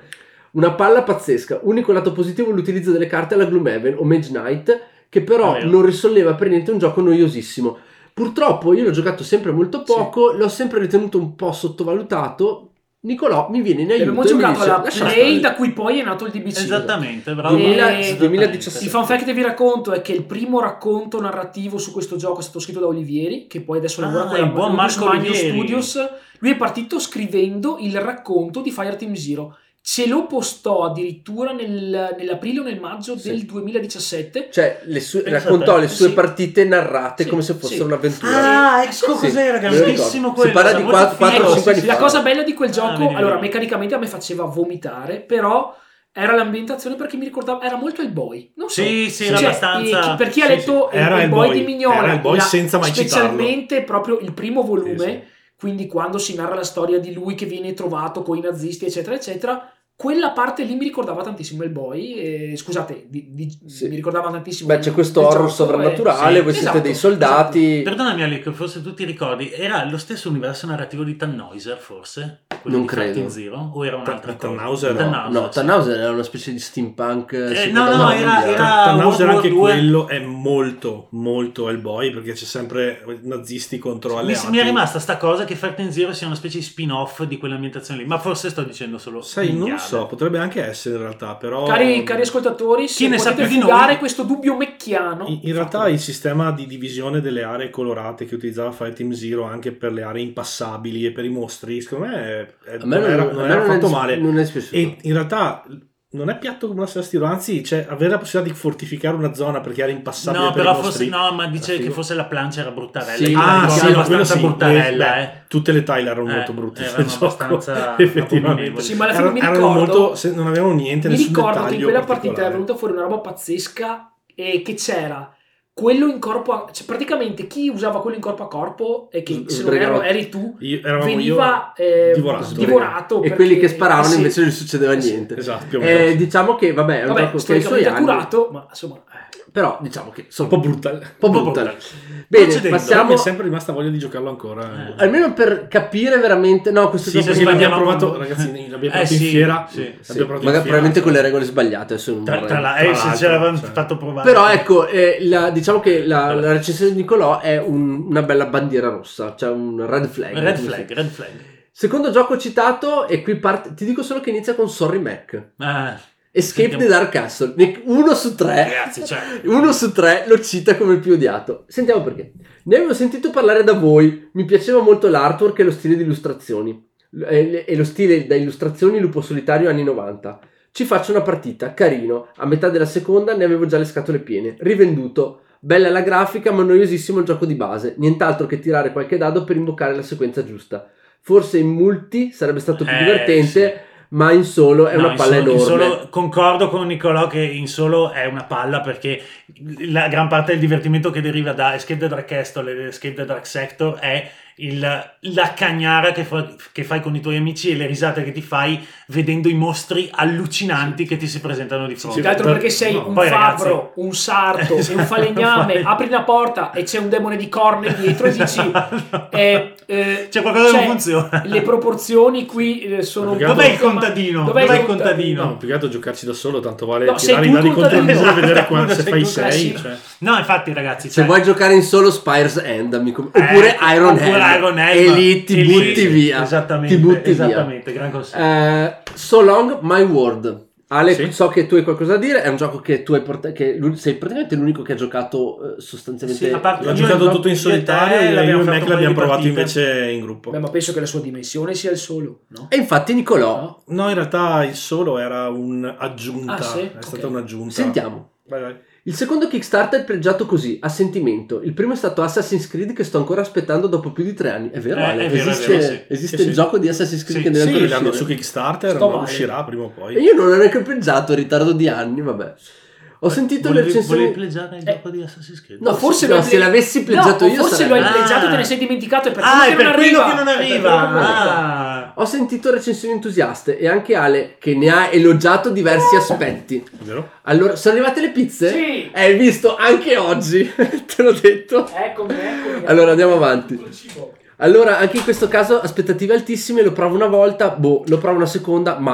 Una palla pazzesca. Unico lato positivo l'utilizzo delle carte alla Gloomhaven o Mage Knight, che però Ah, non risolleva per niente un gioco noiosissimo. Purtroppo io l'ho giocato sempre molto poco, l'ho sempre ritenuto un po' sottovalutato. Nicolò mi viene in aiuto Abbiamo e mi giocato dice, alla "Lascia Play, stare." da cui poi è nato il D B C. Esattamente, bravo. duemila Esattamente. duemiladiciassette. Il fan fact che vi racconto è che il primo racconto narrativo su questo gioco è stato scritto da Olivieri, che poi adesso lavora Ah, con la il buon Ludus Marco Magnus Olivieri. Studios. Lui è partito scrivendo il racconto di Fireteam Zero. Ce lo postò addirittura nel- nell'aprile o nel maggio Sì. del duemiladiciassette. Cioè, le sue, Pensate, raccontò le sue sì. partite narrate Sì, come se fossero sì. un'avventura. Ah, ecco Sì, cos'era, me lo grandissimo ricordo. quello. Si parla di molto quattro- quattro o figo, cinque sì, anni sì. La fa. cosa bella di quel gioco, Ah, vedi, allora vedi. meccanicamente a me faceva vomitare, però era l'ambientazione perché mi ricordava, era molto Hellboy. Non so. Sì, sì, era Cioè, abbastanza- e chi- per chi ha sì, letto sì. Era Hellboy Hellboy. di Mignola, Era Hellboy la- senza mai specialmente proprio il primo volume, Sì, sì. quindi quando si narra la storia di lui che viene trovato con i nazisti, eccetera, eccetera. Quella parte lì mi ricordava tantissimo Hellboy, e, scusate, di- di- Sì. mi ricordava tantissimo. Beh, c'è il- questo il horror gioco, sovrannaturale, e- voi siete esatto, dei soldati. Perdonami Alec, forse tu ti ricordi, era lo stesso universo narrativo di Tannhäuser, forse? Quello Non di credo. Fighting Zero? O era un'altra Ta- cosa? Tannhäuser no. Tannhäuser, No, sì. Tannhäuser era una specie di steampunk. Eh, seconda no, no, guerra era- mondiale. era- Tannhäuser World anche War due. quello è molto molto Hellboy, perché c'è sempre nazisti contro Mi, alleati. mi è rimasta sta cosa che Fighting Zero sia una specie di spin-off di quell'ambientazione lì, ma forse sto dicendo solo Sai, non lo minchiate. so, potrebbe anche essere in realtà, però Cari, cari ascoltatori, se Chi ne sa potete più di fugare noi? questo dubbio mecchiano, in, in realtà il sistema di divisione delle aree colorate che utilizzava Fireteam Zero anche per le aree impassabili e per i mostri, secondo me, è- è- A me non era, non- non a me era non è fatto dis- male. non è dispiaciuto. E in realtà non è piatto come una sella stiro, anzi, cioè, avere la possibilità di fortificare una zona perché era impassabile No, per però i mostri. forse no, ma dice Era che figo. forse la plancia era bruttarella. Sì, Io la Ah, ricordo sì, no, quello abbastanza sì. bruttarella, Beh, eh. tutte le tile erano Eh, molto brutte erano nel gioco, abbastanza effettivamente. abominevoli. Sì, ma alla fine erano, mi erano ricordo- molto, se- non avevano niente, mi nessun ricordo che in dettaglio quella partita è particolare. venuta fuori una roba pazzesca e che c'era quello in corpo a, cioè praticamente chi usava quello in corpo a corpo e che se non Sbregava- ero eri tu Io- eravamo veniva io, eh, divorato. divorato E perché- quelli che sparavano eh sì. invece non gli succedeva Eh sì. niente. Esatto, più o Eh, meno. diciamo che vabbè, è un Vabbè, gioco che ha i suoi storicamente anni, accurato, ma insomma eh. però diciamo che sono un po' brutal. un po' Un po' brutal. brutal. Bene, Procedendo, Però passiamo mi è sempre rimasta voglia di giocarlo ancora. Eh. almeno per capire veramente. No, questo Sì, gioco perché sì, l'abbiamo andiamo- provato, ragazzi, l'abbiamo Eh, provato sì, in fiera. sì. l'abbiamo sì, provato in magari fiera. probabilmente con le regole sbagliate. Adesso non Tra, vorrei- tra la- tra eh, se l'altro, ce l'avevamo cioè. fatto provare. Però ecco, eh, la- diciamo che la, la recensione di Nicolò è un- una bella bandiera rossa, cioè un red flag. Red come flag, si- red flag. Secondo gioco citato, e qui parte, ti dico solo che inizia con Sorry Mac. Ah, Escape sentiamo- the Dark Castle. Ne- Uno su tre. Ragazzi, cioè, Uno su tre lo cita come il più odiato. Sentiamo perché. Ne avevo sentito parlare da voi. Mi piaceva molto l'artwork e lo stile di illustrazioni. E e lo stile da illustrazioni Lupo Solitario anni novanta. Ci faccio una partita, carino. A metà della seconda ne avevo già le scatole piene. Rivenduto. Bella la grafica, ma noiosissimo il gioco di base. Nient'altro che tirare qualche dado per invocare la sequenza giusta. Forse in multi sarebbe stato più Eh, divertente, ma in solo è no, una in palla solo- in enorme. solo- concordo con Nicolò che in solo è una palla, perché la gran parte del divertimento che deriva da Escape the Dark Castle e Escape the Dark Sector è il, la cagnara che, fa- che fai con i tuoi amici e le risate che ti fai vedendo i mostri allucinanti che ti si presentano di fronte. Più che altro perché sei No, un poi, fabbro, ragazzi- un sarto e un Esatto, falegname, fai- apri una porta e c'è un demone di corna dietro e dici eh, eh, C'è qualcosa che cioè, non funziona. le proporzioni qui eh, sono un po' Dov'è il insomma, contadino? dov'è Dov'è il il contadino? No, più che altro giocarci da solo, tanto vale No, tirare sei i tu dadi il contro il contadino. muro e vedere Esatto, quando, se sei fai tu, sei. sì. Cioè. No, infatti, ragazzi, Se cioè, vuoi giocare in solo Spire's End, amico, Eh, oppure Iron oppure Hand, Iron Hand, e lì ti e lì- butti via. Esattamente, Ti butti esattamente, gran consiglio. via. Eh, So Long My World. Ale, Sì. so che tu hai qualcosa da dire. È un gioco che tu hai portato. Che l'un- sei praticamente l'unico che ha giocato eh, sostanzialmente. Sì, a parte- L'ho Io- giocato io- tutto in io e solitario te e io l'abbiamo e fatto Mac un l'abbiamo paio di provato partite. invece in gruppo. Beh, ma penso che la sua dimensione sia il solo, no? E infatti, Nicolò, No, in realtà il solo era un'aggiunta, Ah, sì? è stata Ok. un'aggiunta. sentiamo. Vai, vai. Il secondo Kickstarter pregiato così, a sentimento. Il primo è stato Assassin's Creed che sto ancora aspettando dopo più di tre anni. È vero, Eh, Ale? è vero, è esiste vero, sì. esiste Sì, il sì. gioco di Assassin's Creed Sì, che deve Sì, ancora l'hanno uscire. su Kickstarter, Sto ma male. uscirà prima o E poi. io non ho neanche pensato, ritardo di anni, vabbè. Ho sentito le Volevi, recensioni. volevi pleggiare il gioco di Assassin's Creed? No, O forse no, lo hai se ple- l'avessi pleggiato no, o io forse sarebbe- lo hai pleggiato e te Ah. ne sei dimenticato e per Ah, quello è che per non quello arriva. che non È per arriva. quello che non arriva. Ah. Ho sentito recensioni entusiaste e anche Ale che ne ha elogiato diversi aspetti. Vero? Allora, sono arrivate le pizze? Sì. Hai visto anche oggi, te l'ho detto. Eccomi, eccomi. Allora andiamo avanti. Col cibo. Allora, anche in questo caso aspettative altissime, lo provo una volta, boh, lo provo una seconda, ma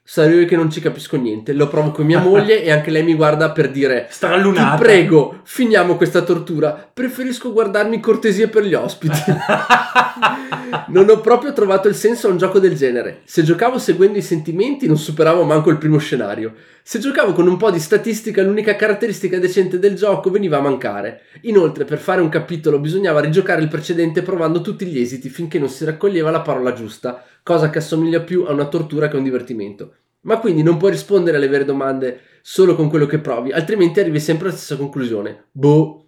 sarò io che non ci capisco niente. Lo provo con mia moglie e anche lei mi guarda per dire: strallunata. Ti prego, finiamo questa tortura. Preferisco guardarmi cortesie per gli ospiti. Non ho proprio trovato il senso a un gioco del genere. Se giocavo seguendo i sentimenti non superavo manco il primo scenario. Se giocavo con un po' di statistica, l'unica caratteristica decente del gioco veniva a mancare. Inoltre, per fare un capitolo bisognava rigiocare il precedente provando tutti gli esiti finché non si raccoglieva la parola giusta, cosa che assomiglia più a una tortura che a un divertimento. Ma quindi non puoi rispondere alle vere domande solo con quello che provi, altrimenti arrivi sempre alla stessa conclusione. Boh.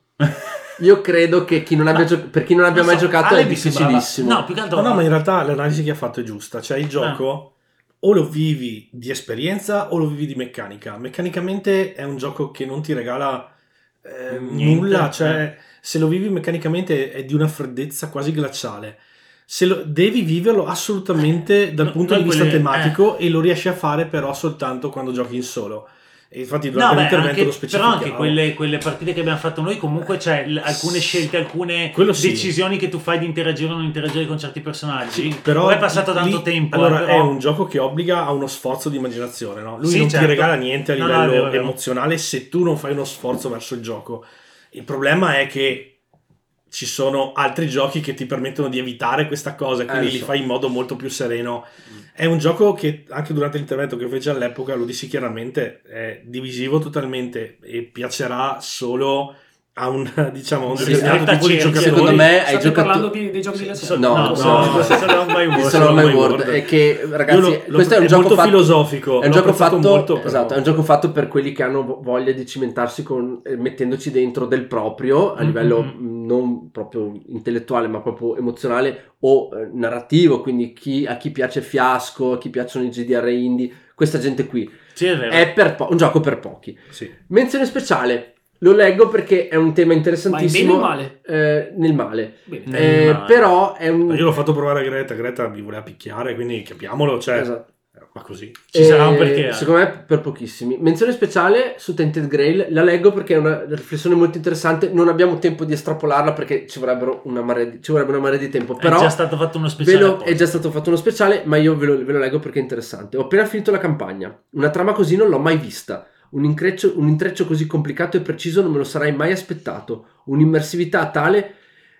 Io credo che chi non abbia gio- per chi non abbia Non mai so, giocato Ale è mi sembrava- difficilissimo. No, più che altro No, no, ma in realtà l'analisi che ha fatto è giusta. Cioè il gioco o lo vivi di esperienza o lo vivi di meccanica. Meccanicamente è un gioco che non ti regala eh, Niente, nulla. Cioè eh. se lo vivi meccanicamente è di una freddezza quasi glaciale. Se lo, devi viverlo assolutamente dal No, punto noi di vista quelli- tematico e lo riesci a fare però soltanto quando giochi in solo. E infatti durante No, beh, l'intervento anche, lo però specificavo. anche quelle, quelle partite che abbiamo fatto noi comunque c'è l- alcune scelte, alcune Quello sì. decisioni che tu fai di interagire o non interagire con certi personaggi. Però Poi è passato lì- tanto tempo. allora eh, è però- un gioco che obbliga a uno sforzo di immaginazione, no? Lui Sì, non certo. ti regala niente a No, no, livello è vero, è vero. emozionale se tu non fai uno sforzo verso il gioco. Il problema è che ci sono altri giochi che ti permettono di evitare questa cosa e quindi lo li so. fai in modo molto più sereno. È un gioco che anche durante l'intervento che fece all'epoca, lo dissi chiaramente, è divisivo totalmente e piacerà solo a un, diciamo, a un Sì, determinato sì, tipo di sì, giocatori. Secondo me hai State giocato parlando di, dei giochi della serie? No, no, no, no, no. questo sarà un by word. Questo non my my word. word. È che ragazzi, Io lo- lo- questo è un è gioco molto fatto, filosofico, È un l'ho gioco apprezzato fatto, molto, però- esatto, è un gioco fatto per quelli che hanno vo- voglia di cimentarsi con eh, mettendoci dentro del proprio a Mm, livello mm, mh, non proprio intellettuale, ma proprio emozionale o eh, narrativo, quindi chi, a chi piace Fiasco, a chi piacciono i G D R indie, questa gente qui. Sì, è vero. È per po- un gioco per pochi. Sì. Menzione speciale. Lo leggo perché è un tema Ma in interessantissimo. bene o male? Eh, nel male. Bene. Nel Eh, male. però è un... Io l'ho fatto provare a Greta, Greta mi voleva picchiare, quindi capiamolo, cioè, Esatto. ma così. Ci sarà un Eh, perché. eh. Secondo me per pochissimi. Menzione speciale su Tainted Grail, la leggo perché è una riflessione molto interessante. Non abbiamo tempo di estrapolarla perché ci vorrebbero una marea di, ci vorrebbe una marea di tempo. Però è già stato fatto uno ve speciale. lo- apposta. è già stato fatto uno speciale, ma io ve lo, ve lo leggo perché è interessante. Ho appena finito la campagna. Una trama così non l'ho mai vista. Un intreccio, un intreccio così complicato e preciso non me lo sarei mai aspettato. Un'immersività tale,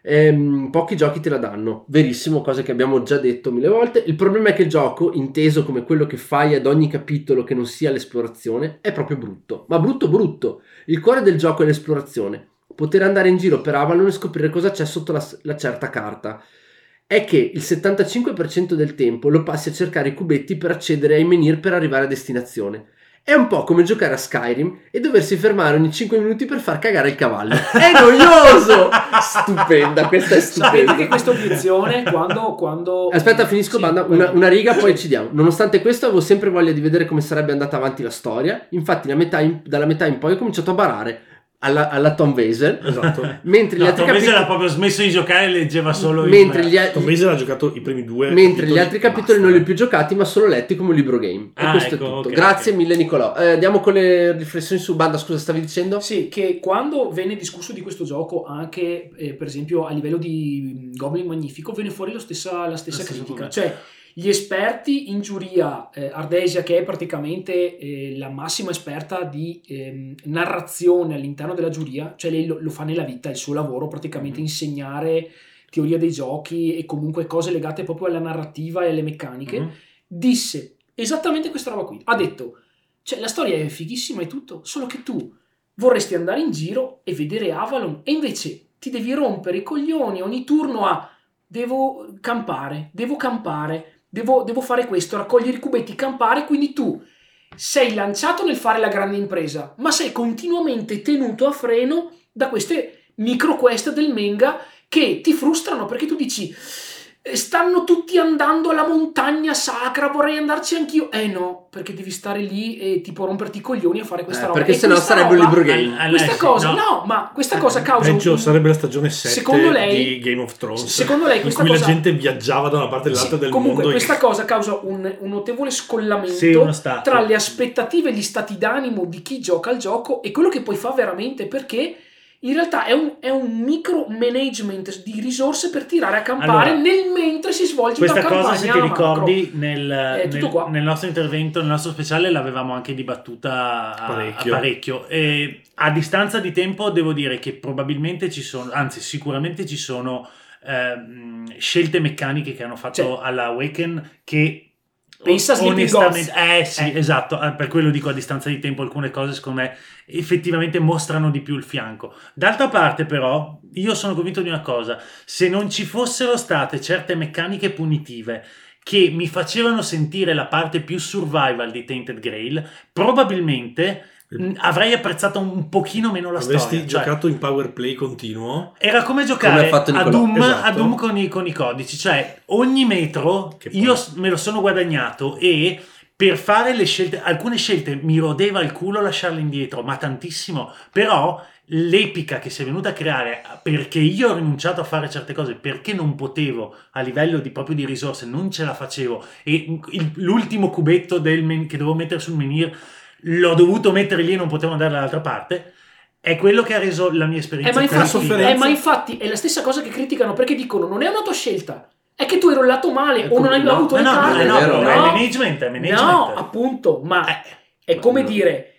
ehm, pochi giochi te la danno. Verissimo, cosa che abbiamo già detto mille volte. Il problema è che il gioco, inteso come quello che fai ad ogni capitolo che non sia l'esplorazione, è proprio brutto. Ma brutto brutto. Il cuore del gioco è l'esplorazione. Poter andare in giro per Avalon e scoprire cosa c'è sotto la, la certa carta. È che il settantacinque per cento del tempo lo passi a cercare i cubetti per accedere ai menhir per arrivare a destinazione. È un po' come giocare a Skyrim e doversi fermare ogni cinque minuti per far cagare il cavallo. È noioso! Stupenda, questa è Sapete stupenda. che questa obiezione quando... quando... Aspetta, finisco, Sì, banda, una, una riga, poi ci diamo. Nonostante questo, avevo sempre voglia di vedere come sarebbe andata avanti la storia. Infatti, la metà in- dalla metà in poi ho cominciato a barare alla, alla Tom Weisel. Esatto. Mentre gli No, altri Tom Weisel capitoli... ha proprio smesso di giocare e leggeva solo il- Mentre gli, a- Tom Weisel ha giocato i primi due mentre capitoli, gli altri capitoli basta. non li ho più giocati, ma solo letti come libro game. E Ah, questo ecco, è tutto. ok, Grazie ok. mille, Nicolò. Eh, andiamo con le riflessioni su Banda. Scusa, stavi dicendo? Sì, che quando venne discusso di questo gioco anche eh, per esempio a livello di Goblin Magnifico venne fuori lo stessa, la stessa La stessa critica, cosa. cioè gli esperti in giuria, eh, Ardesia che è praticamente eh, la massima esperta di ehm, narrazione all'interno della giuria, cioè lei lo, lo fa nella vita, è il suo lavoro praticamente insegnare teoria dei giochi e comunque cose legate proprio alla narrativa e alle meccaniche, Mhm. disse esattamente questa roba qui, ha detto cioè la storia è fighissima e tutto, solo che tu vorresti andare in giro e vedere Avalon e invece ti devi rompere i coglioni ogni turno a devo campare, devo campare, devo, devo fare questo, raccogliere i cubetti, campare, quindi tu sei lanciato nel fare la grande impresa, ma sei continuamente tenuto a freno da queste micro quest del manga che ti frustrano perché tu dici stanno tutti andando alla montagna sacra, vorrei andarci anch'io. Eh no, perché devi stare lì e tipo romperti i coglioni a fare questa Eh, roba. perché E sennò questa sarebbe un roba- libro game. Ah, ah, Questa sì, cosa, no. no. ma questa cosa causa Peggio un- sarebbe la stagione sette Secondo lei- di Game of Thrones, secondo lei in questa cui cosa- la gente viaggiava da una parte all'altra Sì, del comunque mondo. questa e... cosa causa un, un notevole scollamento Sì, uno stato. tra le aspettative e gli stati d'animo di chi gioca al gioco e quello che poi fa veramente, perché in realtà è un, è un micro management di risorse per tirare a campare Allora, nel mentre si svolge questa una campagna cosa, se ti ricordi, macro. nel, È tutto nel, qua. nel nostro intervento, nel nostro speciale, l'avevamo anche dibattuta a Parecchio. a parecchio. E a distanza di tempo devo dire che probabilmente ci sono, anzi sicuramente ci sono ehm, scelte meccaniche che hanno fatto Cioè, alla Awaken che pensa a Sleeping onestamente, Gods. eh sì, Eh. esatto, eh, per quello dico a distanza di tempo alcune cose secondo me effettivamente mostrano di più il fianco. D'altra parte però io sono convinto di una cosa: se non ci fossero state certe meccaniche punitive che mi facevano sentire la parte più survival di Tainted Grail, probabilmente mh, avrei apprezzato un pochino meno la Avresti storia. Cioè, giocato in power play continuo. era come Come giocare ha fatto a Nicolò. Doom, Esatto. a Doom con, i, con i codici, cioè ogni metro Che poi- io s- me lo sono guadagnato e per fare le scelte, alcune scelte mi rodeva il culo lasciarle indietro, ma tantissimo, però l'epica che si è venuta a creare perché io ho rinunciato a fare certe cose perché non potevo a livello di proprio di risorse, non ce la facevo e il- l'ultimo cubetto del men- che dovevo mettere sul menhir l'ho dovuto mettere lì e non potevo andare dall'altra parte, è quello che ha reso la mia Eh, esperienza ma quella infatti, sofferenza- eh, ma infatti è la stessa cosa che criticano, perché dicono non è una tua scelta, è che tu eri lato male Ecco, o non hai no, avuto Ma le no, carte. no, no, vero, no, no. è management, è management. No, appunto, ma Eh, è come no. dire,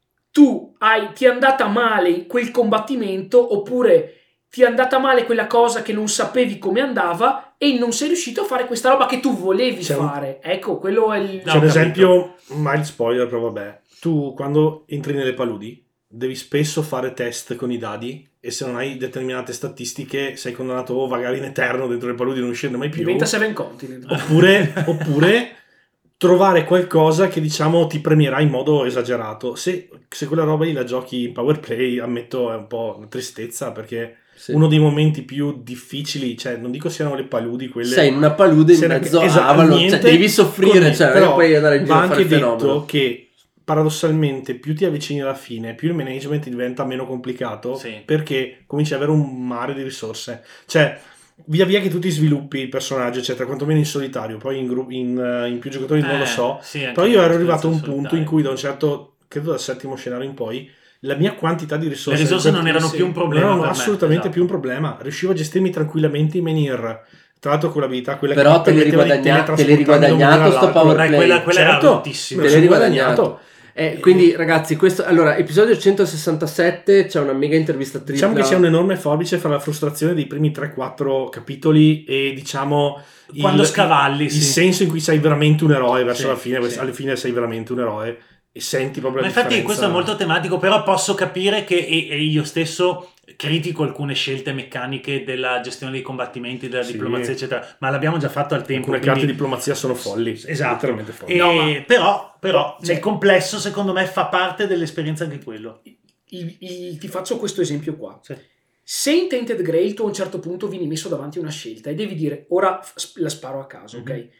tu hai, ti è andata male quel combattimento, oppure ti è andata male quella cosa che non sapevi come andava e non sei riuscito a fare questa roba che tu volevi C'è un- fare. Ecco, quello è il... No, C'è ho un capito. esempio, mild spoiler, però vabbè. Tu quando entri nelle paludi devi spesso fare test con i dadi e se non hai determinate statistiche sei condannato o vagare in eterno dentro le paludi e non uscirne mai più. Diventa Seven Continent. Oppure, oppure trovare qualcosa che diciamo ti premierà in modo esagerato. Se, se quella roba lì la giochi in power play, ammetto è un po' una tristezza perché Sì. uno dei momenti più difficili, cioè non dico siano le paludi quelle... Sei in una palude in se ne- mezzo esatto, a Avalon, niente, cioè, devi soffrire, con- cioè non è però che puoi andare in giro va a fare anche il detto fenomeno. che paradossalmente più ti avvicini alla fine, più il management diventa meno complicato Sì. perché cominci ad avere un mare di risorse. Cioè, via via che tu ti sviluppi il personaggio, eccetera, quantomeno in solitario, poi in, gru- in, eh, in più giocatori non lo Eh, so. sì, anche Però io ero per arrivato a un esperienza punto in solitaria. cui da un certo, credo dal settimo scenario in poi, la mia quantità di risorse... Le risorse non erano sì, più un non problema. erano per me, assolutamente esatto. più un problema. Riuscivo a gestirmi tranquillamente i menhir. Tra l'altro con l'abilità quella Però che te mi l'hei permetteva di riguadagna- te l'hai teletrasportarmi da un riguadagnato menhir sto all'altro. power Eh, play. quella, quella era Certo, bruttissima. me Te lo l'hai sono riguadagnato. Eh, quindi ragazzi, questo allora episodio centosessantasette, c'è una mega intervista tripla. Diciamo che c'è un'enorme forbice fra la frustrazione dei primi tre quattro capitoli e diciamo il- Quando scavalli, il, sì. senso in cui sei veramente un eroe verso Sì, la fine, sì. alla fine sei veramente un eroe e senti proprio Ma la infatti differenza. questo è molto tematico, però posso capire che e, e io stesso critico alcune scelte meccaniche della gestione dei combattimenti, della Sì. diplomazia, eccetera, ma l'abbiamo già fatto al tempo. Alcune carte di quindi- diplomazia sono folli, Esatto. letteralmente folli. E- No, ma- però, però Cioè- nel complesso, secondo me, fa parte dell'esperienza anche quello. il- il- ti faccio questo esempio qua. Sì. Se in Tainted Grail tu a un certo punto vieni messo davanti a una scelta e devi dire ora f- la sparo a caso, Mhm. ok?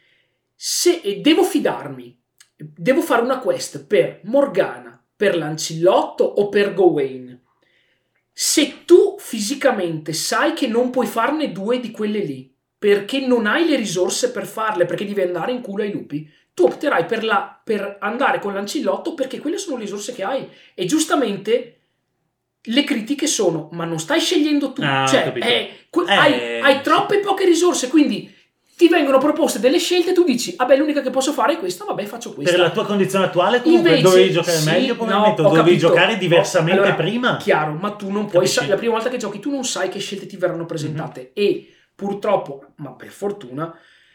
Se e devo fidarmi, devo fare una quest per Morgana, per Lancillotto o per Gawain. Se tu fisicamente sai che non puoi farne due di quelle lì, perché non hai le risorse per farle, perché devi andare in culo ai lupi, tu opterai per, la, per andare con Lancillotto perché quelle sono le risorse che hai. E giustamente le critiche sono, ma non stai scegliendo tu, Ah, ho cioè capito. eh, que- Eh, hai, hai sì. troppe poche risorse, quindi ti vengono proposte delle scelte e tu dici, vabbè l'unica che posso fare è questa, vabbè faccio questa. Per la tua condizione attuale comunque Invece, dovevi giocare sì, meglio, no, probabilmente, ho dovevi capito. giocare diversamente Allora, prima. Chiaro, ma tu non puoi Capisci? sa- la prima volta che giochi tu non sai che scelte ti verranno presentate Mhm. e purtroppo, ma per fortuna,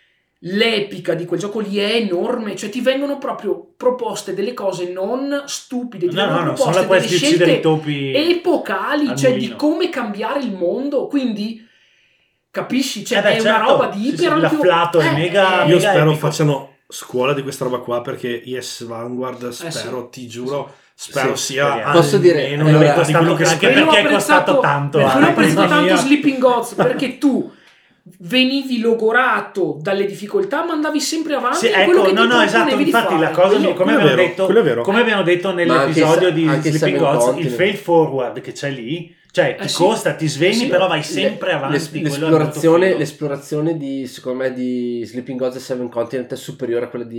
l'epica di quel gioco lì è enorme, cioè ti vengono proprio proposte delle cose non stupide, ti No, vengono no, no, sono proposte la quest delle di uccidere i scelte topi epocali, al cioè di mulino. come cambiare il mondo, quindi capisci, cioè Eh beh, è certo. una roba di Sì, sì, iper l'afflato è mega- Io mega spero epico. facciano scuola di questa roba qua perché Yes Vanguard spero, ti giuro, spero Sì, sia speriamo. Posso dire, almeno allora, metà di quello che anche spero. Quello perché ho è costato apprezzato- tanto, per quello ho eh. apprezzato Mamma tanto mia. Sleeping Gods, perché tu venivi logorato dalle difficoltà ma andavi sempre avanti Sì, in quello ecco, che no, ti no, esatto, proponevi di infatti fare. la cosa, Quello- mi- come, quello è abbiamo vero, detto, quello è vero. come abbiamo detto Ma anche nell'episodio se- di anche Sleeping Seven Gods, il Continent. fail forward che c'è lì, cioè ti Eh sì. costa, ti sveni, Sì. però vai sempre Le- avanti. l'es- quello è molto l'esplorazione, figo. l'esplorazione di secondo me di Sleeping Gods e Seven Continent è superiore a quella di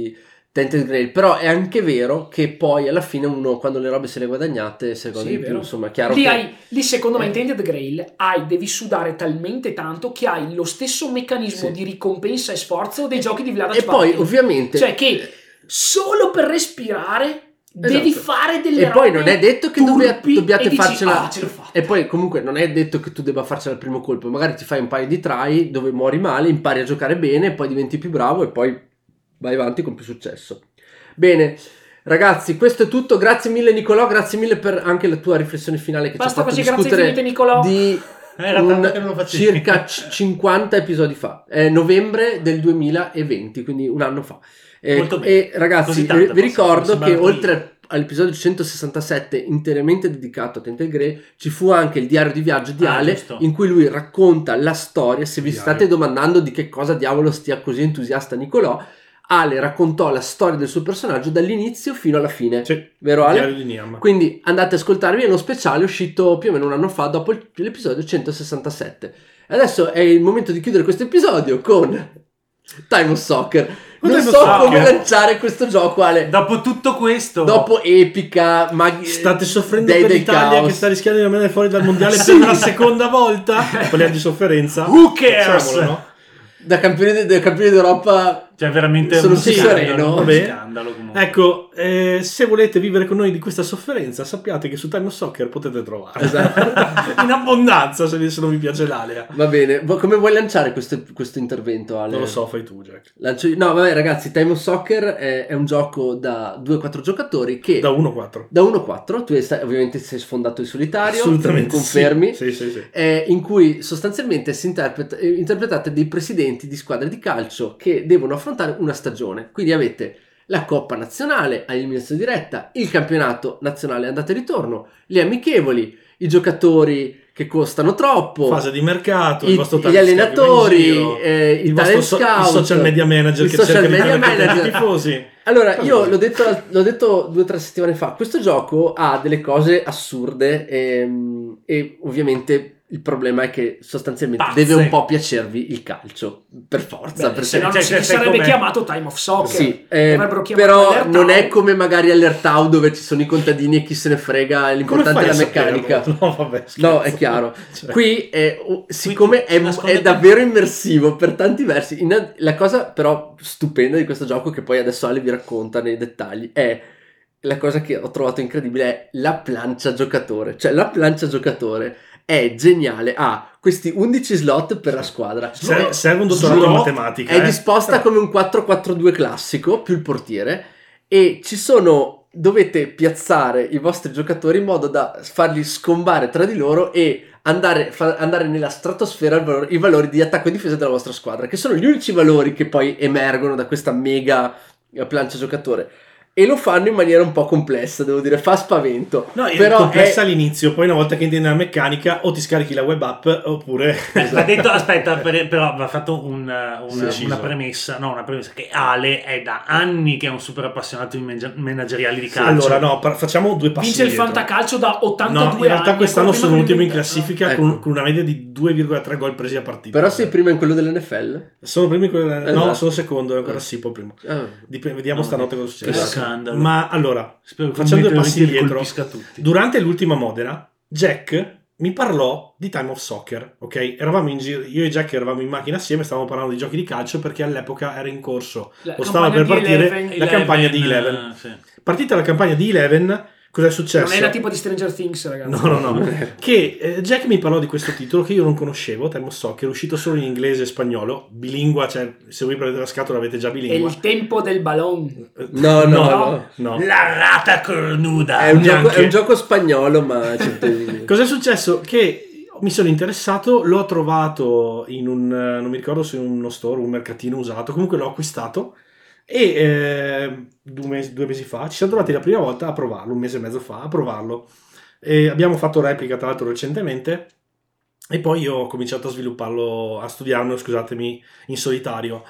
Tainted Grail, però è anche vero che poi alla fine uno quando le robe se le guadagnate se le gode Sì, di è più, vero. insomma è chiaro Lì, che hai, lì secondo me eh. in Tainted Grail hai, devi sudare talmente tanto che hai lo stesso meccanismo Sì. di ricompensa e sforzo dei giochi di Vlad e poi ovviamente cioè che solo per respirare devi Esatto. fare delle e robe poi non è detto che dobbia- turpi dobbiate e dici, farcela ah, ce l'ho fatta. e poi comunque non è detto che tu debba farcela al primo colpo, magari ti fai un paio di try dove muori male, impari a giocare bene, poi diventi più bravo e poi vai avanti con più successo. Bene ragazzi, questo è tutto, grazie mille Nicolò, grazie mille per anche la tua riflessione finale che Basta ci ha fatto così, grazie discutere infinite Nicolò. di Era tanto che non lo facevi. circa c- cinquanta episodi fa, è novembre del duemilaventi, quindi un anno fa. Eh, Molto bene. e ragazzi Così vi, tanto vi posso- ricordo mi che sembra oltre all'episodio centosessantasette interamente dedicato a Tainted Grail ci fu anche il diario di viaggio di Ah, Ale giusto. in cui lui racconta la storia. Se vi Diario. state domandando di che cosa diavolo stia così entusiasta Nicolò, Ale raccontò la storia del suo personaggio dall'inizio fino alla fine, Sì, vero Ale? Diario di Niam. Quindi andate a ascoltarvi, è uno speciale uscito più o meno un anno fa dopo il- l'episodio centosessantasette. Adesso è il momento di chiudere questo episodio con Time of Soccer. Non Time of so Soccer. come lanciare questo gioco, Ale. Dopo tutto questo, Dopo Epica, Mag- State soffrendo Dei per del l'Italia Caos. che sta rischiando di rimanere fuori dal mondiale Sì. per la seconda volta. Parliamo di sofferenza. Who cares? Facciamolo, no? da campioni, de- da campioni d'Europa. cioè veramente Sono uno più scandalo, sereno. uno Vabbè. scandalo comunque. Ecco, eh, se volete vivere con noi di questa sofferenza, sappiate che su Time of Soccer potete trovare Esatto. in abbondanza se, se non vi piace l'alea. Va bene, Vu- come vuoi lanciare questo, questo intervento, Ale? Non lo so, fai tu, Jack. Lancio io- No, vabbè, ragazzi, Time of Soccer è, è un gioco da due quattro giocatori che Da uno a quattro. da uno a quattro, tu stai- ovviamente sei sfondato in solitario, Assolutamente. confermi, Sì, sì, sì. eh, in cui sostanzialmente si interpreta, eh, interpretate dei presidenti di squadre di calcio che devono affrontare una stagione. Quindi avete la Coppa Nazionale a eliminazione diretta, il campionato nazionale andata e ritorno, le amichevoli, i giocatori che costano troppo, Fase di mercato, il i- vostro gli talent scout in allenatori, giro, eh, i il talent vostro so- scout, il social media manager il che social cerca di media prendere contenti i manager. tifosi. Allora, Cosa io vuoi? l'ho detto, l'ho detto due o tre settimane fa, questo gioco ha delle cose assurde ehm, e ovviamente il problema è che sostanzialmente Pazze. deve un po' piacervi il calcio, per forza, Beh, perché se no non Cioè, si cioè, sai sarebbe com'è? chiamato Time of Soccer. sì, eh, Dovrebbero chiamarlo però Alert non è Town. come magari Allertau dove ci sono i contadini e chi se ne frega, Come l'importante fai è a la meccanica. saperlo? No, vabbè, No, scherzo. è chiaro. Cioè, Qui, è, oh, siccome si è, nasconde è davvero immersivo per tanti versi, in- la cosa però stupenda di questo gioco, che poi adesso Ale vi racconta nei dettagli, è la cosa che ho trovato incredibile, è la plancia giocatore. Cioè, la plancia giocatore è geniale, ha questi undici slot per la squadra. ser- serve un dottorato in Slot matematica. È eh. disposta Però- come un quattro quattro due classico, più il portiere, e ci sono, dovete piazzare i vostri giocatori in modo da farli scombare tra di loro e andare, fa- andare nella stratosfera il valor- i valori di attacco e difesa della vostra squadra, che sono gli unici valori che poi emergono da questa mega eh, plancia giocatore. E lo fanno in maniera un po' complessa, devo dire, fa spavento. No, è però complessa è- all'inizio, poi una volta che entri nella meccanica o ti scarichi la web app oppure... Va detto, aspetta, per- però va fatto un, uh, una, Sì, una sì. premessa, no, una premessa che Ale è da anni che è un super appassionato di manag- manageriali di calcio. Allora no, pa- facciamo due passi Vince il indietro. fantacalcio da ottantadue No, anni. in realtà quest'anno ancora sono prima ultimo in che classifica Ecco. con, con una media di due virgola tre gol presi a partita. Però sei prima in quello dell'N F L? Sono primi in quella... Esatto. No, sono secondo, è ancora sì, poi primo. Ah. Dip- vediamo No, stanotte cosa che succede. scandalo. Ma allora, Spero che facciamo due un passi meteorite li indietro. colpisca tutti. Durante l'ultima Modena, Jack mi parlò di Time of Soccer, ok? Eravamo in giro, io e Jack eravamo in macchina assieme, stavamo parlando di giochi di calcio perché all'epoca era in corso, La o stava per campagna di partire Eleven. la campagna di Eleven. eh, sì. Partita la campagna di Eleven, cosa è successo? Non è la tipo di Stranger Things, ragazzi. No, no, no. Che eh, Jack mi parlò di questo titolo che io non conoscevo, Time of Soccer, è uscito solo in inglese e spagnolo, bilingua, cioè se voi prendete la scatola avete già È bilingua. il tempo del ballon. No, no, no, no. no. La rata cornuda. È un, gioco, Neanche. è un gioco spagnolo, ma c'è il- Cos'è successo? Che mi sono interessato, l'ho trovato in un, eh, non mi ricordo se in uno store, un mercatino usato, comunque l'ho acquistato e eh, due, mesi, due mesi fa ci siamo trovati la prima volta a provarlo, un mese e mezzo fa a provarlo. E abbiamo fatto replica tra l'altro recentemente e poi io ho cominciato a svilupparlo, a studiarlo, scusatemi, in solitario.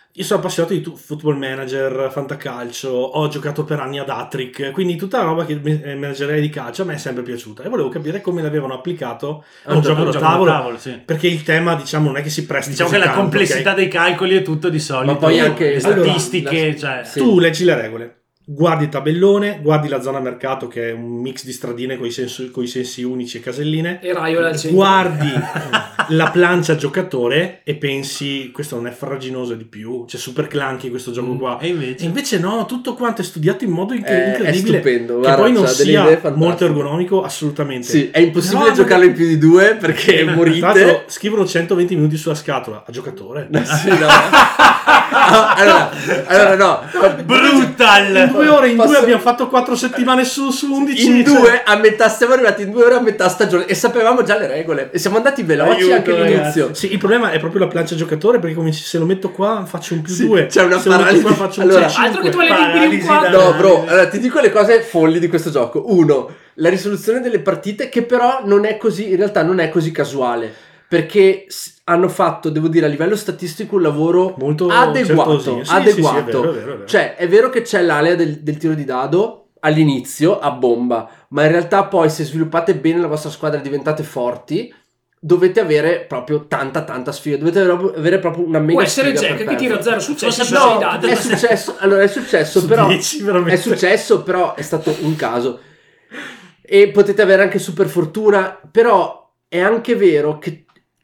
io sono appassionato di tu- Football Manager, Fantacalcio, ho giocato per anni ad Attrick, quindi tutta la roba che eh, managerei di calcio a me è sempre piaciuta e volevo capire come l'avevano applicato a un gioco un da gioco tavolo, da tavolo, sì. perché il tema diciamo non è che si presti Diciamo così che la tanto, complessità ok? dei calcoli è tutto di solito. Ma poi anche- le Allora, statistiche, la- cioè... sì. Tu leggi le regole, guardi il tabellone, guardi la zona mercato che è un mix di stradine con i sensi, coi sensi unici e caselline, E Raiola al centro. guardi la plancia giocatore e pensi questo non è farraginoso di più, c'è super clunky questo gioco qua. E invece? E invece no, tutto quanto è studiato in modo incre- È- è incredibile, stupendo, che guarda, poi non c'ha delle sia idee fantastiche. molto ergonomico assolutamente. Sì, è impossibile No, giocarlo ma- in più di due perché Tra morite. l'altro scrivono centoventi minuti sulla scatola a giocatore. Sì, no. Ah, allora, allora no, In Brutal! due ore, in Posso- due abbiamo fatto quattro settimane su, su undici. in cioè- due a metà siamo arrivati in due ore a metà stagione e sapevamo già le regole e siamo andati veloci Aiuto, anche all'inizio. Sì, il problema è proprio la plancia giocatore perché come se lo metto qua faccio un più Sì, due, c'è una se lo metto paralisi. qua faccio un Allora, sei Altro che tu cinque. le riempi in un Paralisi quadro. da- No, bro, allora ti dico le cose folli di questo gioco. Uno, la risoluzione delle partite che però non è così, in realtà non è così casuale. Perché s- hanno fatto, devo dire, a livello statistico un lavoro Molto adeguato. certosino. Sì, adeguato. sì, sì, è vero, è vero, è vero. Cioè, è vero che c'è l'alea del, del tiro di dado all'inizio, a bomba, ma in realtà poi se sviluppate bene la vostra squadra e diventate forti, dovete avere proprio tanta tanta sfiga. Dovete avere, avere proprio una mega Può essere sfiga Jack per che tira perdere. zero successi su No, sei dadi. è successo, allora è successo, Su però dieci, veramente. è successo, però è stato un caso. E potete avere anche super fortuna, però è anche vero che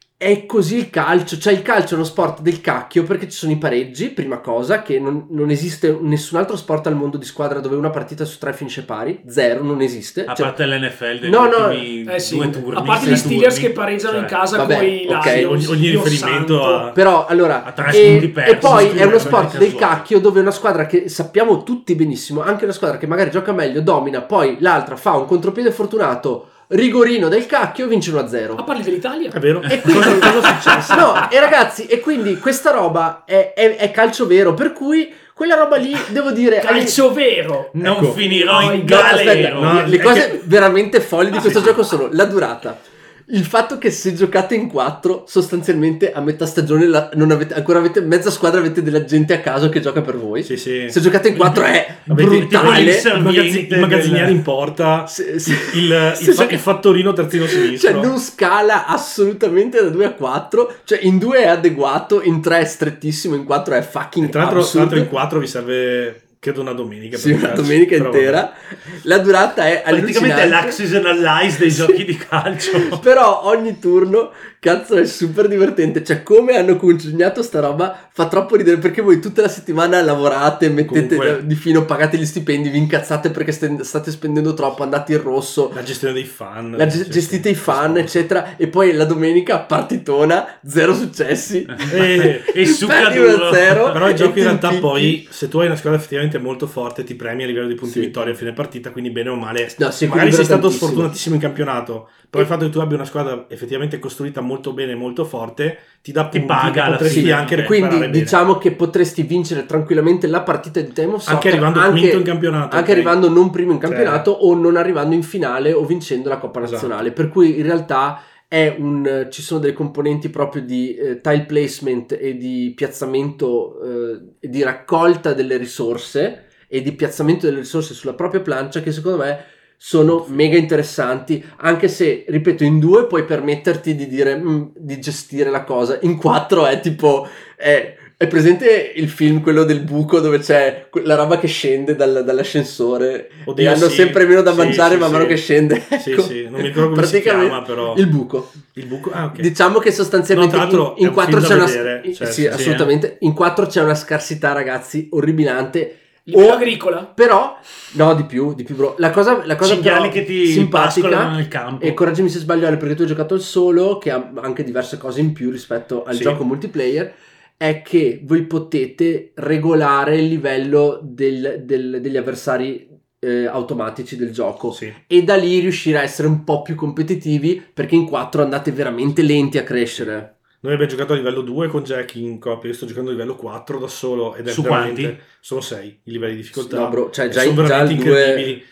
è così il calcio, cioè il calcio è uno sport del cacchio perché ci sono i pareggi, prima cosa, che non, non esiste nessun altro sport al mondo di squadra dove una partita su tre finisce pari, zero, non esiste. A Cioè, parte l'N F L degli No, no, ultimi Eh sì, due turni. a parte tre gli Steelers turni, che pareggiano cioè, in casa vabbè, con i ok, Lions. ogni, ogni Dio riferimento santo. a... Però allora A tre e, punti persi, e poi sì, è uno per sport casuale. del cacchio dove una squadra che sappiamo tutti benissimo, anche una squadra che magari gioca meglio, domina, poi l'altra fa un contropiede fortunato, rigorino del cacchio, vince uno a zero. Ma parli dell'Italia? È vero? E quindi, cosa, cosa è successo? No, e ragazzi, e quindi questa roba è, è- è calcio vero, per cui quella roba lì, devo dire... Calcio vero! Non Ecco. finirò No, in no, aspetta, galero. no, le è cose che- veramente folli di questo sì, gioco sono la durata, il fatto che se giocate in quattro sostanzialmente a metà stagione la- non avete, ancora avete mezza squadra, avete della gente a caso che gioca per voi. Sì, sì. Se giocate in quattro è Avete tipo brutale. l'inser- il, magazzi- serviente il magazziniere del- in porta, Se- se- il, se il, fa- gioca- il fattorino terzino sinistro. Cioè non scala assolutamente da due a quattro, cioè in due è adeguato, in tre è strettissimo, in quattro è fucking E tra l'altro, tra absurdo. l'altro in quatro vi serve credo una domenica. Sì, per una calcio, domenica però intera. La durata è Praticamente è allucinante. l'Axis dei giochi di calcio. Però ogni turno, cazzo, è super divertente. Cioè, come hanno congegnato sta roba fa troppo ridere perché voi tutta la settimana lavorate, mettete Comunque- di fino, pagate gli stipendi, vi incazzate perché ste- state spendendo troppo, andate in rosso. La gestione dei fan. La ge- sì, gestite sì, i fan, sì. eccetera, e poi la domenica partitona, zero successi. Eh, E succa Perdi duro. uno a zero. Però il e gioco ti in realtà impicchi. poi, se tu hai una squadra effettivamente molto forte, ti premi a livello di punti Sì. vittoria a fine partita, quindi bene o male. No, si magari equilibra sei stato tantissimo. sfortunatissimo in campionato, però E- il fatto che tu abbia una squadra effettivamente costruita molto bene e molto forte ti dà Ti punti paga che alla potresti fine. anche Quindi, recuperare Quindi bene. diciamo che potresti vincere tranquillamente la partita di Time of Soccer, Anche arrivando anche, quinto in campionato, anche ok? arrivando non primo in Cioè- campionato o non arrivando in finale o vincendo la Coppa Esatto. Nazionale, per cui in realtà è un, ci sono delle componenti proprio di eh, tile placement e di piazzamento eh, e di raccolta delle risorse e di piazzamento delle risorse sulla propria plancia che secondo me sono mega interessanti, anche se, ripeto, in due puoi permetterti di dire "Mm, di gestire la cosa", in quattro è tipo è, è presente il film, quello del buco, dove c'è que- la roba che scende dal- dall'ascensore Oddio, e hanno sì. sempre meno da Sì, mangiare sì, man mano sì. che scende. Sì, Ecco. sì, non mi ricordo come si Praticamente chiama, però. il buco. Il buco, ah, ok. Diciamo che sostanzialmente No, tra l'altro in, in è un quattro film c'è da una vedere, cioè, sì, sì, assolutamente, in quattro c'è una scarsità, ragazzi, orribilante. Livello O- agricola? Però no, di più, di più, bro. La cosa, la cosa Cinghiali però che ti simpatica, pascolano nel campo. e correggimi se sbaglio Ale, perché tu hai giocato il solo, che ha anche diverse cose in più rispetto al Sì. gioco multiplayer, è che voi potete regolare il livello del- del- degli avversari eh, automatici del gioco, Sì. e da lì riuscire a essere un po' più competitivi, perché in quattro andate veramente lenti a crescere. Noi abbiamo giocato a livello due con Jack in coppia, io sto giocando a livello quattro da solo ed è Su veramente quanti? sono sei i livelli di difficoltà. No, bro, cioè e già- sono già veramente il due- incredibili.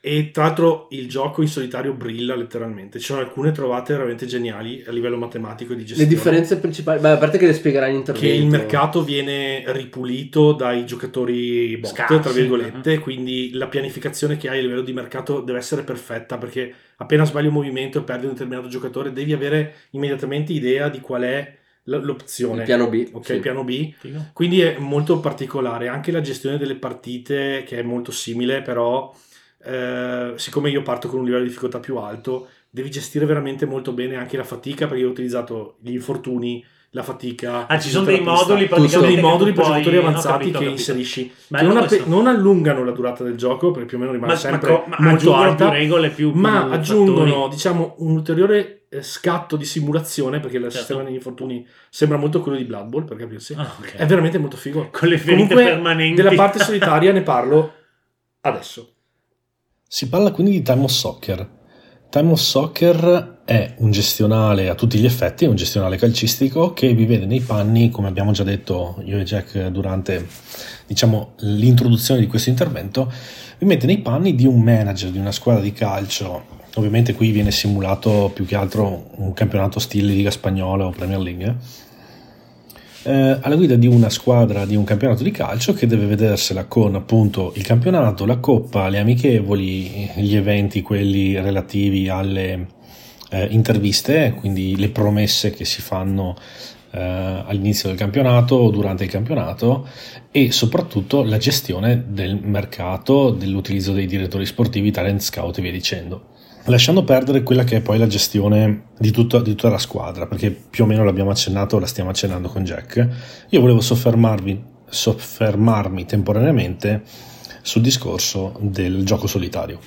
E tra l'altro il gioco in solitario brilla letteralmente, ci sono alcune trovate veramente geniali a livello matematico e di gestione. Le differenze principali, beh, a parte che le spiegherai in intervento. Che il mercato viene ripulito dai giocatori bot, Scarsi, tra virgolette, uh-huh. Quindi la pianificazione che hai a livello di mercato deve essere perfetta, perché appena sbagli un movimento e perdi un determinato giocatore devi avere immediatamente idea di qual è l'opzione. Il piano B. Ok, sì. il piano B. Figo. Quindi è molto particolare, anche la gestione delle partite che è molto simile, però eh, siccome io parto con un livello di difficoltà più alto, devi gestire veramente molto bene anche la fatica, perché io ho utilizzato gli infortuni, la fatica. Ah, ci sono dei moduli, ci sono dei moduli per poi... giocatori avanzati capito, che capito. inserisci, Beh, che non, questo... app- non allungano la durata del gioco, perché più o meno rimane ma, sempre ma, ma molto alta, più regole, più, più ma aggiungono fattori. diciamo un ulteriore scatto di simulazione, perché il certo. sistema degli infortuni sembra molto quello di Blood Bowl, per capirsi. Ah, okay. È veramente molto figo. Con le ferite Comunque, permanenti. della parte solitaria ne parlo adesso. Si parla quindi di Time of Soccer. Time of Soccer è un gestionale a tutti gli effetti, è un gestionale calcistico che vi vede nei panni, come abbiamo già detto io e Jack durante diciamo l'introduzione di questo intervento, vi mette nei panni di un manager di una squadra di calcio. Ovviamente qui viene simulato più che altro un campionato stile Liga Spagnola o Premier League, eh, alla guida di una squadra di un campionato di calcio che deve vedersela con appunto il campionato, la coppa, le amichevoli, gli eventi quelli relativi alle eh, interviste, quindi le promesse che si fanno eh, all'inizio del campionato o durante il campionato, e soprattutto la gestione del mercato, dell'utilizzo dei direttori sportivi, talent scout e via dicendo. Lasciando perdere quella che è poi la gestione di tutta, di tutta la squadra, perché più o meno l'abbiamo accennato, la stiamo accennando con Jack, io volevo soffermarvi, soffermarmi temporaneamente sul discorso del gioco solitario.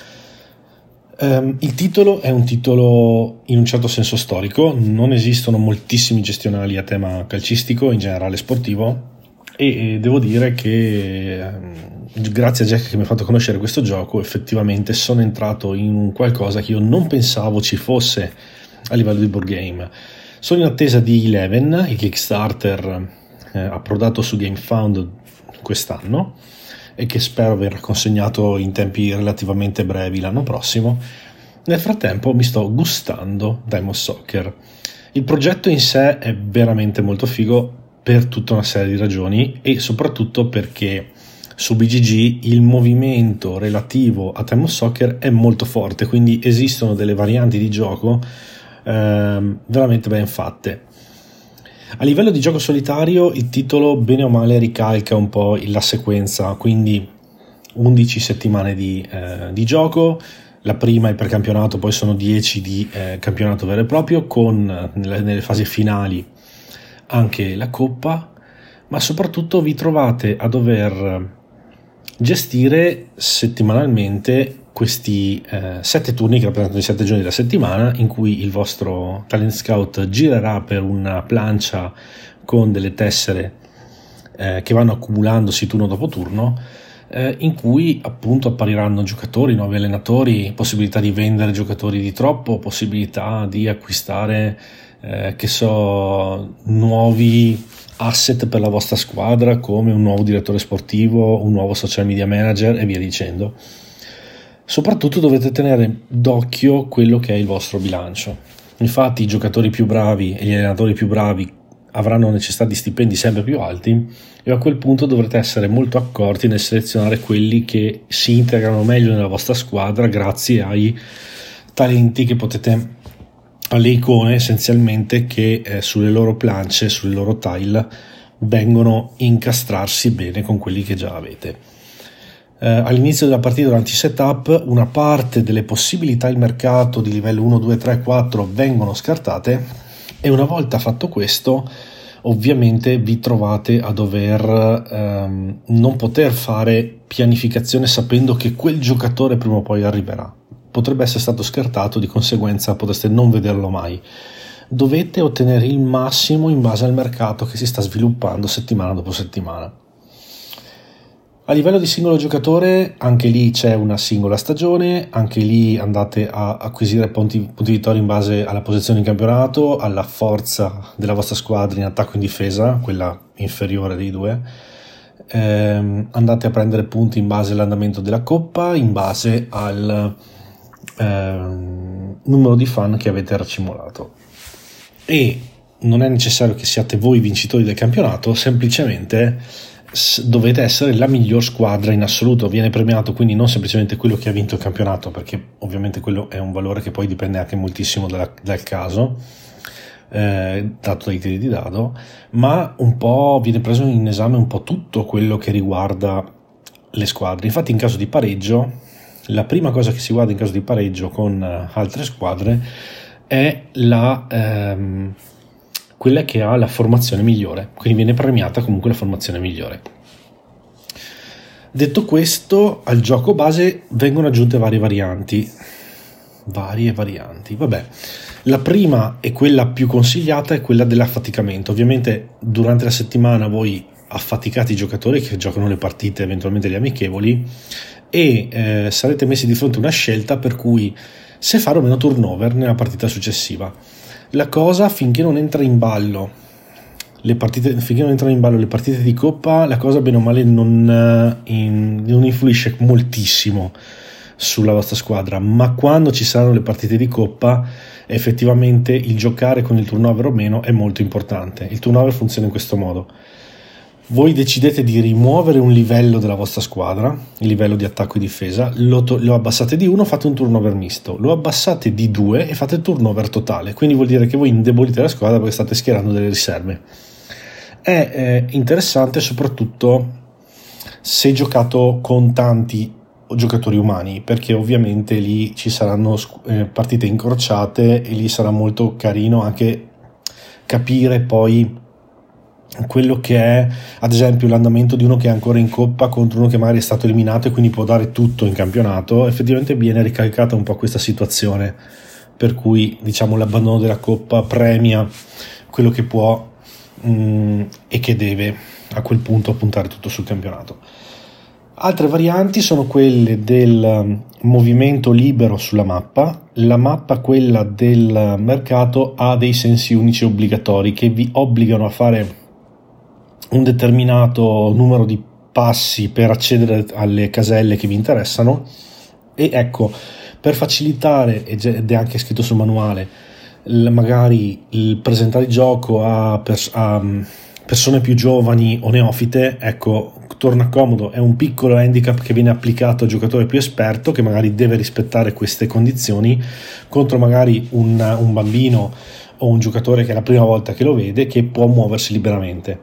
Um, il titolo è un titolo in un certo senso storico, non esistono moltissimi gestionali a tema calcistico, in generale sportivo, e devo dire che grazie a Jack che mi ha fatto conoscere questo gioco effettivamente sono entrato in un qualcosa che io non pensavo ci fosse a livello di board game. Sono in attesa di Eleven, il Kickstarter eh, approdato su GameFound quest'anno e che spero verrà consegnato in tempi relativamente brevi l'anno prossimo. Nel frattempo mi sto gustando Time of Soccer. Il progetto in sé è veramente molto figo per tutta una serie di ragioni, e soprattutto perché su B G G il movimento relativo a Time of Soccer è molto forte, quindi esistono delle varianti di gioco ehm, veramente ben fatte. A livello di gioco solitario il titolo bene o male ricalca un po' la sequenza, quindi undici settimane di, eh, di gioco, la prima è per campionato, poi sono dieci di eh, campionato vero e proprio, con nelle, nelle fasi finali anche la coppa, ma soprattutto vi trovate a dover gestire settimanalmente questi eh, sette turni che rappresentano i sette giorni della settimana, in cui il vostro talent scout girerà per una plancia con delle tessere eh, che vanno accumulandosi turno dopo turno, eh, in cui appunto appariranno giocatori, nuovi allenatori, possibilità di vendere giocatori di troppo, possibilità di acquistare Eh, che so, nuovi asset per la vostra squadra, come un nuovo direttore sportivo, un nuovo social media manager e via dicendo. Soprattutto dovete tenere d'occhio quello che è il vostro bilancio. Infatti i giocatori più bravi e gli allenatori più bravi avranno necessità di stipendi sempre più alti, e a quel punto dovrete essere molto accorti nel selezionare quelli che si integrano meglio nella vostra squadra grazie ai talenti che potete, alle icone essenzialmente, che eh, sulle loro plance, sulle loro tile vengono incastrarsi bene con quelli che già avete. Eh, all'inizio della partita, durante il setup, una parte delle possibilità di mercato di livello uno, due, tre, quattro vengono scartate, e una volta fatto questo ovviamente vi trovate a dover ehm, non poter fare pianificazione sapendo che quel giocatore prima o poi arriverà. Potrebbe essere stato scartato, di conseguenza potreste non vederlo mai. Dovete ottenere il massimo in base al mercato che si sta sviluppando settimana dopo settimana. A livello di singolo giocatore, anche lì c'è una singola stagione, anche lì andate a acquisire punti, punti vittoria in base alla posizione in campionato, alla forza della vostra squadra in attacco e in difesa, quella inferiore dei due, ehm, andate a prendere punti in base all'andamento della coppa, in base al ehm, numero di fan che avete racimolato, e non è necessario che siate voi vincitori del campionato, semplicemente dovete essere la miglior squadra in assoluto. Viene premiato quindi non semplicemente quello che ha vinto il campionato, perché ovviamente quello è un valore che poi dipende anche moltissimo dalla, dal caso eh, dato dai tiri di dado, ma un po' viene preso in esame un po' tutto quello che riguarda le squadre. Infatti in caso di pareggio, la prima cosa che si guarda in caso di pareggio con altre squadre è la ehm, quella che ha la formazione migliore, quindi viene premiata comunque la formazione migliore. Detto questo, al gioco base vengono aggiunte varie varianti, varie varianti, vabbè. La prima e quella più consigliata è quella dell'affaticamento. Ovviamente durante la settimana voi affaticate i giocatori che giocano le partite, eventualmente le amichevoli, e eh, sarete messi di fronte a una scelta per cui se fare o meno turnover nella partita successiva. La cosa, finché non entra in ballo le partite, finché non entrano in ballo le partite di coppa, la cosa bene o male non, in, non influisce moltissimo sulla vostra squadra, ma quando ci saranno le partite di coppa effettivamente il giocare con il turnover o meno è molto importante. Il turnover funziona in questo modo: voi decidete di rimuovere un livello della vostra squadra, il livello di attacco e difesa, lo, to- lo abbassate di uno, fate un turnover misto, lo abbassate di due e fate il turnover totale, quindi vuol dire che voi indebolite la squadra perché state schierando delle riserve. È eh, interessante soprattutto se giocato con tanti giocatori umani, perché ovviamente lì ci saranno eh, partite incrociate e lì sarà molto carino anche capire poi quello che è ad esempio l'andamento di uno che è ancora in coppa contro uno che magari è stato eliminato e quindi può dare tutto in campionato. Effettivamente viene ricalcata un po' questa situazione, per cui diciamo l'abbandono della coppa premia quello che può mh, e che deve a quel punto puntare tutto sul campionato. Altre varianti sono quelle del movimento libero sulla mappa. La mappa, quella del mercato, ha dei sensi unici obbligatori che vi obbligano a fare un determinato numero di passi per accedere alle caselle che vi interessano, e ecco, per facilitare, ed è anche scritto sul manuale, magari il presentare il gioco a, pers- a persone più giovani o neofite, ecco, torna comodo. È un piccolo handicap che viene applicato al giocatore più esperto, che magari deve rispettare queste condizioni, contro magari un, un bambino o un giocatore che è la prima volta che lo vede, che può muoversi liberamente.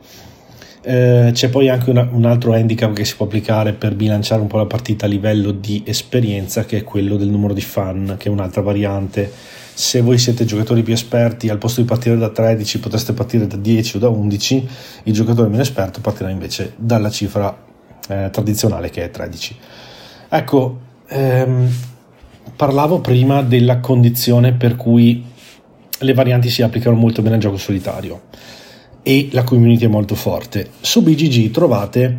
Eh, c'è poi anche una, un altro handicap che si può applicare per bilanciare un po' la partita a livello di esperienza, che è quello del numero di fan, che è un'altra variante. Se voi siete giocatori più esperti, al posto di partire da tredici potreste partire da dieci o da undici, il giocatore meno esperto partirà invece dalla cifra eh, tradizionale, che è tredici. Ecco, ehm, parlavo prima della condizione per cui le varianti si applicano molto bene al gioco solitario e la community è molto forte. Su B G G trovate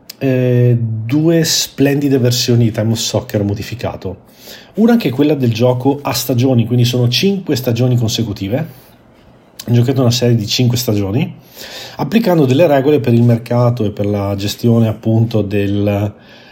eh, due splendide versioni di Time of Soccer modificato. Una che è quella del gioco a stagioni, quindi sono cinque stagioni consecutive, giocate una serie di cinque stagioni, applicando delle regole per il mercato e per la gestione appunto del,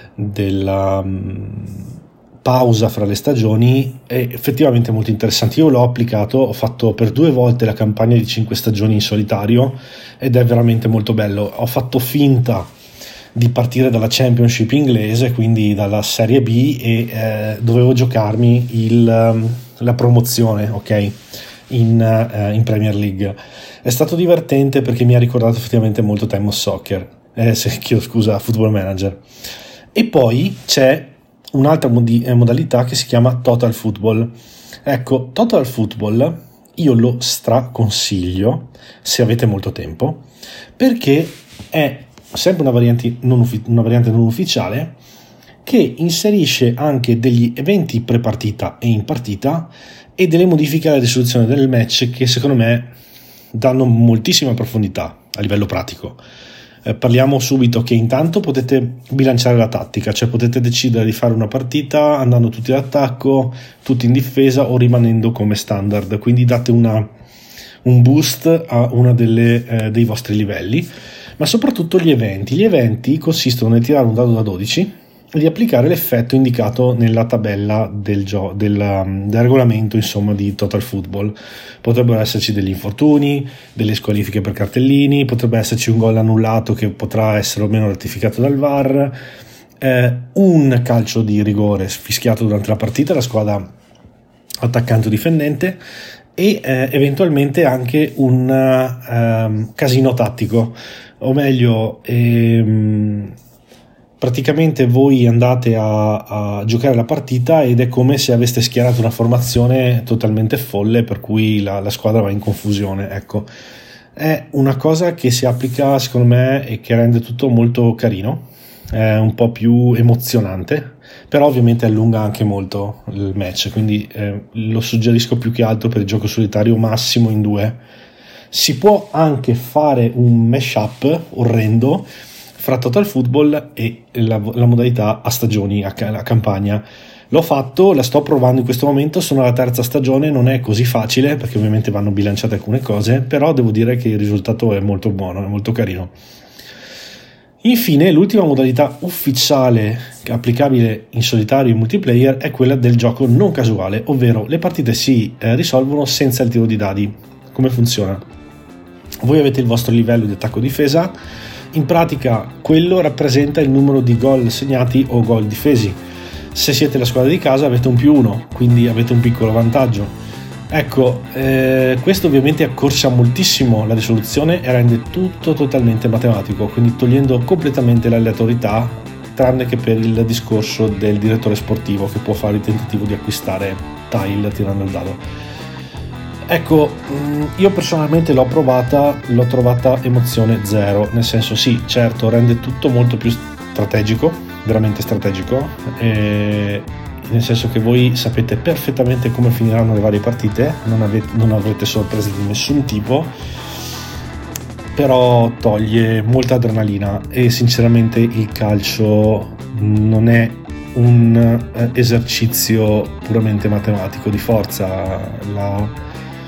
della um, pausa fra le stagioni. È effettivamente molto interessante. Io l'ho applicato, ho fatto per due volte la campagna di cinque stagioni in solitario ed è veramente molto bello. Ho fatto finta di partire dalla Championship inglese, quindi dalla Serie B, e eh, dovevo giocarmi il, la promozione, ok, in, eh, in Premier League. È stato divertente perché mi ha ricordato effettivamente molto Time of Soccer, eh, se, chiedo scusa, Football Manager. E poi c'è un'altra mod- modalità che si chiama Total Football. Ecco, Total Football io lo straconsiglio se avete molto tempo, perché è sempre una variante non, uffi- una variante non ufficiale che inserisce anche degli eventi pre-partita e in partita e delle modifiche alla risoluzione del match che secondo me danno moltissima profondità a livello pratico. Eh, parliamo subito che intanto potete bilanciare la tattica, cioè potete decidere di fare una partita andando tutti all'attacco, tutti in difesa o rimanendo come standard, quindi date una, un boost a uno eh, dei vostri livelli, ma soprattutto gli eventi. Gli eventi consistono nel tirare un dado da dodici e di applicare l'effetto indicato nella tabella del, gio- del, um, del regolamento, insomma, di Total Football. Potrebbero esserci degli infortuni, delle squalifiche per cartellini, potrebbe esserci un gol annullato che potrà essere o meno ratificato dal V A R, eh, un calcio di rigore fischiato durante la partita, la squadra attaccante o difendente, e eh, eventualmente anche un uh, casino tattico, o meglio ehm, praticamente voi andate a, a giocare la partita ed è come se aveste schierato una formazione totalmente folle, per cui la, la squadra va in confusione. Ecco, è una cosa che si applica secondo me e che rende tutto molto carino, è un po' più emozionante, però ovviamente allunga anche molto il match, quindi eh, lo suggerisco più che altro per il gioco solitario massimo in due. Si può anche fare un mashup orrendo fra Total Football e la, la modalità a stagioni, a, a campagna. L'ho fatto, la sto provando in questo momento, sono alla terza stagione, non è così facile perché ovviamente vanno bilanciate alcune cose, però devo dire che il risultato è molto buono, è molto carino. Infine, l'ultima modalità ufficiale applicabile in solitario e in multiplayer è quella del gioco non casuale, ovvero le partite si eh, risolvono senza il tiro di dadi. Come funziona? Voi avete il vostro livello di attacco-difesa, in pratica quello rappresenta il numero di gol segnati o gol difesi. Se siete la squadra di casa avete un più uno, quindi avete un piccolo vantaggio. Ecco, eh, questo ovviamente accorcia moltissimo la risoluzione e rende tutto totalmente matematico, quindi togliendo completamente l'aleatorietà, tranne che per il discorso del direttore sportivo che può fare il tentativo di acquistare tile tirando il dado. Ecco, io personalmente l'ho provata, l'ho trovata emozione zero, nel senso sì, certo, rende tutto molto più strategico, veramente strategico, e nel senso che voi sapete perfettamente come finiranno le varie partite, non, avete, non avrete sorprese di nessun tipo, però toglie molta adrenalina e sinceramente il calcio non è un eh, esercizio puramente matematico di forza. La,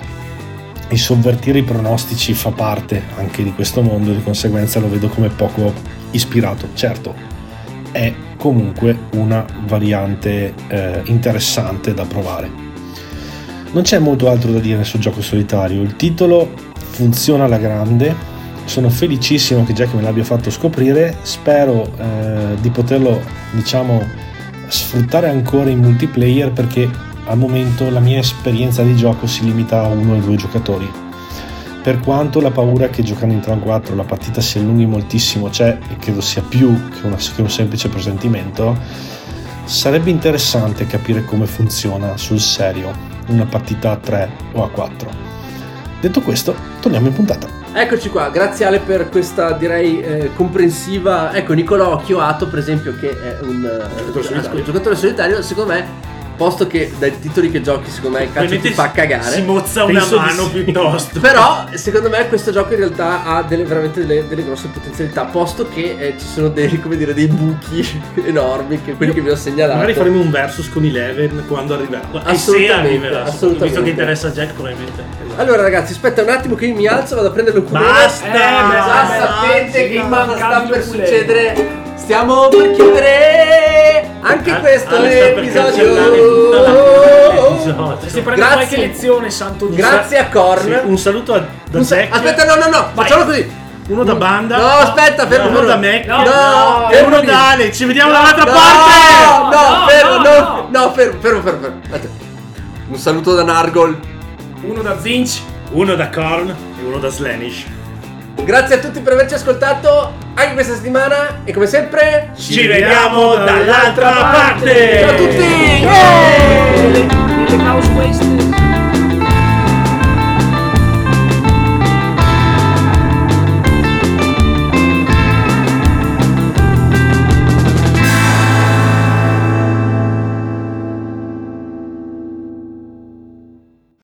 il sovvertire i pronostici fa parte anche di questo mondo, di conseguenza lo vedo come poco ispirato. Certo, è comunque una variante eh, interessante da provare. Non c'è molto altro da dire sul gioco solitario, il titolo funziona alla grande, sono felicissimo che Jack me l'abbia fatto scoprire, spero eh, di poterlo, diciamo, sfruttare ancora in multiplayer, perché al momento la mia esperienza di gioco si limita a uno o due giocatori. Per quanto la paura che giocando in tre o quattro la partita si allunghi moltissimo c'è, e credo sia più che, una, che un semplice presentimento, sarebbe interessante capire come funziona sul serio una partita a tre o a quattro. Detto questo, torniamo in puntata. Eccoci qua, grazie Ale per questa, direi, eh, comprensiva. Ecco, Nicolò Chioato per esempio, che è un giocatore solitario. un giocatore solitario, secondo me, posto che dai titoli che giochi, secondo me il calcio ti fa cagare, si mozza una Penso mano di sì. piuttosto. però secondo me questo gioco in realtà ha delle, veramente delle, delle grosse potenzialità, posto che eh, ci sono dei, come dire, dei buchi enormi, che quelli che vi ho segnalato. Magari faremo un versus con Eleven quando arriverà. E se Assolutamente, arriverà, assolutamente. visto che interessa a Jack probabilmente. Allora ragazzi, aspetta un attimo che io mi alzo, vado a prendere l'oculere. Basta! Eh, Già beh, sapete che in cosa sta mancavi per l'oculere. succedere. Stiamo per chiudere anche Ah, questo Ale sta per episodio. cancellare tutta la- l'episodio. Se prende Grazie. qualche lezione, santo Dio. Grazie a Korn. Sì, un saluto a, da Un sa- Jack, Aspetta, no, no, no, facciamo così. uno da Banda, No, aspetta, fermo. uno fermo. da Mac, No, No, no, e fermo uno lì. da Ale. Ci vediamo No, dall'altra no, parte! No, No, fermo, no, no, no. no, fermo, fermo, fermo, fermo. Aspetta. Un saluto da Nargol. Uno da Zinch. Uno da Korn e uno da Slanish. Grazie a tutti per averci ascoltato anche questa settimana e come sempre Ci vediamo dall'altra parte! ciao a tutti! Nelle, nelle Chaos Waste.